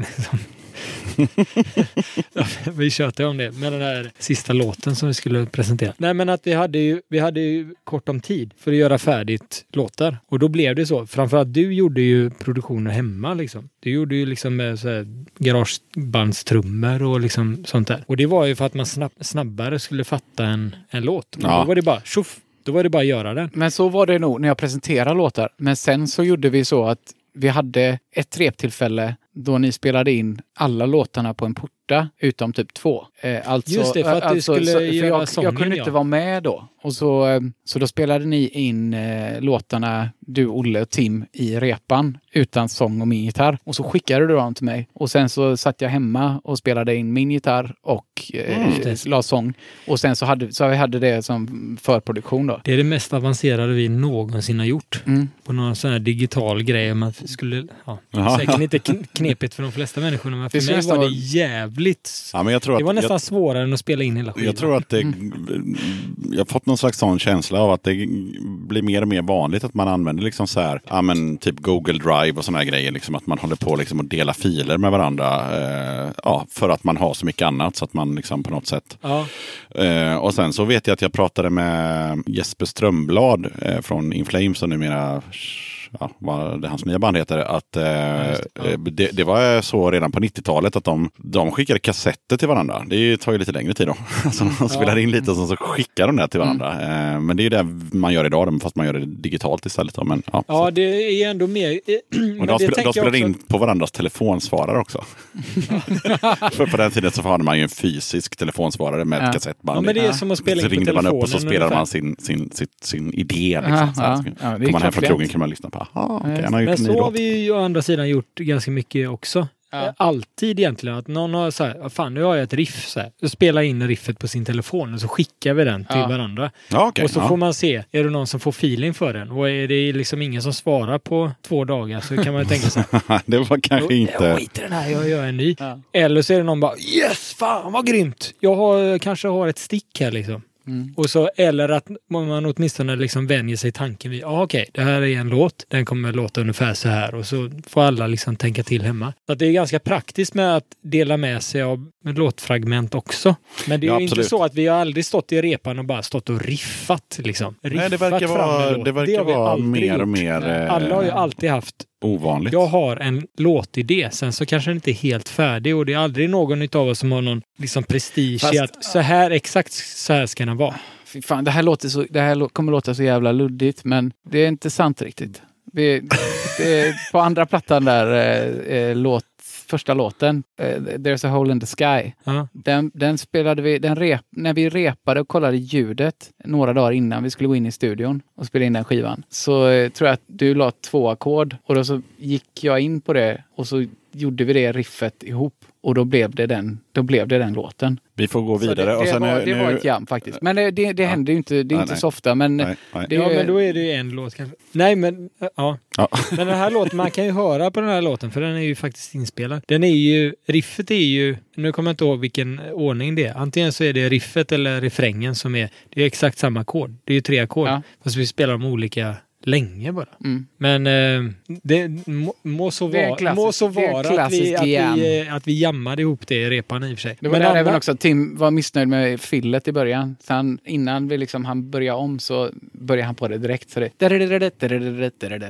N: Vi tjötade om det med den här sista låten som vi skulle presentera. Nej, men att vi hade ju, vi hade ju kort om tid för att göra färdigt låtar. Och då blev det så. Framförallt du gjorde ju produktioner hemma liksom. Du gjorde ju liksom med så här garagebandstrummor och liksom sånt där. Och det var ju för att man snabb, snabbare skulle fatta en, en låt. Och ja. Då var det bara tjoff. Då var det bara att göra den.
M: Men så var det nog när jag presenterade låtar. Men sen så gjorde vi så att vi hade ett reptillfälle då ni spelade in alla låtarna på en porta utom typ två. Eh, alltså,
N: Just det, för att
M: alltså,
N: du skulle
M: så,
N: göra
M: jag,
N: sången,
M: jag kunde
N: ja.
M: inte vara med då. Och så, så då spelade ni in eh, låtarna, du, Olle och Tim, i repan utan sång och min gitarr. Och så skickade du dem till mig. Och sen så satt jag hemma och spelade in min gitarr och eh, mm. la sång. Och sen så hade, så vi hade det som förproduktion då.
N: Det är det mest avancerade vi någonsin har gjort.
M: Mm.
N: På någon sån här digital grej. Man skulle, ja, säkert inte knepigt för de flesta människorna, men för det mig var det jävligt...
A: Ja, men jag tror
N: det var
A: att,
N: nästan
A: jag,
N: svårare än att spela in hela skivan.
A: Jag tror att det... Jag har fått någon slags sån känsla av att det blir mer och mer vanligt att man använder liksom så här, ja men typ Google Drive och såna här grejer, liksom att man håller på liksom att dela filer med varandra, eh, ja, för att man har så mycket annat så att man liksom på något sätt...
N: Ja.
A: Eh, och sen så vet jag att jag pratade med Jesper Strömblad eh, från In Flames och numera... Ja, vad det hans nya band heter, att eh, ja, ja. det, det var så redan på nittiotalet att de, de skickade kassetter till varandra. Det tar ju lite längre tid då. Så de ja. spelar in lite och så, så skickar de det till varandra. Mm. Eh, men det är ju det man gör idag, fast man gör det digitalt istället. Då. Men, ja,
N: ja det är ändå mer...
A: och de, spel, de spelar också... in på varandras telefonsvarare också. För på den tiden så hade man ju en fysisk telefonsvarare med ja. ett kassettband.
N: Ja, men det är som att spela in på telefonen.
A: Så ringde man upp och så spelade man sin, sin, sin, sin idé. Liksom. Ja, ja. Ja, kom man hem från krogen kan man lyssna på. Ah, okay.
N: Men så har vi ju å andra sidan gjort ganska mycket också. ja. alltid egentligen att någon har så här, fan nu har jag ett riff så här. Så spelar in riffet på sin telefon och så skickar vi den till
M: Ja.
N: varandra.
A: Ja, okay,
N: och så
A: ja.
N: får man se, är det någon som får feeling för den? Och är det liksom ingen som svarar på två dagar så kan man tänka så här.
A: Det var kanske inte...
N: Jag skiter den här, jag gör en ny. Ja. Eller så är det någon bara, yes, fan vad grymt! Jag har, kanske har ett stick här liksom. Mm. Och så, eller att man åtminstone liksom vänjer sig tanken vid, ja ah, okej, okay, det här är en låt, den kommer låta ungefär så här och så får alla liksom tänka till hemma. Så att det är ganska praktiskt med att dela med sig av låtfragment också. Men det är ja, ju inte så att vi har aldrig stått i repan och bara stått och riffat liksom. Riffat.
A: Nej, det verkar vara, det verkar det vara mer och mer...
N: Eh, alla har ju alltid haft
A: ovanligt.
N: Jag har en låtidé, sen så kanske den inte är helt färdig och det är aldrig någon utav oss som har någon liksom prestige Fast, i att så här, exakt så här ska den vara.
M: Fy fan, det här, låter så, det här kommer låta så jävla luddigt, men det är inte sant riktigt. Vi, det, på andra plattan där, eh, låt, första låten, eh, There's a hole in the sky,
N: uh-huh.
M: den, den spelade vi, den rep, när vi repade och kollade ljudet några dagar innan vi skulle gå in i studion och spela in den skivan, så eh, tror jag att du la två ackord och då så gick jag in på det och så gjorde vi det riffet ihop och då blev det den, då blev det den låten.
A: Vi får gå vidare.
M: Så det, det,
A: och sen
M: var,
A: nu,
M: det var
A: nu...
M: ett jam faktiskt. Men det, det, det ja. händer ju inte, det är
A: nej,
M: inte
A: nej.
M: så ofta. Men,
A: nej, nej.
M: Det
N: ja,
M: är,
N: men då är det ju en låt kanske. Nej, men ja.
A: ja.
N: Men den här låten, man kan ju höra på den här låten för den är ju faktiskt inspelad. Den är ju, riffet är ju, nu kommer jag inte ihåg vilken ordning det är. Antingen så är det riffet eller refrängen som är, det är exakt samma ackord. Det är ju tre ackord. Ja. Fast vi spelar de olika länge bara.
M: Mm.
N: Men eh, det må, må så vara, må så vara att, vi, att, vi, att vi jammade ihop det i repan i och för sig.
M: Det var
N: men
M: där även också Tim var missnöjd med fillet i början. Så han, innan vi liksom, han började om så började han på det direkt. Så det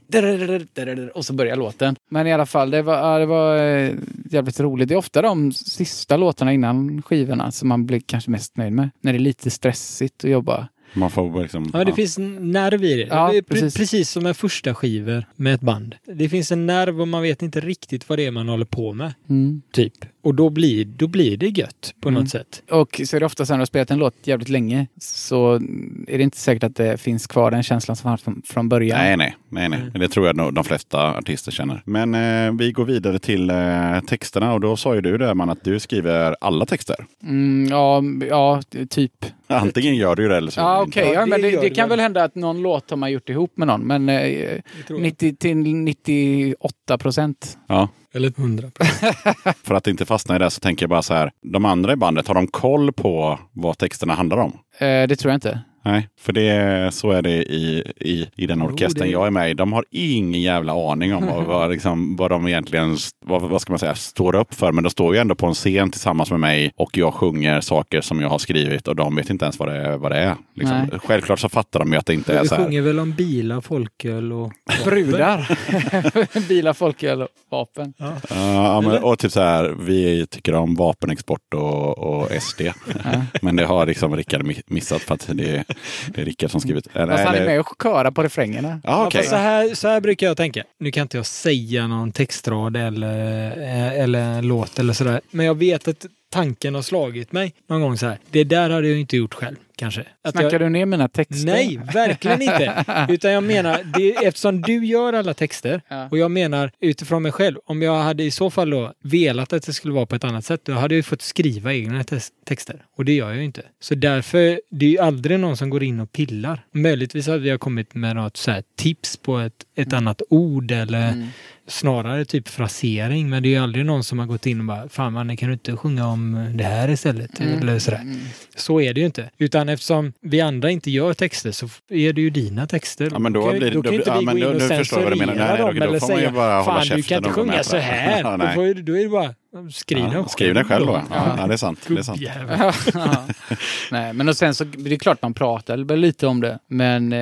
M: nej! Och så började låten. Men i alla fall, det var, det var jävligt roligt. Det är ofta de sista låtarna innan skivorna som man blir kanske mest nöjd med. När det är lite stressigt att jobba.
A: Man får liksom,
N: ja, det ja. finns nerv i det.
M: Ja,
N: det är
M: precis.
N: precis som med första skivor med ett band. Det finns en nerv och man vet inte riktigt vad det är man håller på med.
M: Mm.
N: Typ. Och då blir, då blir det gött på mm. något sätt.
M: Och så är det ofta så när du har spelat en låt jävligt länge så är det inte säkert att det finns kvar den känslan som fanns från, från början.
A: Nej, nej. nej, nej. Mm. Det tror jag nog de flesta artister känner. Men eh, vi går vidare till eh, texterna och då sa ju du där man att du skriver alla texter.
M: Mm, ja, ja, typ.
A: Antingen gör du det eller så.
M: Ja, okej. Okay. Ja,
N: ja,
M: men det,
N: det,
M: det kan väl hända att någon låt har man gjort ihop med någon. Men eh, nittio till nittioåtta procent.
A: Ja.
N: Eller hundra procent.
A: För att inte fastna i det så tänker jag bara så här. De andra i bandet, har de koll på vad texterna handlar om?
M: Eh, det tror jag inte.
A: Nej, för det, så är det i, i, i den orkestern jo, det... jag är med i. De har ingen jävla aning om vad, vad, liksom, vad de egentligen vad, vad ska man säga, står upp för. Men de står ju ändå på en scen tillsammans med mig och jag sjunger saker som jag har skrivit och de vet inte ens vad det är. Vad det är liksom. Självklart så fattar de ju att det inte är så här.
N: Du sjunger väl om bilar, folköl och
M: brudar. Bilar, folköl och vapen.
N: Ja.
A: Ja, men, och typ så här, vi tycker om vapenexport och, och S D. Ja. Men det har liksom Rickard missat för att det är Det är Rickard som skrivit.
M: Fast han är med och köra på refrängerna.
A: Ah, okay.
N: Ja, så, här, så här brukar jag tänka. Nu kan inte jag säga någon textrad eller, eller en låt eller sådär. Men jag vet att tanken har slagit mig någon gång så här. Det där hade jag inte gjort själv, kanske. Att
M: Snackar
N: jag...
M: du ner mina texter?
N: Nej, verkligen inte. Utan jag menar, det är, eftersom du gör alla texter
M: ja.
N: och jag menar utifrån mig själv, om jag hade i så fall då velat att det skulle vara på ett annat sätt, då hade jag ju fått skriva egna te- texter. Och det gör jag ju inte. Så därför, det är ju aldrig någon som går in och pillar. Möjligtvis hade jag kommit med något så här tips på ett, ett mm. annat ord eller mm. snarare typ frasering, men det är ju aldrig någon som har gått in och bara, fan man kan du inte sjunga om det här istället mm. eller sådär. Mm. Så är det ju inte. Utan eftersom vi andra inte gör texter så är det ju dina texter.
A: Ja, men då, då, blir, då, då kan inte
N: vi
A: ja,
N: gå in och censurera dem
A: eller
N: eller säga, fan du kan inte sjunga så här.
A: Ja,
N: då, får, då är det bara skriv
A: ja,
N: den
A: skriv den själv då. Ja, ja. ja, det är sant. Det är sant.
M: Ja. Nej, men och sen så det är klart man pratar lite om det, men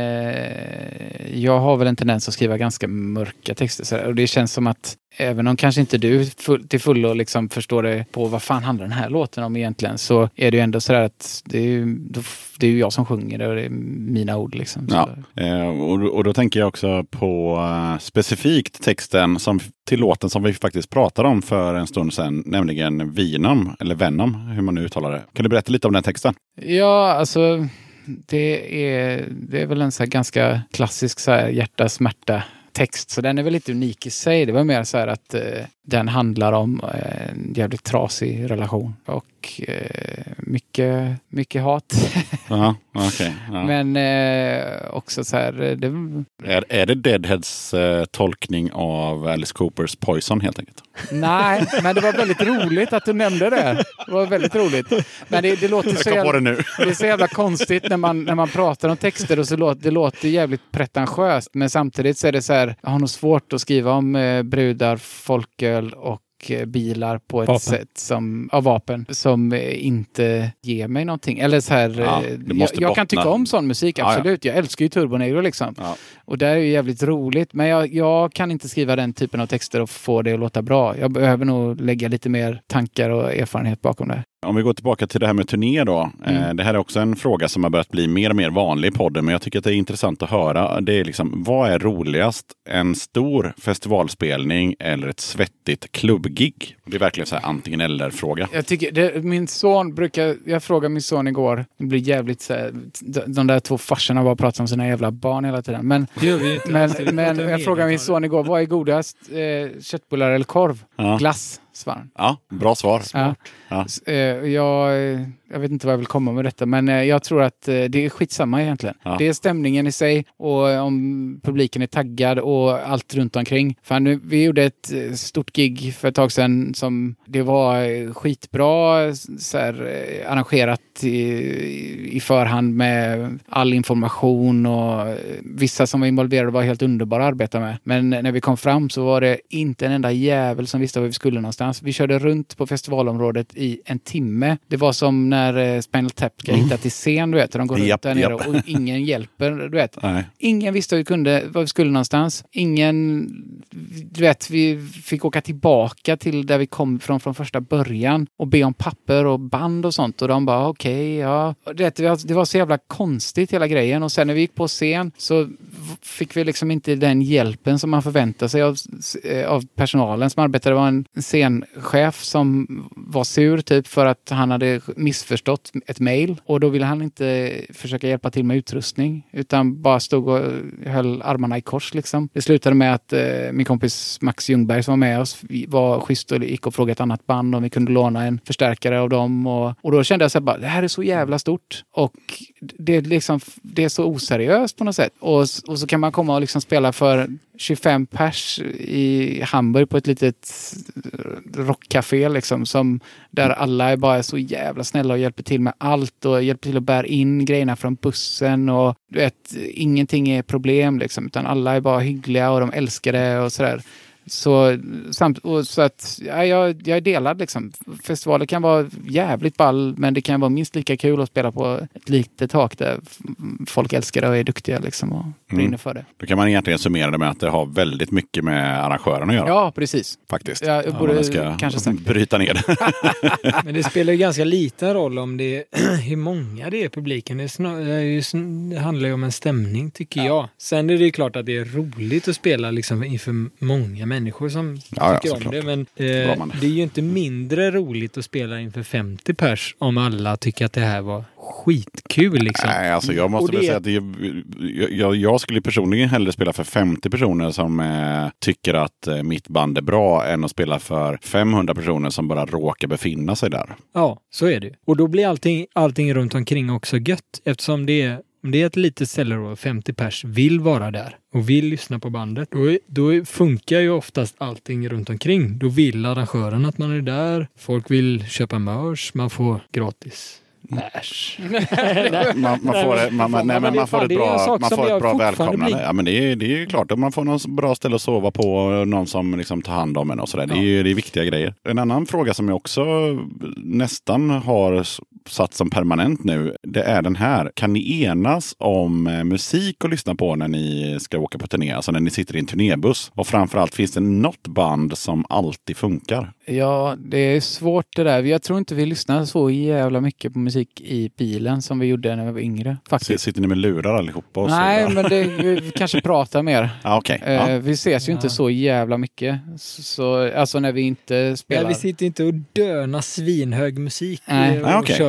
M: eh, jag har väl en tendens att skriva ganska mörka texter så, och det känns som att även om kanske inte du full, till fullo liksom förstår det på vad fan handlar den här låten om egentligen, så är det ju ändå sådär att det är ju, det är ju jag som sjunger det och det är mina ord liksom.
A: Ja. Eh, och, och då tänker jag också på uh, specifikt texten som, till låten som vi faktiskt pratade om för en stund sedan, nämligen Venom, eller Venom, hur man nu uttalar det. Kan du berätta lite om den texten?
M: Ja, alltså det är, det är väl en så här ganska klassisk så här hjärta-smärta text, så den är väl lite unik i sig. Det var mer så här att eh, den handlar om eh, en jävligt trasig relation och eh, mycket, mycket hat.
A: Ja, okej. Ja.
M: Men eh, också så här... Det...
A: Är, är det Deadheads eh, tolkning av Alice Coopers Poison helt enkelt?
M: Nej, men det var väldigt roligt att du nämnde det. Det var väldigt roligt. Men det, det låter så jävla,
A: det, nu.
M: det är så jävla konstigt när man, när man pratar om texter och så låter det låter jävligt pretentiöst, men samtidigt så är det så här, jag har nog svårt att skriva om eh, brudar, folköl och bilar på ett
N: vapen.
M: sätt som av vapen som eh, inte ger mig någonting. Eller så här,
A: ja,
M: eh, jag, jag kan tycka om sån musik, absolut. Ja, ja. Jag älskar ju Turbo Negro liksom. Ja. Och det är ju jävligt roligt. Men jag, jag kan inte skriva den typen av texter och få det att låta bra. Jag behöver nog lägga lite mer tankar och erfarenhet bakom det.
A: Om vi går tillbaka till det här med turné då. Mm. Eh, det här är också en fråga som har börjat bli mer och mer vanlig i podden. Men jag tycker att det är intressant att höra. Det är liksom, vad är roligast? En stor festivalspelning eller ett svettigt klubbgig? Det är verkligen så här antingen eller-fråga.
M: Jag tycker, det, min son brukar, jag frågade min son igår, det blir jävligt så här, de, de där två farsorna bara pratar om sina jävla barn hela tiden. Men, men, men jag frågade min son igår, vad är godast? Eh, köttbullar eller korv?
A: Ja.
M: Glass, svarade
A: Ja, bra svar.
M: Ja.
A: Ja.
M: Eh, jag, jag vet inte vad jag vill komma med detta, men eh, jag tror att eh, det är skitsamma egentligen.
A: Ja.
M: Det är stämningen i sig och eh, om publiken är taggad och allt runt omkring. För nu, vi gjorde ett eh, stort gig för ett tag sedan som det var eh, skitbra så här, eh, arrangerat i, i förhand med all information och eh, vissa som var involverade var helt underbara att arbeta med. Men när vi kom fram så var det inte en enda jävel som visste var vi skulle någonstans. Vi körde runt på festivalområdet i en timme. Det var som när eh, Spinal Tap ska hitta till scen, du vet. De går runt
A: japp,
M: där nere
A: japp.
M: och ingen hjälper, du vet.
A: Nej.
M: Ingen visste hur vi kunde, var vi skulle någonstans. Ingen, du vet, vi fick åka tillbaka till där vi kom från från första början och be om papper och band och sånt. Och de bara, okej, okay, ja. Det var, det var så jävla konstigt hela grejen. Och sen när vi gick på scen så fick vi liksom inte den hjälpen som man förväntar sig av, av personalen som arbetade. Det var en scenchef som var sur typ för att han hade missförstått ett mejl och då ville han inte försöka hjälpa till med utrustning utan bara stod och höll armarna i kors liksom. Det slutade med att eh, min kompis Max Ljungberg som var med oss var schysst och gick och frågade ett annat band om vi kunde låna en förstärkare av dem och, och då kände jag så här bara, det här är så jävla stort och det är liksom, det är så oseriöst på något sätt och, och så kan man komma och liksom spela för tjugofem pers i Hamburg på ett litet rockcafé liksom, som där alla är bara så jävla snälla och hjälper till med allt och hjälper till att bära in grejerna från bussen och du vet, ingenting är problem liksom, utan alla är bara hyggliga och de älskar det och sådär. Så, samt, och så att ja, jag, jag är delad liksom. Festivaler kan vara jävligt ball men det kan vara minst lika kul att spela på ett litet tak där folk älskar det och är duktiga liksom och brinner mm. för det.
A: Då kan man egentligen summera det med att det har väldigt mycket med arrangören att göra.
M: Ja, precis.
A: Faktiskt.
M: Ja, jag borde
A: ja, ska
M: kanske sagt
A: bryta ner det.
N: Men det spelar ju ganska liten roll om det är hur många det är i publiken. Det, är snar, det, är ju, det handlar ju om en stämning tycker ja. jag. Sen är det klart att det är roligt att spela liksom inför många människor som
A: ja,
N: tycker
A: ja,
N: om det. Men eh, det är ju inte mindre roligt att spela inför femtio pers om alla tycker att det här var skitkul liksom.
A: Nej, alltså jag måste väl säga att det, jag, jag, jag skulle personligen hellre spela för femtio personer som eh, tycker att eh, mitt band är bra än att spela för femhundra personer som bara råkar befinna sig där.
N: Ja, så är det. Och då blir allting, allting runt omkring också gött eftersom det är om det är ett litet ställe då, femtio pers vill vara där och vill lyssna på bandet, då, då funkar ju oftast allting runt omkring. Då vill arrangören att man är där. Folk vill köpa merch, man får gratis. Äsch.
A: man, man får, det, man, man, nej, men man får ett bra, man får ett bra välkomnande. Ja, men det är, det är ju klart att man får någon bra ställe att sova på och någon som liksom tar hand om en och sådär. Ja. Det är ju det är viktiga grejer. En annan fråga som jag också nästan har satt som permanent nu, det är den här. Kan ni enas om musik att lyssna på när ni ska åka på turné? Alltså när ni sitter i en turnébuss? Och framförallt, finns det något band som alltid funkar?
M: Ja, det är svårt det där. Jag tror inte vi lyssnar så jävla mycket på musik i bilen som vi gjorde när vi var yngre. Faktiskt.
A: Sitter ni med lurar allihopa? Och
M: Nej,
A: så,
M: men det, vi kanske pratar mer.
A: Ah, okay.
M: eh,
A: ja.
M: Vi ses ju ja. inte så jävla mycket. Så, alltså när vi inte spelar.
N: Ja, vi sitter inte och dönar svinhög musik
M: Nej.
N: och
A: ah, okay.
N: kör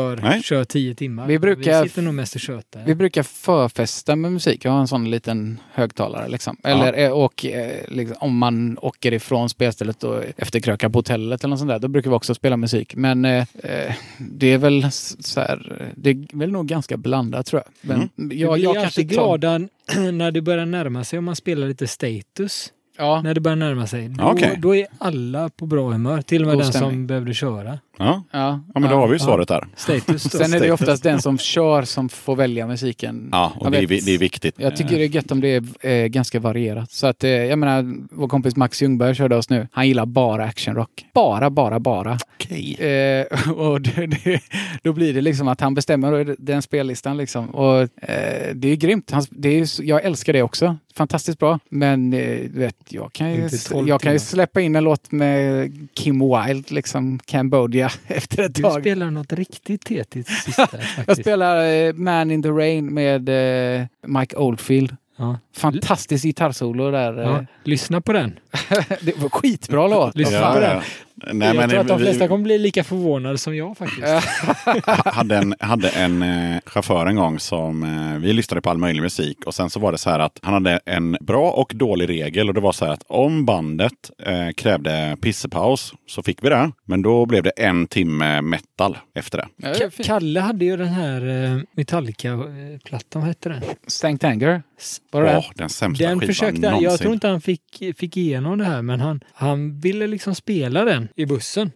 N: kör,
A: Nej.
N: kör tio timmar.
M: Vi brukar-
N: vi sitter nog mest och tjötar.
M: Vi brukar förfesta med musik. Jag har en sån liten högtalare liksom. Eller eh, och, eh, liksom, om man åker ifrån spelstället och efterkrökar på hotellet eller något sånt där, då brukar vi också spela musik. Men eh, eh, det är väl s- så här, det är väl nog ganska blandat tror jag. Men
N: Mm.
M: jag,
N: vi
M: jag
N: blir
M: kanske
N: alltid glada när det börjar närma sig om man spelar lite status.
M: Ja.
N: När det börjar närma sig. Då,
A: Okej.
N: då är alla på bra humör. Till och med
M: God
N: den
M: stämning.
N: som behövde köra.
A: Ja.
M: Ja,
A: Ja, men då har vi ju svaret där.
N: Status då.
M: Sen är det oftast den som kör som får välja musiken.
A: Ja, och
M: Jag
A: det är,
M: vet-
A: vi- det är viktigt.
M: Jag tycker det är gött om det är eh, ganska varierat. Så att, eh, jag menar, vår kompis Max Ljungberg körde oss nu. Han gillar bara actionrock. Bara, bara, bara.
A: Okej.
M: Eh, och det, det, då blir det liksom att han bestämmer den spellistan liksom. Och eh, det är grymt. Han, det är, så- jag älskar det också. Fantastiskt bra. Men eh, du vet, jag kan ju,
N: Inte tolv
M: jag kan ju
N: timmar.
M: släppa in en låt med Kim Wilde, liksom Cambodia, efter ett
N: Du
M: tag.
N: spelar något riktigt tetigt sista
M: Jag
N: faktiskt.
M: spelar eh, Man in the Rain med eh, Mike Oldfield.
N: Ja.
M: Fantastiskt gitarrsolo där.
N: Ja,
M: eh.
N: lyssna på den.
M: Det var skitbra låt.
N: Lyssna
A: Ja,
N: på
A: ja.
N: den.
A: Nej,
N: jag
A: men
N: tror att de
A: vi-
N: flesta kommer bli lika förvånade som jag faktiskt.
A: hade en, hade en eh, chaufför en gång som eh, vi lyssnade på all möjlig musik och sen så var det så här att han hade en bra och dålig regel och det var så här att om bandet eh, krävde pissepaus så fick vi det, men då blev det en timme metal efter det.
M: Ja, det är
N: Ka-
M: fint.
N: Kalle hade ju den här eh, Metallica-plattan, vad hette den?
M: Stank Anger. Var det
A: Ja,
M: den?
A: den sämsta
N: Den
A: skivan
N: försökte,
A: någonsin.
N: jag tror inte han fick, fick igenom det här, men han, han ville liksom spela den i bussen.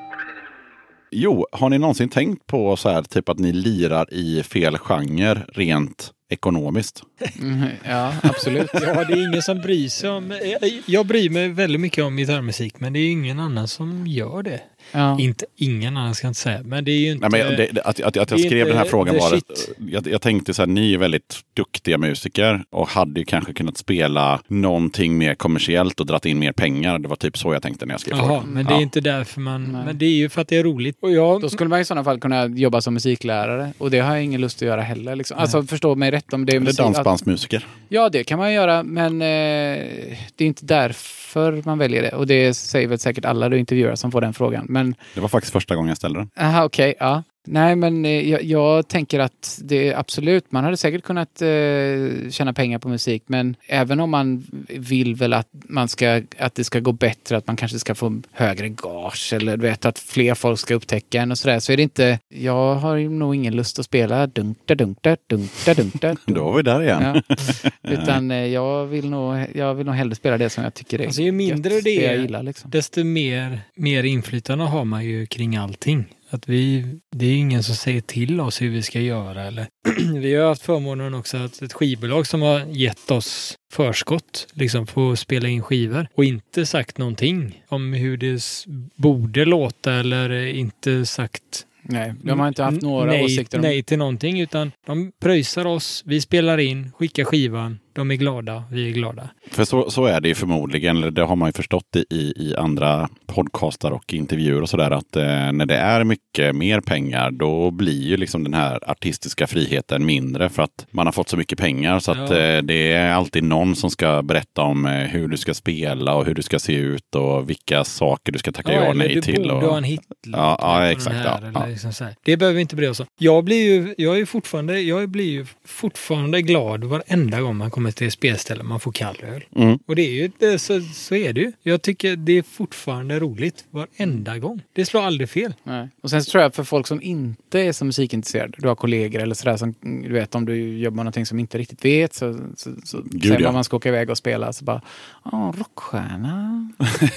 A: Jo, har ni någonsin tänkt på så här typ att ni lirar i fel genre rent ekonomiskt.
M: Mm, ja, absolut.
N: Ja, det är ingen som bryr sig om... Jag, jag bryr mig väldigt mycket om gitarrmusik, men det är ju ingen annan som gör det.
M: Ja.
N: Inte, ingen annan ska jag inte säga, men det är ju inte...
A: Nej, men det, det, att, att, att jag skrev den här frågan var att jag, jag tänkte så här, ni är väldigt duktiga musiker och hade ju kanske kunnat spela någonting mer kommersiellt och dratt in mer pengar. Det var typ så jag tänkte när jag skrev
N: Jaha,
A: frågan.
N: men det är
A: Ja.
N: inte därför man...
M: Nej.
N: Men det är ju för att det är roligt. Och jag,
M: Då skulle man i sådana fall kunna jobba som musiklärare. Och det har jag ingen lust att göra heller. Liksom. Alltså förstå mig rätt om det är
A: Eller
M: musik.
A: dansbandsmusiker.
M: Ja, det kan man göra. Men eh, det är inte därför man väljer det. Och det säger väl säkert alla du intervjuar som får den frågan. Men,
A: Det var faktiskt första gången jag ställde den.
M: aha, okej, okay, ja. Nej, men eh, jag, jag tänker att det är absolut, man hade säkert kunnat eh, tjäna pengar på musik, men även om man vill väl att man ska, att det ska gå bättre, att man kanske ska få högre gage eller du vet att fler folk ska upptäcka en och sådär, så är det inte, jag har ju nog ingen lust att spela dunkta, dunkta, dunkta, dunkta.
A: Då var vi där igen.
M: Ja. Utan eh, jag vill nog, jag vill nog hellre spela det som jag tycker är
N: alltså, ju mindre
M: gött,
N: det är,
M: jag gillar, liksom.
N: desto mer, mer inflytande har man ju kring allting. Att vi, det är ingen som säger till oss hur vi ska göra. Eller. Vi har haft förmånen också att ett skivbolag som har gett oss förskott liksom på att spela in skivor och inte sagt någonting om hur det borde låta eller inte sagt
M: Nej, de har inte haft några
N: nej,
M: åsikter om...
N: nej till någonting, utan de pröjsar oss, vi spelar in, skickar skivan, de är glada, vi är glada.
A: För så, så är det ju förmodligen, eller det har man ju förstått i, i andra podcastar och intervjuer och sådär, att eh, när det är mycket mer pengar, då blir ju liksom den här artistiska friheten mindre för att man har fått så mycket pengar, så att
N: Ja.
A: eh, det är alltid någon som ska berätta om eh, hur du ska spela och hur du ska se ut och vilka saker du ska tacka ja,
N: Ja,
A: och
N: eller
A: nej
N: du
A: till.
N: borde
A: Och...
N: ha en hit.
A: Ja, ja exakt.
N: Här,
A: Ja,
N: eller
A: ja.
N: liksom så här. Det behöver vi inte bry oss om. Jag blir ju, jag är fortfarande, jag blir ju fortfarande glad varenda gång man kommer till spelställen man får kall öl.
A: Mm.
N: Och det är ju, det, så, så är det ju. Jag tycker det är fortfarande roligt varenda gång. Det slår aldrig fel.
M: Nej. Och sen så tror jag för folk som inte är så musikintresserade, du har kollegor eller sådär som, du vet, om du jobbar med någonting som inte riktigt vet, så, så, så
A: Gud,
M: sen
A: ja.
M: när man ska åka iväg och spela så bara, ja, rockstjärna.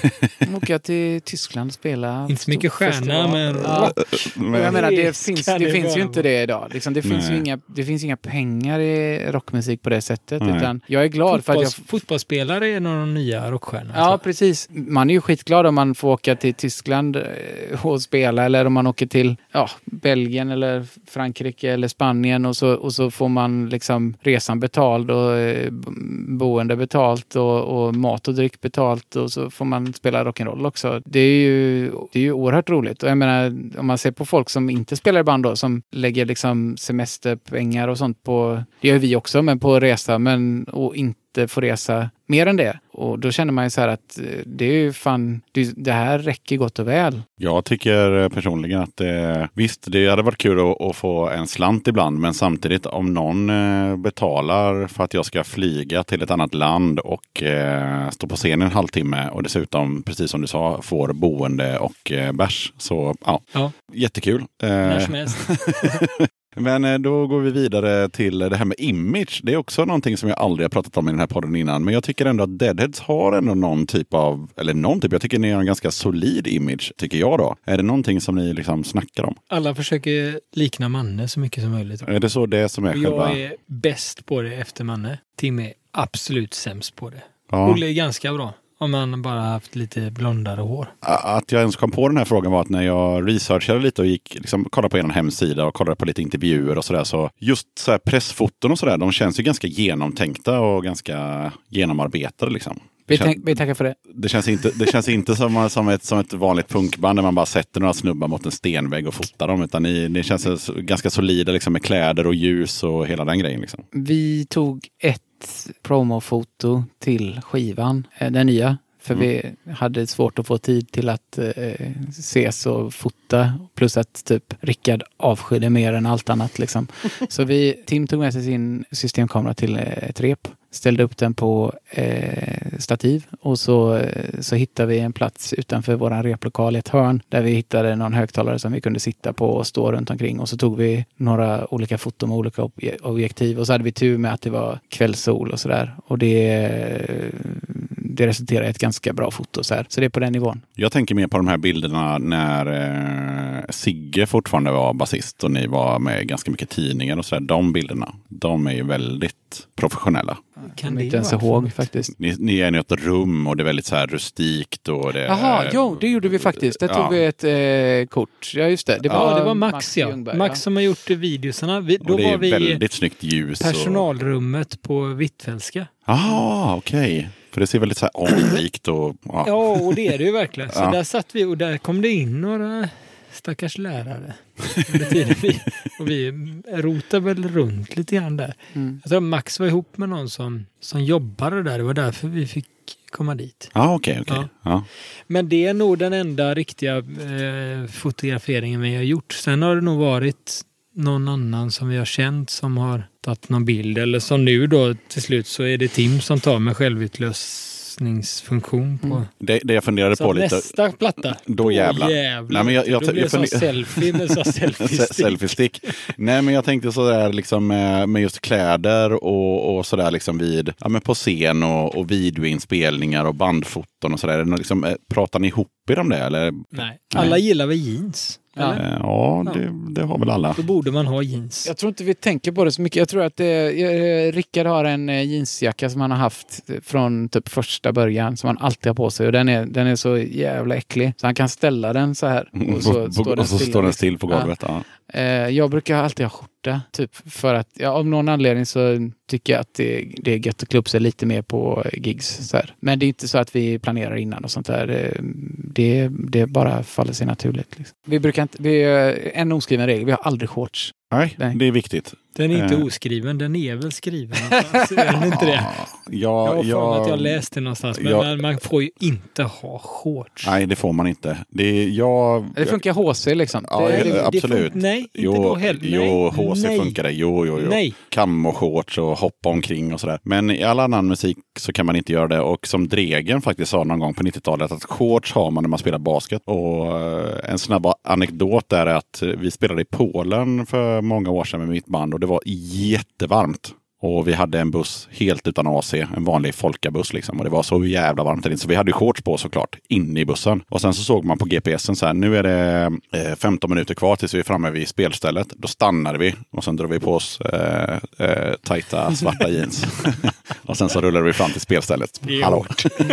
M: Åker jag till Tyskland och spela.
N: Inte så mycket stjärna,
M: festival.
N: men
M: Ja.
A: Men-
M: Och jag menar, det
N: Det
M: finns,
N: kan
M: det
N: det
M: finns ju
N: vara.
M: inte det idag. Liksom, det, finns ju
A: Nej.
M: inga, det finns inga pengar i rockmusik på det sättet.
A: Nej.
M: Utan jag är glad för att jag...
N: Fotbolls, fotbollsspelare är någon av de nya rockstjärnorna.
M: Ja, precis. Man är ju skitglad om man får åka till Tyskland eh, och spela, eller om man åker till ja, Belgien eller Frankrike eller Spanien och så, och så får man liksom resan betald och eh, boende betalt och, och mat och dryck betalt och så får man spela rock'n'roll också. Det är ju, det är ju oerhört roligt. Och jag menar, om man ser på folk som inte spelar i band då, som lägger liksom semesterpengar och sånt på, det gör vi också, men på resa, men och inte få resa mer än det. Och då känner man ju så här att det är ju fan, det, det här räcker gott och väl.
A: Jag tycker personligen att eh, visst, det hade varit kul att, att få en slant ibland, men samtidigt om någon eh, betalar för att jag ska flyga till ett annat land och eh, stå på scenen en halvtimme och dessutom, precis som du sa, får boende och eh, bärs, så ja,
N: Ja.
A: jättekul.
N: När
A: Eh,
N: som helst.
A: Men eh, då går vi vidare till det här med image. Det är också någonting som jag aldrig har pratat om i den här podden innan. Men jag tycker ändå att Deadheads har ändå någon typ av, eller någon typ, jag tycker ni har en ganska solid image, tycker jag då. Är det någonting som ni liksom snackar om?
N: Alla försöker likna Manne så mycket som möjligt.
A: Är det så det som är
N: Och
A: själva...
N: jag är bäst på det efter Manne. Tim är absolut sämst på det.
A: Ja.
N: Olle är ganska bra. Om man bara haft lite blondare hår.
A: Att jag ens kom på den här frågan var att när jag researchade lite och gick liksom, kollade på en hemsida och kollade på lite intervjuer och sådär, så just så här pressfoton och sådär, de känns ju ganska genomtänkta och ganska genomarbetade liksom.
M: Vi, tänk, vi tackar för det.
A: Det känns inte, det känns inte som, som, ett, som ett vanligt punkband där man bara sätter några snubbar mot en stenvägg och fotar dem, utan ni, det känns ganska solida liksom, med kläder och ljus och hela den grejen. Liksom.
M: Vi tog ett promofoto till skivan, eh, den nya. För mm. vi hade svårt att få tid till att eh, ses och fota. Plus att typ Rickard avskydde mer än allt annat. Liksom. Så vi, Tim tog med sig sin systemkamera till eh, ett rep. Ställde upp den på eh, stativ. Och så, eh, så hittade vi en plats utanför våran replokal i ett hörn. Där vi hittade någon högtalare som vi kunde sitta på och stå runt omkring. Och så tog vi några olika foton med olika objektiv. Och så hade vi tur med att det var kvällssol och sådär. Och det... det resulterar i ett ganska bra foto. Så, här. Så det är på den nivån.
A: Jag tänker mer på de här bilderna när eh, Sigge fortfarande var basist och ni var med ganska mycket tidningar och sådär. De bilderna, de är ju väldigt professionella.
M: Kan det inte ens ihåg faktiskt.
A: Ni, ni är i ett rum och det är väldigt så här rustikt. Och det,
M: Jaha, jo, det gjorde vi faktiskt. Det tog
A: ja.
M: vi ett eh, kort. Ja, just det. Det var,
N: ja, det var Max,
M: Max
N: ja.
M: Ljungberg,
N: Max
M: ja.
N: som har gjort videosarna. Vi, då
A: och det är
N: var vi
A: väldigt snyggt ljus.
N: personalrummet på Hvitfeldtska.
A: Ah, okej. Okay. För det ser väldigt så här anrikt och... Ja.
N: ja, och det är det ju verkligen. Så
A: ja.
N: där satt vi och där kom det in några stackars lärare. vi, och vi rotade väl runt lite grann där. Mm. Jag tror Max var ihop med någon som, som jobbade där. Det var därför vi fick komma dit.
A: Ah, okej, okay, okay.
N: ja.
A: ja.
N: Men det är nog den enda riktiga eh, fotograferingen vi har gjort. Sen har det nog varit någon annan som vi har känt som har tagit någon bild. Eller som nu då till slut så är det Tim som tar med självutlösningsfunktion på. Mm.
A: Det, det jag funderade
N: så
A: på lite.
N: nästa platta.
A: Då jävlar.
N: Då jävlar.
A: Nej, men jag, jag,
N: då blir det
A: jag,
N: så selfie med så selfie-stick.
A: selfie-stick. Nej, men jag tänkte sådär liksom med, med just kläder och, och sådär liksom vid, ja men på scen och, och videoinspelningar och bandfoton och sådär. Liksom, pratar ni ihop i dem det eller?
N: Nej, alla Nej. gillar väl jeans.
A: Ja, ja det, det har väl alla.
N: Då borde man ha jeans.
M: Jag tror inte vi tänker på det så mycket. Jag tror att det, Rickard har en jeansjacka som han har haft från typ första början som han alltid har på sig. Och den är, den är så jävla äcklig. Så han kan ställa den så här. Och så,
A: på,
M: står, den
A: och så
M: still.
A: står den still på golvet. Ja.
M: Ja. Jag brukar alltid ha skjorta. Typ för att, ja, av någon anledning så tycker jag att det, det är gött att klä upp sig lite mer på gigs. Så här. Men det är inte så att vi planerar innan och sånt där. Det, det, det bara faller sig naturligt. Liksom. Vi brukar inte, vi, en oskriven regel, vi har aldrig shorts.
A: Nej, Nej. det är viktigt.
N: Den är inte eh. oskriven, den är väl skriven någonstans. Är inte det?
A: Ja,
N: jag har
A: ja,
N: för att jag läste någonstans, men ja, man får ju inte ha shorts.
A: Nej, det får man inte. Det, är, jag,
M: det funkar H C liksom.
A: Ja,
M: det,
A: det, absolut.
N: Det nej, inte
A: jo,
N: då heller.
A: Jo, H C
N: nej.
A: funkar det. Jo, jo, jo.
N: Nej.
A: Kam och shorts och hoppa omkring och sådär. Men i all annan musik så kan man inte göra det. Och som Dregen faktiskt sa någon gång på nittiotalet att shorts har man när man spelar basket. Och en snabb anekdot är att vi spelade i Polen för många år sedan med mitt band och det var jättevarmt. Och vi hade en buss helt utan A C, en vanlig folkabuss liksom. Och det var så jävla varmt. Så vi hade ju shorts på såklart, inne i bussen. Och sen så såg man på G P S'en så här, nu är det eh, femton minuter kvar tills vi är framme vid spelstället. Då stannade vi och sen drog vi på oss eh, eh, tajta svarta jeans. Och sen så rullade vi fram till spelstället. Hallå.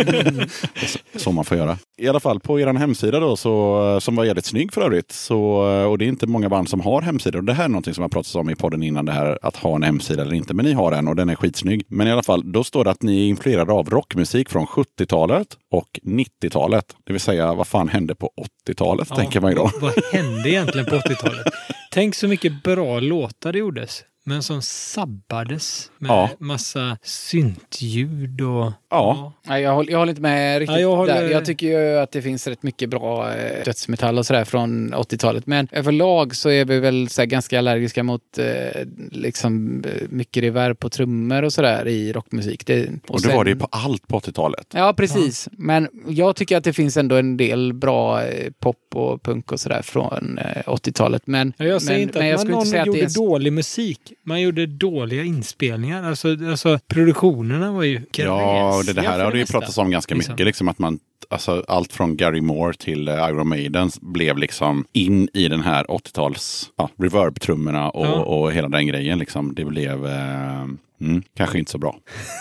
A: så, så man får göra. I alla fall på er hemsida då, så, som var jävligt snygg för övrigt. Så, och det är inte många band som har hemsidor. Och det här är någonting som jag pratat om i podden innan, det här att ha en hemsida eller inte. Men ni har en och den är skitsnygg. Men i alla fall, då står det att ni är influerade av rockmusik från sjuttiotalet och nittiotalet. Det vill säga, vad fan hände på åttiotalet, ja, tänker man ju då.
N: Vad hände egentligen på åttiotalet? Tänk så mycket bra låtar det gjordes. Men som sabbades med ja. massa syntljud och...
M: Ja. ja. Jag, håller, jag håller inte med riktigt ja, jag håller... där. Jag tycker ju att det finns rätt mycket bra eh, dödsmetall och sådär från åttiotalet. Men överlag så är vi väl så här, ganska allergiska mot eh, liksom mycket reverb på trummor och sådär i rockmusik. Det, och
A: och det sen... var det på allt på åttiotalet.
M: Ja, precis. Ja. Men jag tycker att det finns ändå en del bra eh, pop och punk och sådär från eh, åttiotalet. Men,
N: ja, jag säger
M: men,
N: inte
M: men
N: att
M: jag
N: man
M: inte säga
N: gjorde
M: att det är...
N: dålig musik. Man gjorde dåliga inspelningar. Alltså, alltså produktionerna var ju...
A: Ja, och det, det här har det ju pratats om ganska mycket. Liksom att man, alltså, allt från Gary Moore till uh, Iron Maiden blev liksom in i den här åttio-tals ja, reverb-trummorna och, ja. och hela den grejen. Liksom. Det blev... Uh, mm, kanske inte så bra.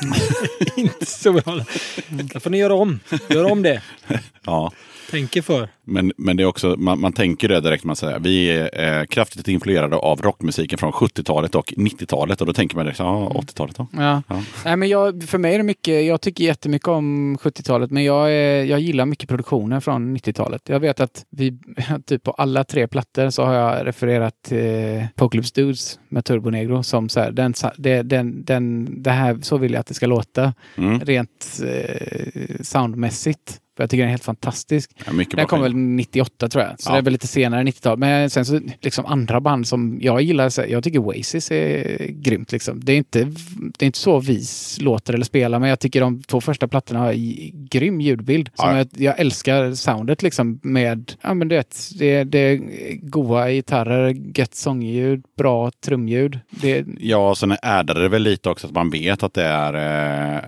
N: Inte så bra. Då får ni göra om. Gör om det.
A: Ja.
N: Tänker för.
A: Men, men det är också, man, man tänker det direkt, man säger. Vi är eh, kraftigt influerade av rockmusiken från sjuttiotalet och nittiotalet. Och då tänker man direkt, ja, åttiotalet då.
M: Ja. Ja. Nej, men jag, för mig är det mycket, jag tycker jättemycket om sjuttiotalet. Men jag, är, jag gillar mycket produktionen från nittiotalet. Jag vet att vi, typ på alla tre plattor så har jag refererat till eh, Apocalypse Dudes med Turbo Negro. Som så här, den, den, den, det här, så vill jag att det ska låta. Mm. Rent eh, soundmässigt. För jag tycker den är helt fantastisk.
A: Ja, mycket
M: den
A: bra
M: kom väl
A: skiva.
M: nittioåtta tror jag. Så
A: Ja.
M: det är väl lite senare nittiotal. Men sen så liksom andra band som jag gillar, så jag tycker Oasis är grymt liksom. Det är inte, det är inte så vi låter eller spelar, men jag tycker de två första plattorna har i, grym ljudbild. Som
A: Ja.
M: jag, jag älskar soundet liksom med, ja men det, det, det är goa gitarrer, gött sångljud, bra trumljud. Det,
A: Ja, och sen är det väl lite också att man vet att det är eh,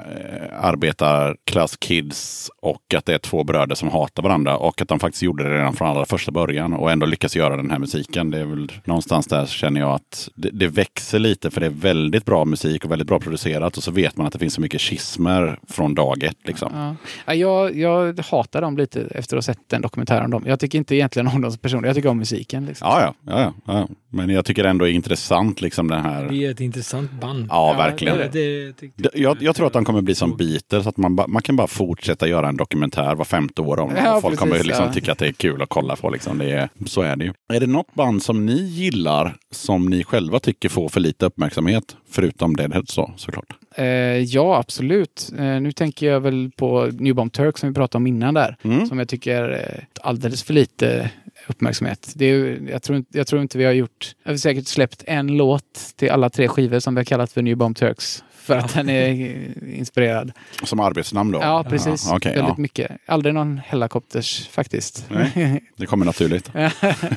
A: arbetarklass-kids och att det är två bröder som hatar varandra och att de faktiskt gjorde det redan från allra första början och ändå lyckas göra den här musiken. Det är väl någonstans där känner jag att det, det växer lite, för det är väldigt bra musik och väldigt bra producerat, och så vet man att det finns så mycket schismer från dag ett liksom.
M: Ja. Ja, jag, jag hatar dem lite efter att ha sett den dokumentären om dem. Jag tycker inte egentligen om dem som personer, jag tycker om musiken. Liksom.
A: Ja, ja, ja, ja, ja. Men jag tycker ändå är intressant liksom den här...
N: Det är ett intressant band.
A: Ja, verkligen.
N: Det, det, det,
A: Det- Jag, jag tror att de kommer bli som Beatles, att man, ba, man kan bara fortsätta göra en dokumentär var femte år om
M: Ja,
A: och folk
M: precis,
A: kommer liksom
M: ja.
A: tycka att det är kul att kolla på. Liksom. Det är, så är det ju. Är det något band som ni gillar som ni själva tycker får för lite uppmärksamhet? Förutom det så, såklart.
M: Eh, ja, absolut. Eh, nu tänker jag väl på New Bomb Turk som vi pratade om innan där.
A: Mm.
M: Som jag tycker är alldeles för lite uppmärksamhet. Det är ju, jag, tror inte, jag tror inte vi har gjort... Jag har säkert släppt en låt till alla tre skivor som vi har kallat för New Bomb Turks. För att den är inspirerad.
A: Som arbetsnamn då?
M: Ja, precis.
A: Ja, okay,
M: Väldigt
A: ja.
M: mycket. Aldrig någon helikopters faktiskt.
A: Nej, det kommer naturligt.
N: Ja,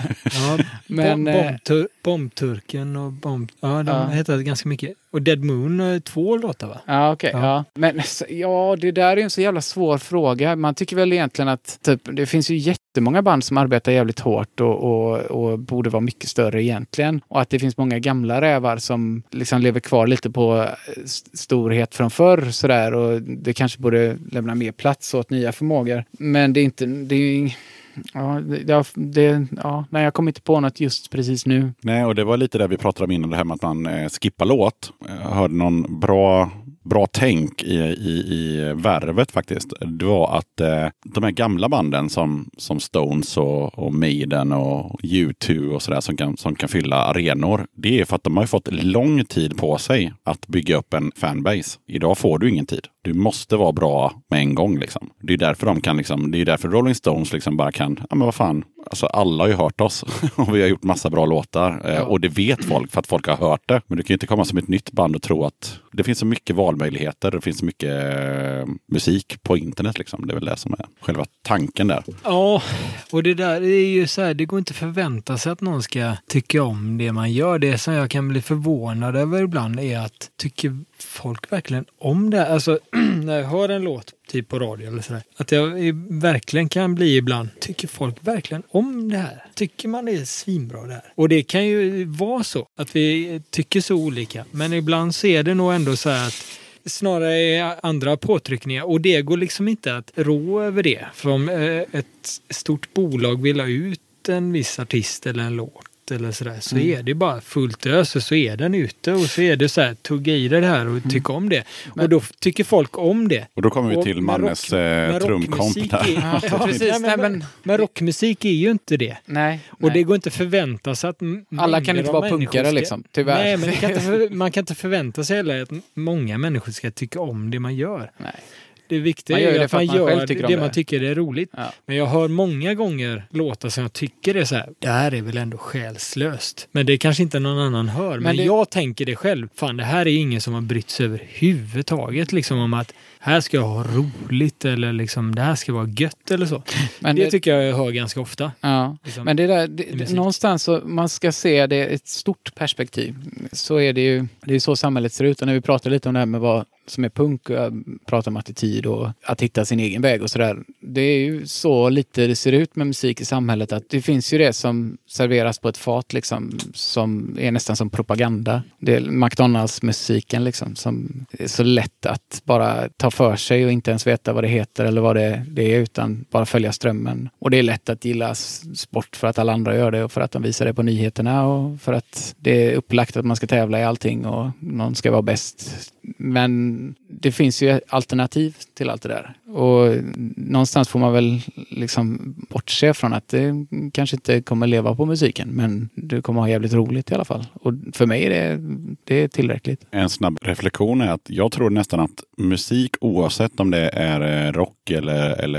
M: Men,
N: Bom- bombtur- bombturken och bomb... Ja, de
M: Ja.
N: heter ganska mycket. Och Dead Moon, eh, två låtar va?
M: Ja, okej.
N: Ja.
M: Ja. Men så- ja, det där är ju en så jävla svår fråga. Man tycker väl egentligen att typ, det finns ju jättemånga band som arbetar jävligt hårt och, och, och borde vara mycket större egentligen. Och att det finns många gamla rävar som liksom lever kvar lite på eh, st- storhet från förr sådär, och det kanske borde lämna mer plats åt nya förmågor. Men det är inte... Det är ju, ja, det, det, ja, nej, jag kommer inte på något just precis nu.
A: Nej, och det var lite där vi pratade om innan, det här med att man eh, skippar låt. Jag hörde någon bra, bra tänk i, i, i värvet faktiskt. Det var att eh, de här gamla banden som, som Stones och, och Maiden och U två och sådär som kan, som kan fylla arenor, det är för att de har fått lång tid på sig att bygga upp en fanbase. Idag får du ingen tid. Du måste vara bra med en gång liksom. Det är därför de kan liksom, det är därför Rolling Stones liksom bara kan, ja men vad fan, alltså alla har ju hört oss och vi har gjort massa bra låtar eh, och det vet folk för att folk har hört det. Men du kan ju inte komma som ett nytt band och tro att det finns så mycket valmöjligheter, det finns så mycket eh, musik på internet liksom. Det är väl det som är själva tanken där.
N: Ja, och det där är ju så här, det går inte att förvänta sig att någon ska tycka om det man gör. Det som jag kan bli förvånad över ibland är att tycker folk verkligen om det? Alltså när jag hör en låt typ på radio eller sådär, att jag verkligen kan bli ibland, tycker folk verkligen om det här? Tycker man det är svinbra det här? Och det kan ju vara så att vi tycker så olika, men ibland så är det nog ändå så här att snarare är andra påtryckningar, och det går liksom inte att rå över det. För om eh, ett stort bolag vill ha ut en viss artist eller en låt eller sådär, så
M: Mm.
N: är det bara fullt ös och så är den ute och så är det så här, tugga i det här och tycka om det. Och då tycker folk om det.
A: Och då kommer vi
N: Och
A: till
N: med
A: Mannes
N: rock-
A: eh,
N: med
A: trumkomp
N: rockmusik
A: där.
N: är-
M: Ja, precis.
N: Nej, men,
M: Nej, men-
N: men rockmusik är ju inte det.
M: Nej.
N: Och
M: nej.
N: det går inte att förvänta sig att m-
M: Alla kan
N: mängder
M: inte
N: av
M: vara
N: människor
M: punkare
N: ska-
M: liksom, tyvärr.
N: Nej, men det kan inte för, man kan inte förvänta sig heller att många människor ska tycka om det man gör.
M: Nej.
N: Det viktiga
M: Man gör
N: är
M: ju
N: ju
M: det
N: att
M: för
N: man
M: att man
N: gör
M: själv tycker
N: det,
M: om
N: det
M: det.
N: man tycker är roligt.
M: Ja.
N: Men jag hör många gånger låtar som jag tycker är så här, det här är väl ändå själslöst. Men det kanske inte någon annan hör. Men,
M: Men det-
N: jag tänker det själv. Fan, det här är ingen som har brytt sig överhuvudtaget liksom om att här ska jag ha roligt eller liksom det här ska vara gött eller så.
M: Men
N: det,
M: det-
N: tycker jag jag hör ganska ofta.
M: Ja,
N: Liksom,
M: men det där,
N: i
M: det,
N: musik.
M: någonstans så man ska se det i ett stort perspektiv. Så är det ju, det är så samhället ser ut. Och när vi pratar lite om det här med vad som är punk, och jag pratar om attityd och att hitta sin egen väg och sådär. Det är ju så lite det ser ut med musik i samhället, att det finns ju det som serveras på ett fat liksom, som är nästan som propaganda. Det är McDonalds-musiken liksom, som är så lätt att bara ta för sig och inte ens veta vad det heter eller vad det, det är, utan bara följa strömmen. Och det är lätt att gilla s- sport för att alla andra gör det och för att de visar det på nyheterna och för att det är upplagt att man ska tävla i allting och någon ska vara bäst. Men det finns ju alternativ till allt det där. Och någonstans får man väl liksom bortse från att det kanske inte kommer leva på musiken, men du kommer ha jävligt roligt i alla fall. Och för mig är det, det är tillräckligt.
A: En snabb reflektion är att jag tror nästan att musik, oavsett om det är eh, rock eller, eller pop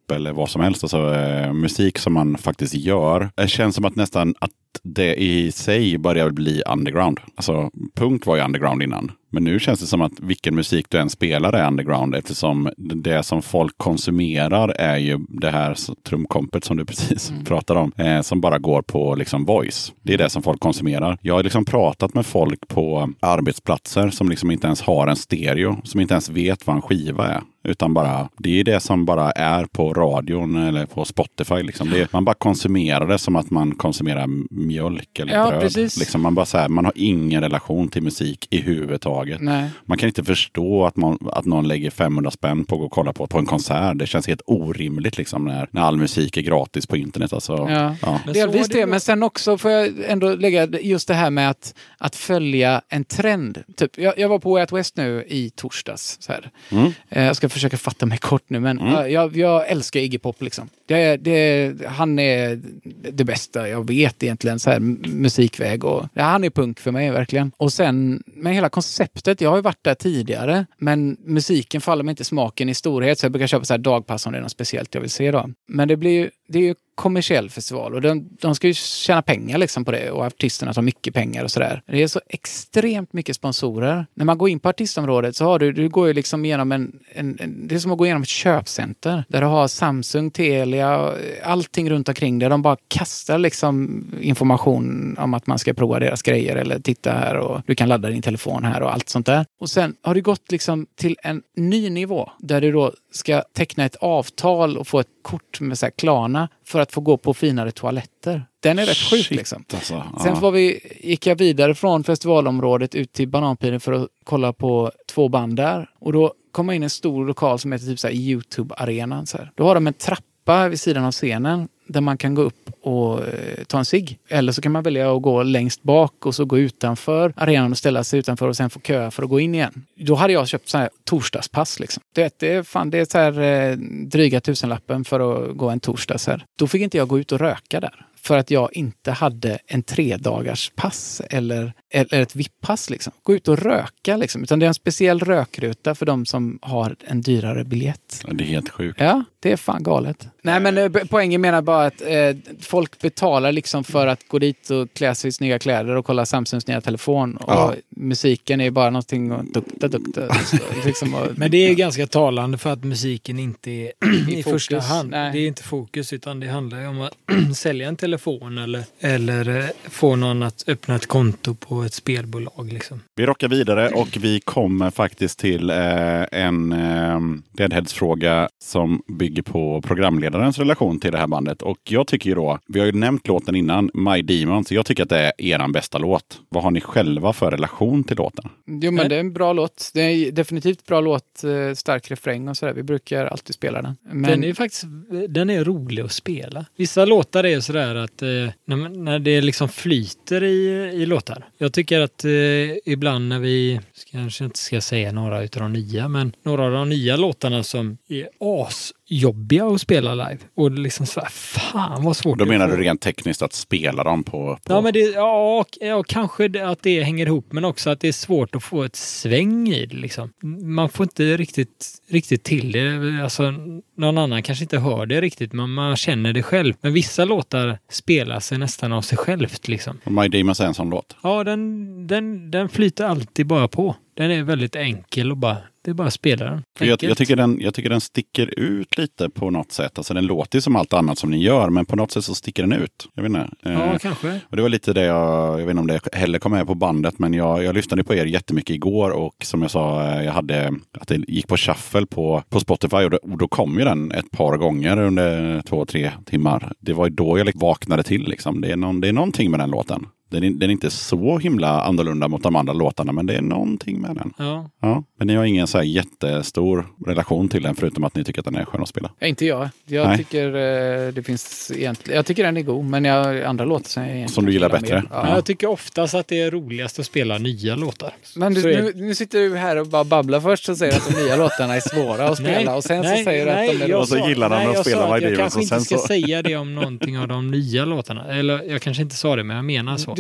A: eller vad som helst. Alltså eh, musik som man faktiskt gör. Det känns som att nästan att det i sig börjar bli underground. Alltså punk var ju underground innan. Men nu känns det som att vilken musik du än spelar är underground, eftersom det som folk konsumerar är ju det här trumkompet som du precis mm. pratade om, eh, som bara går på liksom voice. Det är det som folk konsumerar. Jag har liksom pratat med folk på arbetsplatser som liksom inte ens har en stereo, som inte ens vet vad en skiva är. Utan bara, det är det som bara är på radion eller på Spotify. Liksom. Det är, man bara konsumerar det som att man konsumerar mjölk eller
M: ja,
A: bröd. Liksom man, bara så här, man har ingen relation till musik i huvudtaget.
M: Nej.
A: Man kan inte förstå att, man, att någon lägger femhundra spänn på att gå och kolla på, på en konsert. Det känns helt orimligt liksom, när, när all musik är gratis på internet. Alltså,
M: ja.
A: Ja.
M: Delvis det, men sen också får jag ändå lägga just det här med att, att följa en trend. Typ, jag, jag var på Way Out West nu i torsdags. Så här. Mm. Jag ska försöka fatta mig kort nu, men mm. jag, jag älskar Iggy Pop liksom. Det, det, han är det bästa jag vet egentligen, så här musikväg och ja, han är punk för mig verkligen. Och sen med hela konceptet, jag har ju varit där tidigare, men musiken faller mig inte smaken i storhet, så jag brukar köpa så här dagpass om det är något speciellt jag vill se då. Men det blir ju, det är ju kommersiell festival och de, de ska ju tjäna pengar liksom på det, och artisterna tar mycket pengar och sådär. Det är så extremt mycket sponsorer. När man går in på artistområdet så har du, du går ju liksom igenom en, en, en det är som att gå igenom ett köpcenter där du har Samsung, Telia, allting runt omkring där de bara kastar liksom information om att man ska prova deras grejer eller titta här och du kan ladda din telefon här och allt sånt där. Och sen har det gått liksom till en ny nivå där du då ska teckna ett avtal och få ett kort med så här Klarna för att få gå på finare toaletter. Den är rätt sjuk liksom.
A: Alltså, ja.
M: Sen var vi, gick jag vidare från festivalområdet ut till Bananpiren för att kolla på två band där. Och då kom jag in i en stor lokal som heter typ så här YouTube-arenan. Så här. Då har de en trappa vid sidan av scenen där man kan gå upp och eh, ta en cigg. Eller så kan man välja att gå längst bak och så gå utanför arenan och ställa sig utanför och sen få köa för att gå in igen. Då hade jag köpt så här torsdagspass liksom. Det, det, är, fan, det är så här eh, dryga tusenlappen för att gå en torsdag. Så här. Då fick inte jag gå ut och röka där. För att jag inte hade en tre dagars pass eller, eller ett V I P-pass liksom. Gå ut och röka liksom. Utan det är en speciell rökruta för de som har en dyrare biljett.
A: Det är helt sjukt.
M: Ja, det är fan galet. Nej, men eh, poängen menar bara att eh, folk betalar liksom för att gå dit och klä sig i snygga kläder och kolla Samsungs nya telefon. Och
A: Ja.
M: musiken är bara någonting att dukta, dukta. liksom och,
N: Men det är ganska talande för att musiken inte är i,
M: I
N: första
M: fokus.
N: hand.
M: Nej.
N: Det är inte fokus, utan det handlar ju om att sälja en telefon eller, eller eh, få någon att öppna ett konto på ett spelbolag. Liksom.
A: Vi rockar vidare och vi kommer faktiskt till eh, en eh, Deadheads-fråga som bygger på programledarens relation till det här bandet. Och jag tycker ju då, vi har ju nämnt låten innan, My Demons, så jag tycker att det är eran bästa låt. Vad har ni själva för relation till låten?
M: Jo, men det är en bra låt. Det är definitivt bra låt, eh, stark refräng och sådär. Vi brukar alltid spela den. Men...
N: Den är faktiskt den är rolig att spela. Vissa låtar är sådär att eh, när, man, när det liksom flyter i, i låtar. Jag tycker att eh, ibland när vi, kanske inte ska säga några utav de nya, men några av de nya låtarna som är asjobbiga att spela live. Och liksom så här, fan vad svårt.
A: Då menar
N: få.
A: du rent tekniskt att spela dem på... på...
N: Ja, men det, ja, ja, kanske det, att det hänger ihop, men också att det är svårt att få ett sväng i det liksom. Man får inte riktigt, riktigt till det. Alltså, någon annan kanske inte hör det riktigt, men man känner det själv. Men vissa låtar spelar sig nästan av sig självt liksom.
A: My Demons är en sån låt.
N: Ja, den, den, den flyter alltid bara på. Den är väldigt enkel och bara, det är bara att spela den.
A: För jag, jag, tycker den, jag tycker den sticker ut lite på något sätt. Alltså den låter som allt annat som ni gör, men på något sätt så sticker den ut. Jag vet inte.
N: Ja,
A: eh,
N: kanske.
A: Och det var lite det jag, jag vet inte om det heller kom med på bandet, men jag, jag lyssnade på er jättemycket igår och som jag sa, jag hade, att det gick på shuffle på, på Spotify och då, och då kom ju den ett par gånger under två, tre timmar. Det var ju då jag vaknade till liksom. Det är, någon, det är någonting med den låten. Den är, den är inte så himla annorlunda mot de andra låtarna, men det är någonting med den.
N: Ja.
A: Ja, men ni har ingen så här jättestor relation till den, förutom att ni tycker att den är skön att spela.
M: Ja, inte jag. Jag
A: Nej.
M: tycker eh, det finns egentligen... Jag tycker den är god, men jag, andra låtar som jag egentligen
A: Som du gillar
M: mer.
A: bättre?
M: Ja.
N: Men jag tycker oftast att det är roligast att spela nya låtar.
M: Men du,
N: Så är-
M: nu, nu sitter du här och bara babblar först och säger att de nya låtarna är svåra att spela
N: Nej,
M: och sen
N: nej,
M: så säger du
N: nej,
M: att de är
N: jag
A: Och så
N: sa-
A: gillar han
N: nej,
A: att
N: jag
A: spela
N: sa att
A: My
N: Jag
A: Demons
N: kanske
A: och
N: inte
A: sen
N: ska
A: så-
N: säga det om någonting av de nya låtarna. Eller jag kanske inte sa det, men jag menar så.
M: Du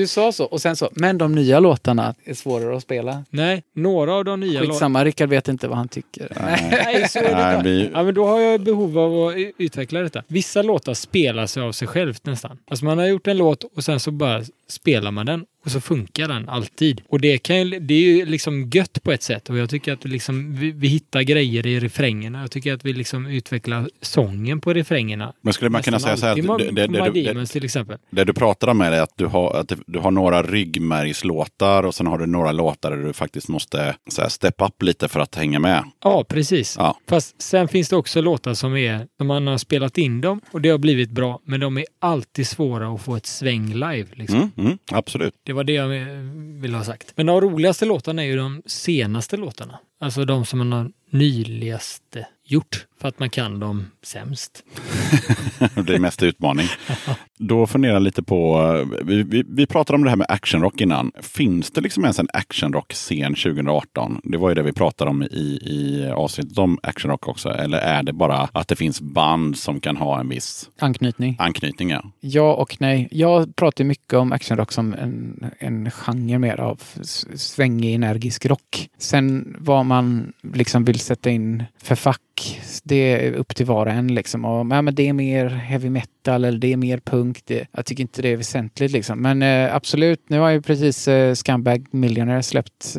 M: du sa så. Och sen så, men de nya låtarna är svårare att spela.
N: Nej, några av de nya låtarna...
M: Skitsamma, Rickard vet inte vad han tycker.
N: Nej, Nej så är det vi... ja, men då har jag behov av att utveckla detta. Vissa låtar spelar sig av sig självt nästan. Alltså man har gjort en låt och sen så bara spelar man den och så funkar den alltid. Och det, kan ju, det är ju liksom gött på ett sätt. Och jag tycker att vi, liksom, vi, vi hittar grejer i refrängerna. Jag tycker att vi liksom utvecklar sången på refrängerna.
A: Men skulle man kunna säga så här att det, det, det, det, det,
N: till exempel.
A: det du pratar om är att du har, att du har några ryggmärgslåtar och sen har du några låtar där du faktiskt måste så här, step up lite för att hänga med.
N: Ja, precis.
A: Ja.
N: Fast sen finns det också låtar som är, som man har spelat in dem och det har blivit bra, men de är alltid svåra att få ett sväng live. Liksom.
A: Mm, mm, absolut.
N: Det var det jag ville ha sagt. Men de roligaste låtarna är ju de senaste låtarna. Alltså de som man har nyligaste gjort. För att man kan dem sämst.
A: Det är mest utmaning. Då funderar jag lite på, vi, vi, vi pratade om det här med actionrock innan. Finns det liksom ens en actionrock-scen tjugo arton? Det var ju det vi pratade om i, i avsnittet om actionrock också. Eller är det bara att det finns band som kan ha en viss
M: anknytning?
A: Anknytning, ja.
M: Ja och nej. Jag pratar mycket om actionrock som en, en genre mer av svängig, energisk rock. Sen vad man liksom vill sätta in för fack, det är upp till var och en liksom. Och, ja, men det är mer heavy metal eller det är mer punk. Det, jag tycker inte det är väsentligt liksom. Men eh, absolut, nu har ju precis eh, Scumbag Millionaire släppt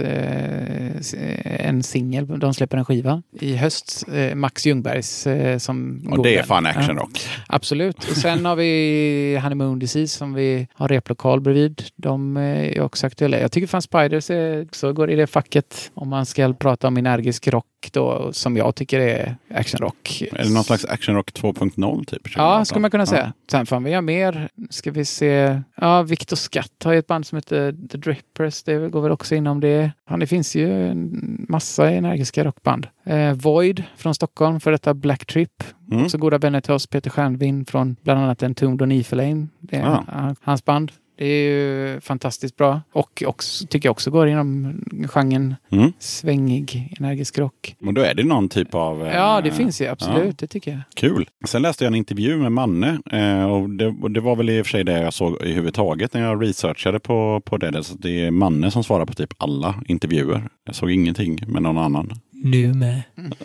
M: eh, en singel. De släpper en skiva i höst. Eh, Max Ljungbergs eh, som
A: och det är fan actionrock.
M: Ja, absolut. Och sen har vi Honeymoon Disease som vi har replokal bredvid. De är också aktuella. Jag tycker fan Spiders också går i det facket om man ska prata om energisk rock då, som jag tycker är actionrock.
A: Är det någon slags actionrock två punkt noll typ?
M: Ja, skulle man kunna säga. Ja. Sen får vi ha mer. Ska vi se. Ja, Victor Skatt har ju ett band som heter The Drippers. Det går väl också inom det. Ja, det finns ju en massa energiska rockband. Eh, Void från Stockholm för detta Black Trip. Mm. Också goda vänner till oss. Peter Stjärnvin från bland annat Entombed och Niflheim. Det är ah. hans band. Det är ju fantastiskt bra. Och också, tycker jag också går inom genren mm. svängig, energisk rock.
A: Men då är det någon typ av...
M: Ja, det äh, finns ju. Absolut, ja. Det tycker jag.
A: Kul. Sen läste jag en intervju med Manne. Eh, och, det, och det var väl i och för sig det jag såg i huvudtaget när jag researchade på, på det. Så det är Manne som svarar på typ alla intervjuer. Jag såg ingenting med någon annan.
N: Nu med.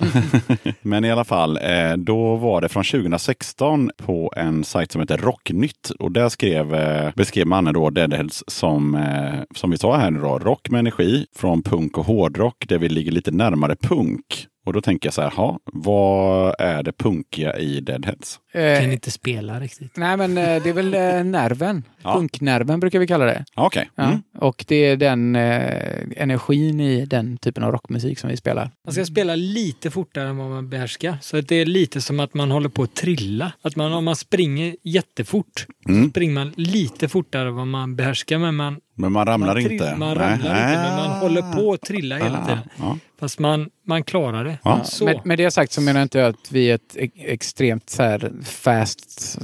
A: Men i alla fall, eh, då var det från tjugo sexton på en sajt som heter Rocknytt. Och där skrev, eh, beskrev Manne då Deadheads som, eh, som vi sa här nu då, rock med energi från punk och hårdrock där vi ligger lite närmare punk. Och då tänker jag så här, ha, vad är det punkiga i Deadheads?
N: Eh, kan inte spela riktigt.
M: Nej, men eh, det är väl eh, nerven. Ja. Punknerven brukar vi kalla det.
A: Okej. Okay. Mm.
M: Ja. Och det är den eh, energin i den typen av rockmusik som vi spelar.
N: Man ska spela lite fortare än vad man behärskar. Så att det är lite som att man håller på att trilla. Att man, om man springer jättefort mm. så springer man lite fortare än vad man behärskar. Men man,
A: men man ramlar
N: man
A: inte.
N: Man ramlar Nej. inte, men man håller på att trilla hela tiden. Ja. Fast man, man klarar det.
M: Ja. Så. Med, med det sagt så menar jag inte att vi är ett e- extremt så här fast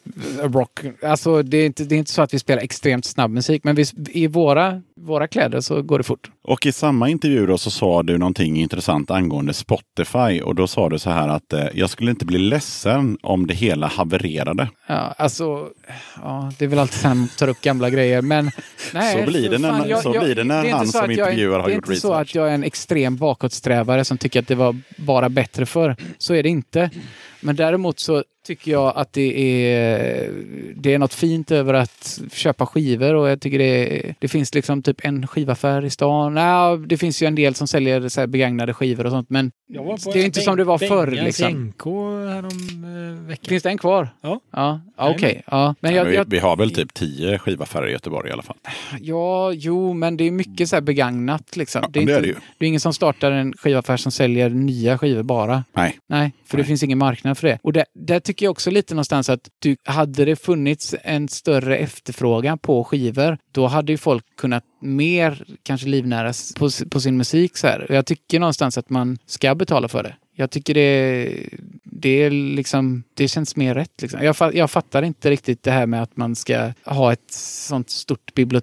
M: rock. Alltså det är, inte, det är inte så att vi spelar extremt snabb musik, men vi, i våra, våra kläder så går det fort.
A: Och i samma intervju då så sa du någonting intressant angående Spotify och då sa du så här att eh, jag skulle inte bli ledsen om det hela havererade.
M: Ja, alltså ja, det är väl alltid sen tar upp gamla grejer, men nej,
A: så blir det när, fan, jag, så jag, blir det när det han som intervjuar har gjort research.
M: Det är inte så att jag är en extrem bakåtsträvare som tycker att det var bara bättre för. Så är det inte. Men däremot så tycker jag att det är det är något fint över att köpa skivor och jag tycker det, det finns liksom typ en skivaffär i stan. Ja, det finns ju en del som säljer så här begagnade skivor och sånt, men det är inte som det var förr liksom.
N: N K härom eh, veckan.
M: Finns det en kvar?
N: Ja.
M: Ja, okej. Okay. Ja, men jag,
A: ja, men
M: jag,
A: vi har väl typ tio skivaffärer i Göteborg i alla fall.
M: Ja, jo, men det är mycket så här begagnat liksom.
A: Ja,
M: det är
A: det
M: inte,
A: är det ju.
M: Det är ingen som startar en skivaffär som säljer nya skivor bara.
A: Nej.
M: Nej, för
A: Nej.
M: det finns ingen marknad för det. Och där, där tycker jag också lite någonstans att du, hade det funnits en större efterfrågan på skivor, då hade ju folk kunnat mer kanske livnära på, på sin musik så här. Och jag tycker någonstans att man ska betala för det. Jag tycker det, det är liksom, det känns mer rätt liksom. Jag, jag fattar inte riktigt det här med att man ska ha ett sånt stort bibliotek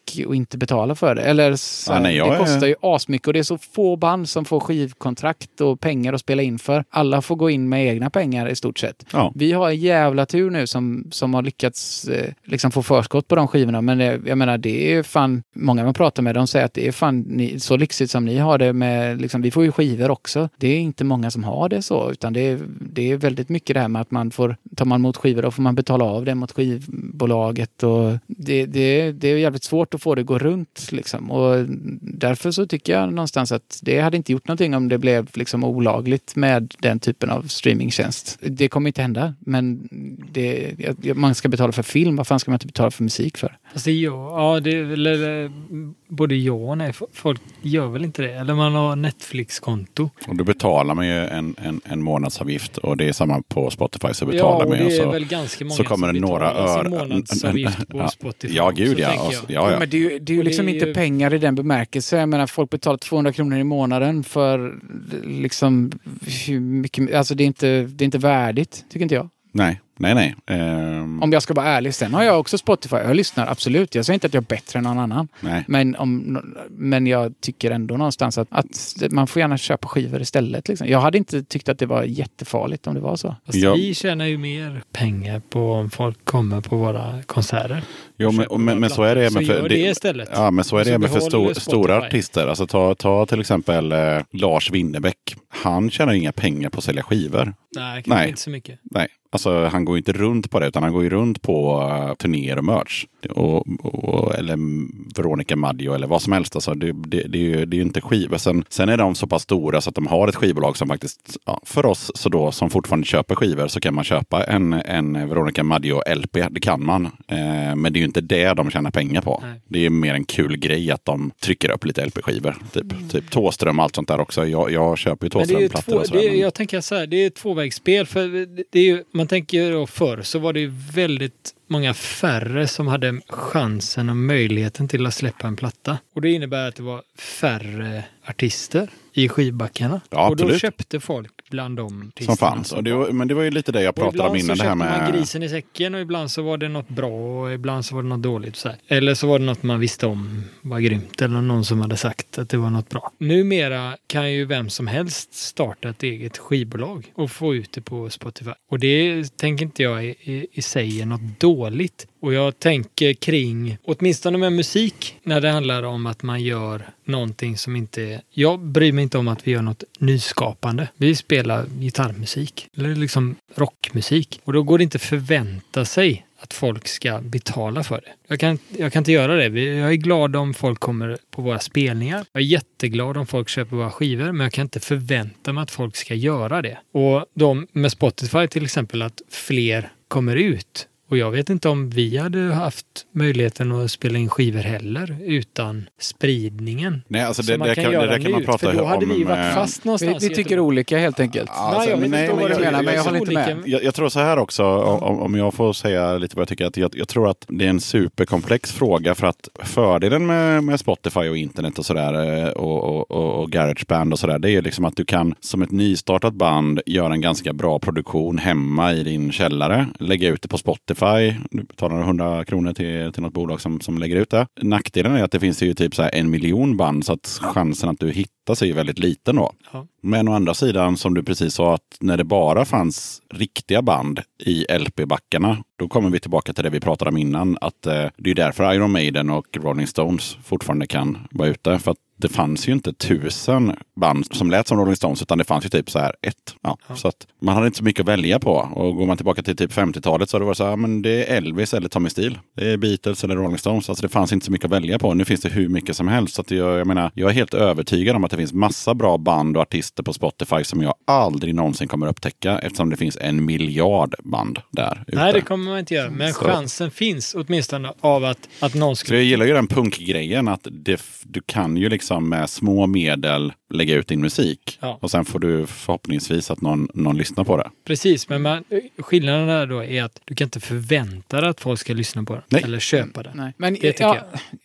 M: musik och inte betala för det. Eller så,
A: ja, nej,
M: det kostar ju asmycket och det är så få band som får skivkontrakt och pengar att spela in för. Alla får gå in med egna pengar i stort sett.
A: Ja.
M: Vi har en jävla tur nu som, som har lyckats eh, liksom få förskott på de skivorna, men det, jag menar det är fan, många man pratar med, de säger att det är fan ni, så lyxigt som ni har det med, liksom, vi får ju skivor också. Det är inte många som har det så, utan det är, det är väldigt mycket det här med att man får, tar man mot skivor då får man betala av det mot skivbolaget och det, det, det är jävligt svårt att få det att gå runt liksom. Och därför så tycker jag någonstans att det hade inte gjort någonting om det blev liksom olagligt med den typen av streamingtjänst. Det kommer inte hända, men det, man ska betala för film, vad fan ska man inte betala för musik för?
N: Alltså, ja, ja det eller, både ja och nej. Folk gör väl inte det. Eller man har Netflix-konto.
A: Och då betalar man ju en, en, en månadsavgift och det är samma på Spotify så betalar
N: ja, och
A: man ju.
N: det är
A: så,
N: väl ganska många
A: så kommer det några
N: öre. månadsavgift på
A: ja,
N: Spotify.
A: Ja, gud ja.
N: ja.
A: ja, ja.
M: Men det är ju, det är ju liksom
N: det är
M: inte
N: ju...
M: pengar i den bemärkelse. Jag menar, folk betalar tvåhundra kronor i månaden för liksom hur mycket, alltså det är inte, det är inte värdigt, tycker inte jag.
A: Nej, nej, nej. Um...
M: Om jag ska vara ärlig. Sen har jag också Spotify. Jag lyssnar absolut. Jag säger inte att jag är bättre än någon annan.
A: Nej.
M: Men, om, men jag tycker ändå någonstans att, att man får gärna köpa skivor istället. Liksom. Jag hade inte tyckt att det var jättefarligt om det var så.
N: Fast ja. Vi tjänar ju mer pengar på om folk kommer på våra konserter.
A: Jo, men, men, men så är det.
N: Så
A: för,
N: gör det istället.
A: Ja, men så är det med för stor,
N: Spotify.
A: stora artister. Alltså ta, ta till exempel eh, Lars Winnerbäck. Han tjänar inga pengar på att sälja skivor.
N: Nej, kanske inte så mycket.
A: Nej. Alltså han går ju inte runt på det utan han går ju runt på uh, turnéer och merch. Och, och, eller Veronica Maggio eller vad som helst. Alltså, det, det, det är ju det är inte skivor. Sen, sen är de så pass stora så att de har ett skivbolag som faktiskt, ja, för oss så då, som fortfarande köper skivor så kan man köpa en, en Veronica Maggio L P. Det kan man. Eh, men det är ju inte det de tjänar pengar på. Nej. Det är mer en kul grej att de trycker upp lite L P-skivor. Typ, mm. typ Tåström och allt sånt där också. Jag, jag köper ju Tåström-plattor och sådär.
N: Men... Jag tänker så här, det är ett tvåvägsspel. För det är ju, man tänker då förr så var det ju väldigt många färre som hade chansen och möjligheten till att släppa en platta. Och det innebär att det var färre artister i skivbackarna.
A: Ja,
N: och då köpte folk bland dem
A: som fanns. Och det var, men det var ju lite det jag pratade om innan. Det här med...
N: Ibland så köpte man grisen i säcken och ibland så var det något bra och ibland så var det något dåligt. Så här. Eller så var det något man visste om var grymt eller någon som hade sagt att det var något bra. Numera kan ju vem som helst starta ett eget skivbolag och få ut det på Spotify. Och det tänker inte jag i, i, i sig är något dåligt. Och jag tänker kring, åtminstone med musik, när det handlar om att man gör någonting som inte... Jag bryr mig inte om att vi gör något nyskapande. Vi spelar gitarrmusik, eller liksom rockmusik. Och då går det inte förvänta sig att folk ska betala för det. Jag kan, jag kan inte göra det. Jag är glad om folk kommer på våra spelningar. Jag är jätteglad om folk köper våra skivor, men jag kan inte förvänta mig att folk ska göra det. Och de, med Spotify till exempel, att fler kommer ut. Och jag vet inte om vi hade haft möjligheten att spela in skivor heller utan spridningen.
A: Nej, alltså det, det, kan, det där kan man prata om.
N: För då hade vi varit fast någonstans.
M: Vi, vi tycker olika helt enkelt.
A: Alltså,
M: nej, jag vet
A: nej,
M: inte vad du menar, men jag håller inte med.
A: Jag, jag tror så här också, om, om jag får säga lite vad jag tycker. Att jag, jag tror att det är en superkomplex fråga för att fördelen med, med Spotify och internet och sådär och, och, och, och GarageBand och sådär, det är liksom att du kan som ett nystartat band göra en ganska bra produktion hemma i din källare. Lägga ut det på Spotify. Du betalar hundra kronor till, till något bolag som, som lägger ut det. Nackdelen är att det finns ju typ så här en miljon band så att chansen att du hittar sig är väldigt liten då. Ja. Men å andra sidan, som du precis sa, att när det bara fanns riktiga band i L P-backarna, då kommer vi tillbaka till det vi pratade om innan, att eh, det är därför Iron Maiden och Rolling Stones fortfarande kan vara ute, för att det fanns ju inte tusen band som lät som Rolling Stones, utan det fanns ju typ så här ett. Ja, ja. Så att man hade inte så mycket att välja på. Och går man tillbaka till typ femtiotalet så har det varit så här, men det är Elvis eller Tommy Steele. Det är Beatles eller Rolling Stones. Alltså det fanns inte så mycket att välja på. Nu finns det hur mycket som helst. Så att jag, jag menar, jag är helt övertygad om att det finns massa bra band och artister på Spotify som jag aldrig någonsin kommer upptäcka, eftersom det finns en miljard band där ute.
N: Nej, det kommer man inte göra. Men så chansen finns åtminstone av att, att någon skulle...
A: Så jag gillar ju den punkgrejen att det, du kan ju liksom med små medel lägga ut din musik. Ja. Och sen får du förhoppningsvis att någon, någon lyssnar på det.
N: Precis, men man, skillnaden där då är att du kan inte förvänta dig att folk ska lyssna på det. Nej. Eller köpa det.
M: Nej. Men
N: det tycker
M: ja,
N: jag.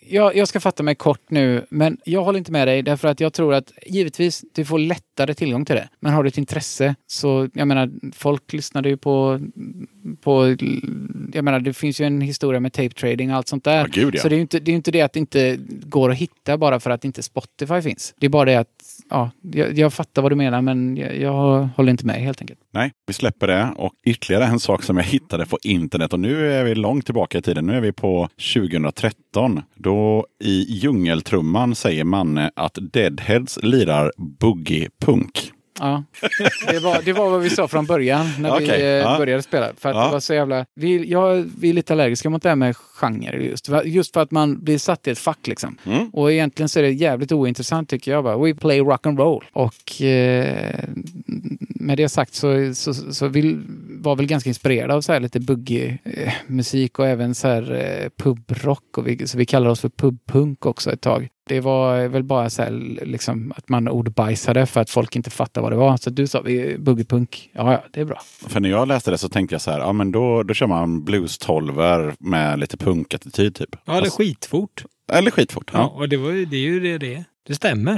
M: jag, jag ska fatta mig kort nu, men jag håller inte med dig därför att jag tror att givetvis du får lättare tillgång till det. Men har du ett intresse så, jag menar, folk lyssnade ju på, på jag menar, det finns ju en historia med tape trading och allt sånt där.
A: Ja, gud, ja.
M: Så det är ju inte det, är inte det att det inte går att hitta bara för att inte Spotify finns. Det är bara det att, ja, jag, jag fattar vad du menar, men jag, jag håller inte med helt enkelt.
A: Nej, vi släpper det. Och ytterligare en sak som jag hittade på internet, och nu är vi långt tillbaka i tiden. Nu är vi på tjugohundratretton. Då i djungeltrumman säger Manne att Deadheads lirar boogie-punk.
M: Ja, det var, det var vad vi sa från början när
A: okay,
M: vi eh,
A: ja.
M: började spela. För att
A: ja.
M: det var så jävla... Vi, jag, vi är lite allergiska mot det här med genre just. Just för att man blir satt i ett fack liksom. Mm. Och egentligen så är det jävligt ointressant tycker jag. Bara. We play rock and roll. Och eh, med det sagt så, så, så vi var väl ganska inspirerade av så här lite buggy eh, musik och även så här eh, pubrock. Och vi, så vi kallar oss för pubpunk också ett tag. Det var väl bara så här, liksom, att man ordbajsade för att folk inte fattar vad det var. Så du sa, vi boogiepunk. Ja, ja, det är bra.
A: För när jag läste det så tänkte jag så här, ja men då, då kör man blues-tolver med lite punkattityd typ.
N: Ja, eller skitfort.
A: Eller skitfort, ja.
N: Ja, och det, var ju, det är ju det det är. Det stämmer.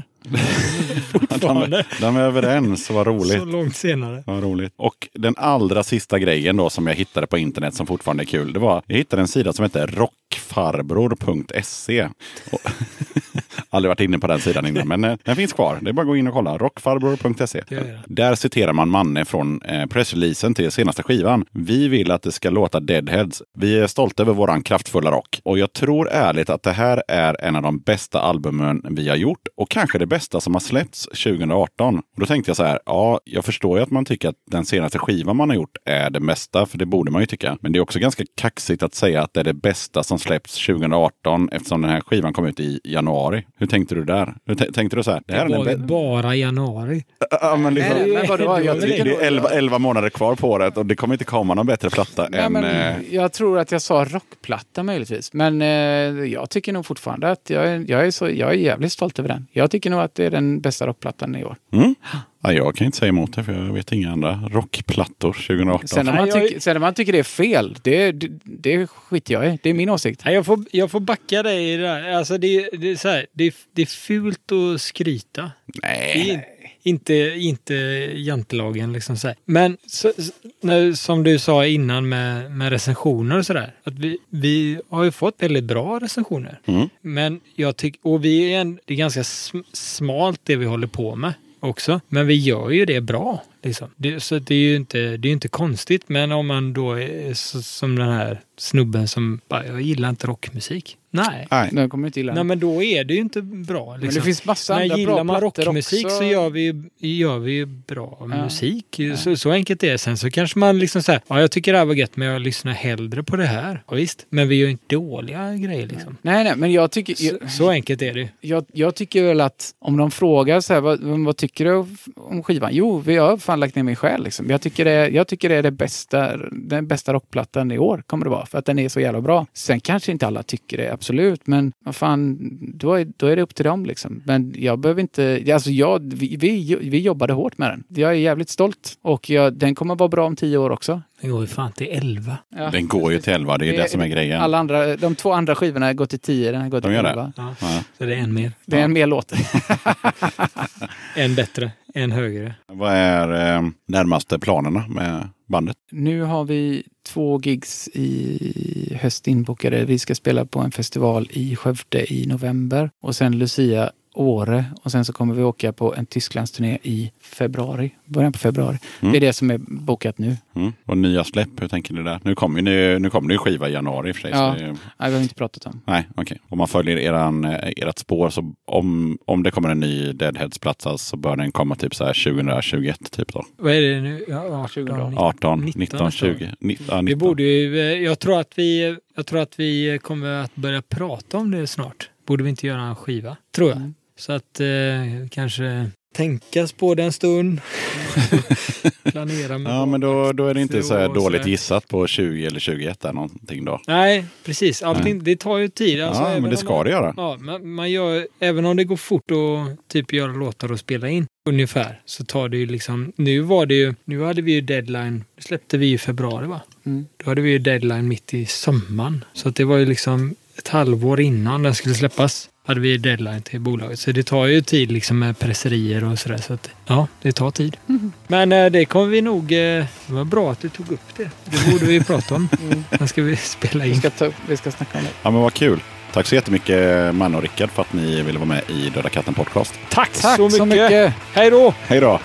A: de, de är överens, vad roligt.
N: Så långt senare.
A: Vad roligt. Och den allra sista grejen då som jag hittade på internet som fortfarande är kul, det var, jag hittade en sida som heter rockfarbror punkt se. Och aldrig varit inne på den sidan innan, men eh, den finns kvar. Det är bara att gå in och kolla. rockfarbror punkt se.
N: Ja, ja.
A: Där citerar man Manne från eh, pressreleasen till senaste skivan. Vi vill att det ska låta Deadheads. Vi är stolta över våran kraftfulla rock. Och jag tror ärligt att det här är en av de bästa albumen vi har gjort. Och kanske det bästa som har släppts tjugoarton. Och då tänkte jag så här, ja, jag förstår ju att man tycker att den senaste skivan man har gjort är det bästa. För det borde man ju tycka. Men det är också ganska kaxigt att säga att det är det bästa som släpps tjugoarton eftersom den här skivan kom ut i januari. Hur tänkte du där? Hur t- tänkte du så här? Det, här
N: det
A: är
N: var
A: den
N: be- bara januari.
A: Ja, men liksom,
M: Nej, men vadå, jag
A: det, det är elva, elva månader kvar på året och det kommer inte komma någon bättre platta
M: Nej,
A: än...
M: men,
A: eh,
M: jag tror att jag sa rockplatta möjligtvis. Men eh, jag tycker nog fortfarande att jag är, jag, är så, jag är jävligt stolt över den. Jag tycker nog att det är den bästa rockplattan i år.
A: Mm. Ja, jag kan inte säga emot det för jag vet inga andra rockplattor tjugoarton.
M: Sen när man, tyck, sen när man tycker det är fel, det, det, det skiter jag i. Det är min åsikt.
N: Nej, jag, får, jag får backa dig i det där. Alltså det, det, är så här, det, det är fult att skryta.
A: Nej.
N: Det är, inte, inte jantelagen liksom så här. Men så, när, som du sa innan med, med recensioner och sådär. Att vi, vi har ju fått väldigt bra recensioner. Mm. Men jag tycker, och vi är en, det är ganska smalt det vi håller på med också. Men vi gör ju det bra. Liksom. Det, så det är ju inte, det är inte konstigt. Men om man då är så, som den här snubben som bara, jag gillar inte rockmusik. Nej.
M: Nej. Den kommer inte gilla.
N: Nej, men då är det ju inte bra. Liksom.
M: Men det finns massa andra bra
N: gillar man
M: plattor
N: rockmusik
M: också.
N: Så gör vi, gör vi ju bra
M: ja.
N: musik. Så, så enkelt är det. Sen så kanske man liksom säger, ja jag tycker det här var gött men jag lyssnar hellre på det här. Ja, visst. Men vi gör ju inte dåliga grejer liksom.
M: Nej, nej, men jag tycker...
N: Så, så enkelt är det.
M: Jag, jag tycker väl att om de frågar så här, vad, vad tycker du om skivan? Jo, vi har fan lagt ner min själ liksom. Jag tycker det, jag tycker det är det bästa, den bästa rockplattan i år kommer det vara. För att den är så jävla bra. Sen kanske inte alla tycker det, absolut. Men vad fan, då är, då är det upp till dem liksom. Men jag behöver inte... Alltså jag, vi, vi, vi jobbade hårt med den. Jag är jävligt stolt. Och jag, den kommer vara bra om tio år också.
N: Den går ju fan till elva.
M: Ja.
A: Den går ju till elva, det är det, det som är grejen.
M: Alla andra, de två andra skivorna går till tio, den har gått till
A: de gör
M: elva.
A: Det.
N: Ja. Ja. Så det är en mer.
M: Det är en mer låt.
N: En bättre, en högre.
A: Vad är eh, närmaste planerna med bandet?
M: Nu har vi två gigs i höst inbokade. Vi ska spela på en festival i Skövde i november. Och sen Lucia Åre. Och sen så kommer vi åka på en Tysklandsturné i februari. Början på februari. Mm. Det är det som är bokat nu.
A: Mm. Och nya släpp, hur tänker ni där? Nu kommer nu, nu kommer det ju skiva i januari i och för sig.
M: Ja,
A: så det,
M: nej, vi har inte pratat om.
A: Nej, okej. Okay. Om man följer eran, ert spår så om, om det kommer en ny Deadheads-platta så bör den komma typ så här tjugohundratjugoett typ då.
N: Vad är det nu? Ja, arton,
A: arton, nitton, tjugo. nitton,
N: vi borde ju, jag tror att vi, jag tror att vi kommer att börja prata om det snart. Borde vi inte göra en skiva? Tror jag. Mm. Så att eh, kanske tänkas på den stund. Planera med
A: ja, men då, då är det inte så här dåligt
N: så
A: gissat på tjugo eller tjugoett eller någonting då.
N: Nej, precis. Allting, det tar ju tid. Alltså,
A: ja, men det ska
N: man,
A: det göra.
N: Ja, man, man gör, även om det går fort och typ göra låtar och spela in ungefär, så tar det ju liksom, nu var det ju, nu hade vi ju deadline, släppte vi i februari va? Mm. Då hade vi ju deadline mitt i sommaren. Så att det var ju liksom ett halvår innan den skulle släppas hade vi deadline till bolaget. Så det tar ju tid liksom med presserier och sådär. Så att, ja, det tar tid. Mm. Men eh, det kommer vi nog... Eh, det var bra att du tog upp det. Det borde vi prata om. Mm. Sen ska vi spela in.
M: Vi ska, ta, vi ska snacka om det.
A: Ja, men vad kul. Tack så jättemycket, Manne och Rickard, för att ni ville vara med i Döda katten podcast.
N: Tack,
M: Tack
N: så mycket.
M: Så mycket.
N: Hej då!
A: Hej då!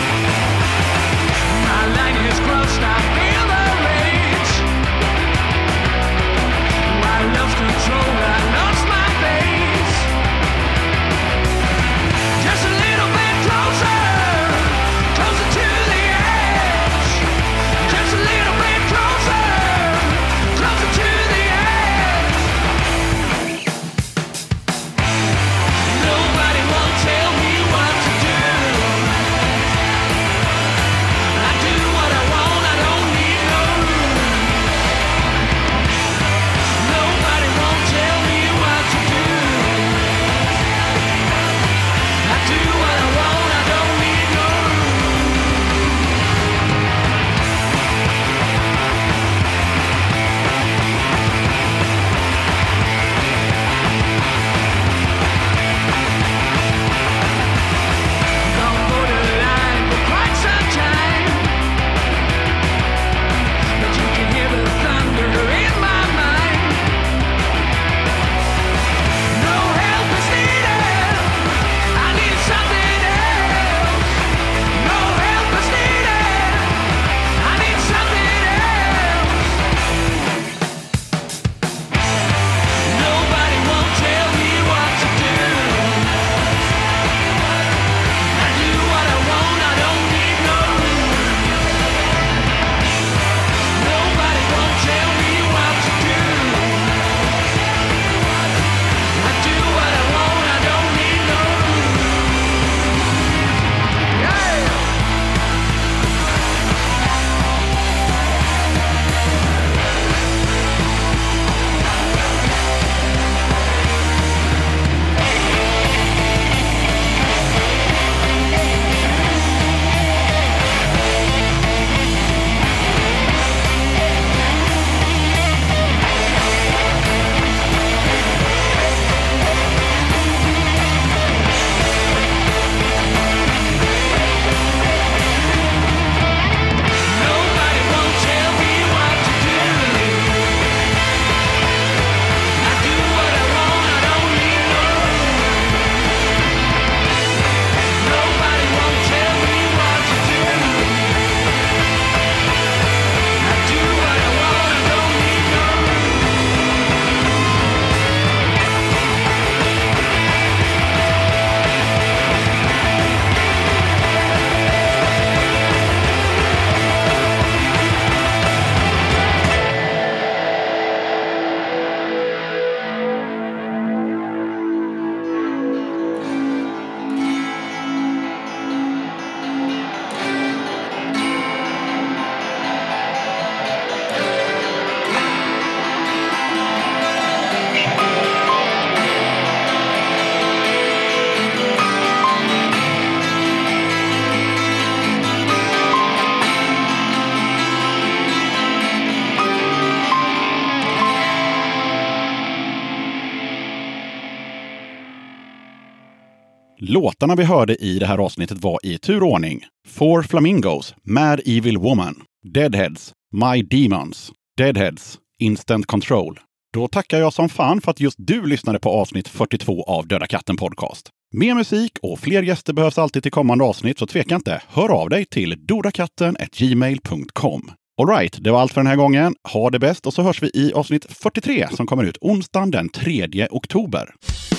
A: Låtarna vi hörde i det här avsnittet var i turordning: Four Flamingos, Mad Evil Woman, Deadheads, My Demons, Deadheads, Instant Control. Då tackar jag som fan för att just du lyssnade på avsnitt fyrtiotvå av Döda katten podcast. Mer musik och fler gäster behövs alltid till kommande avsnitt, så tveka inte. Hör av dig till dodakatten at gmail punkt com. All right, det var allt för den här gången. Ha det bäst, och så hörs vi i avsnitt fyrtiotre som kommer ut onsdagen den tredje oktober.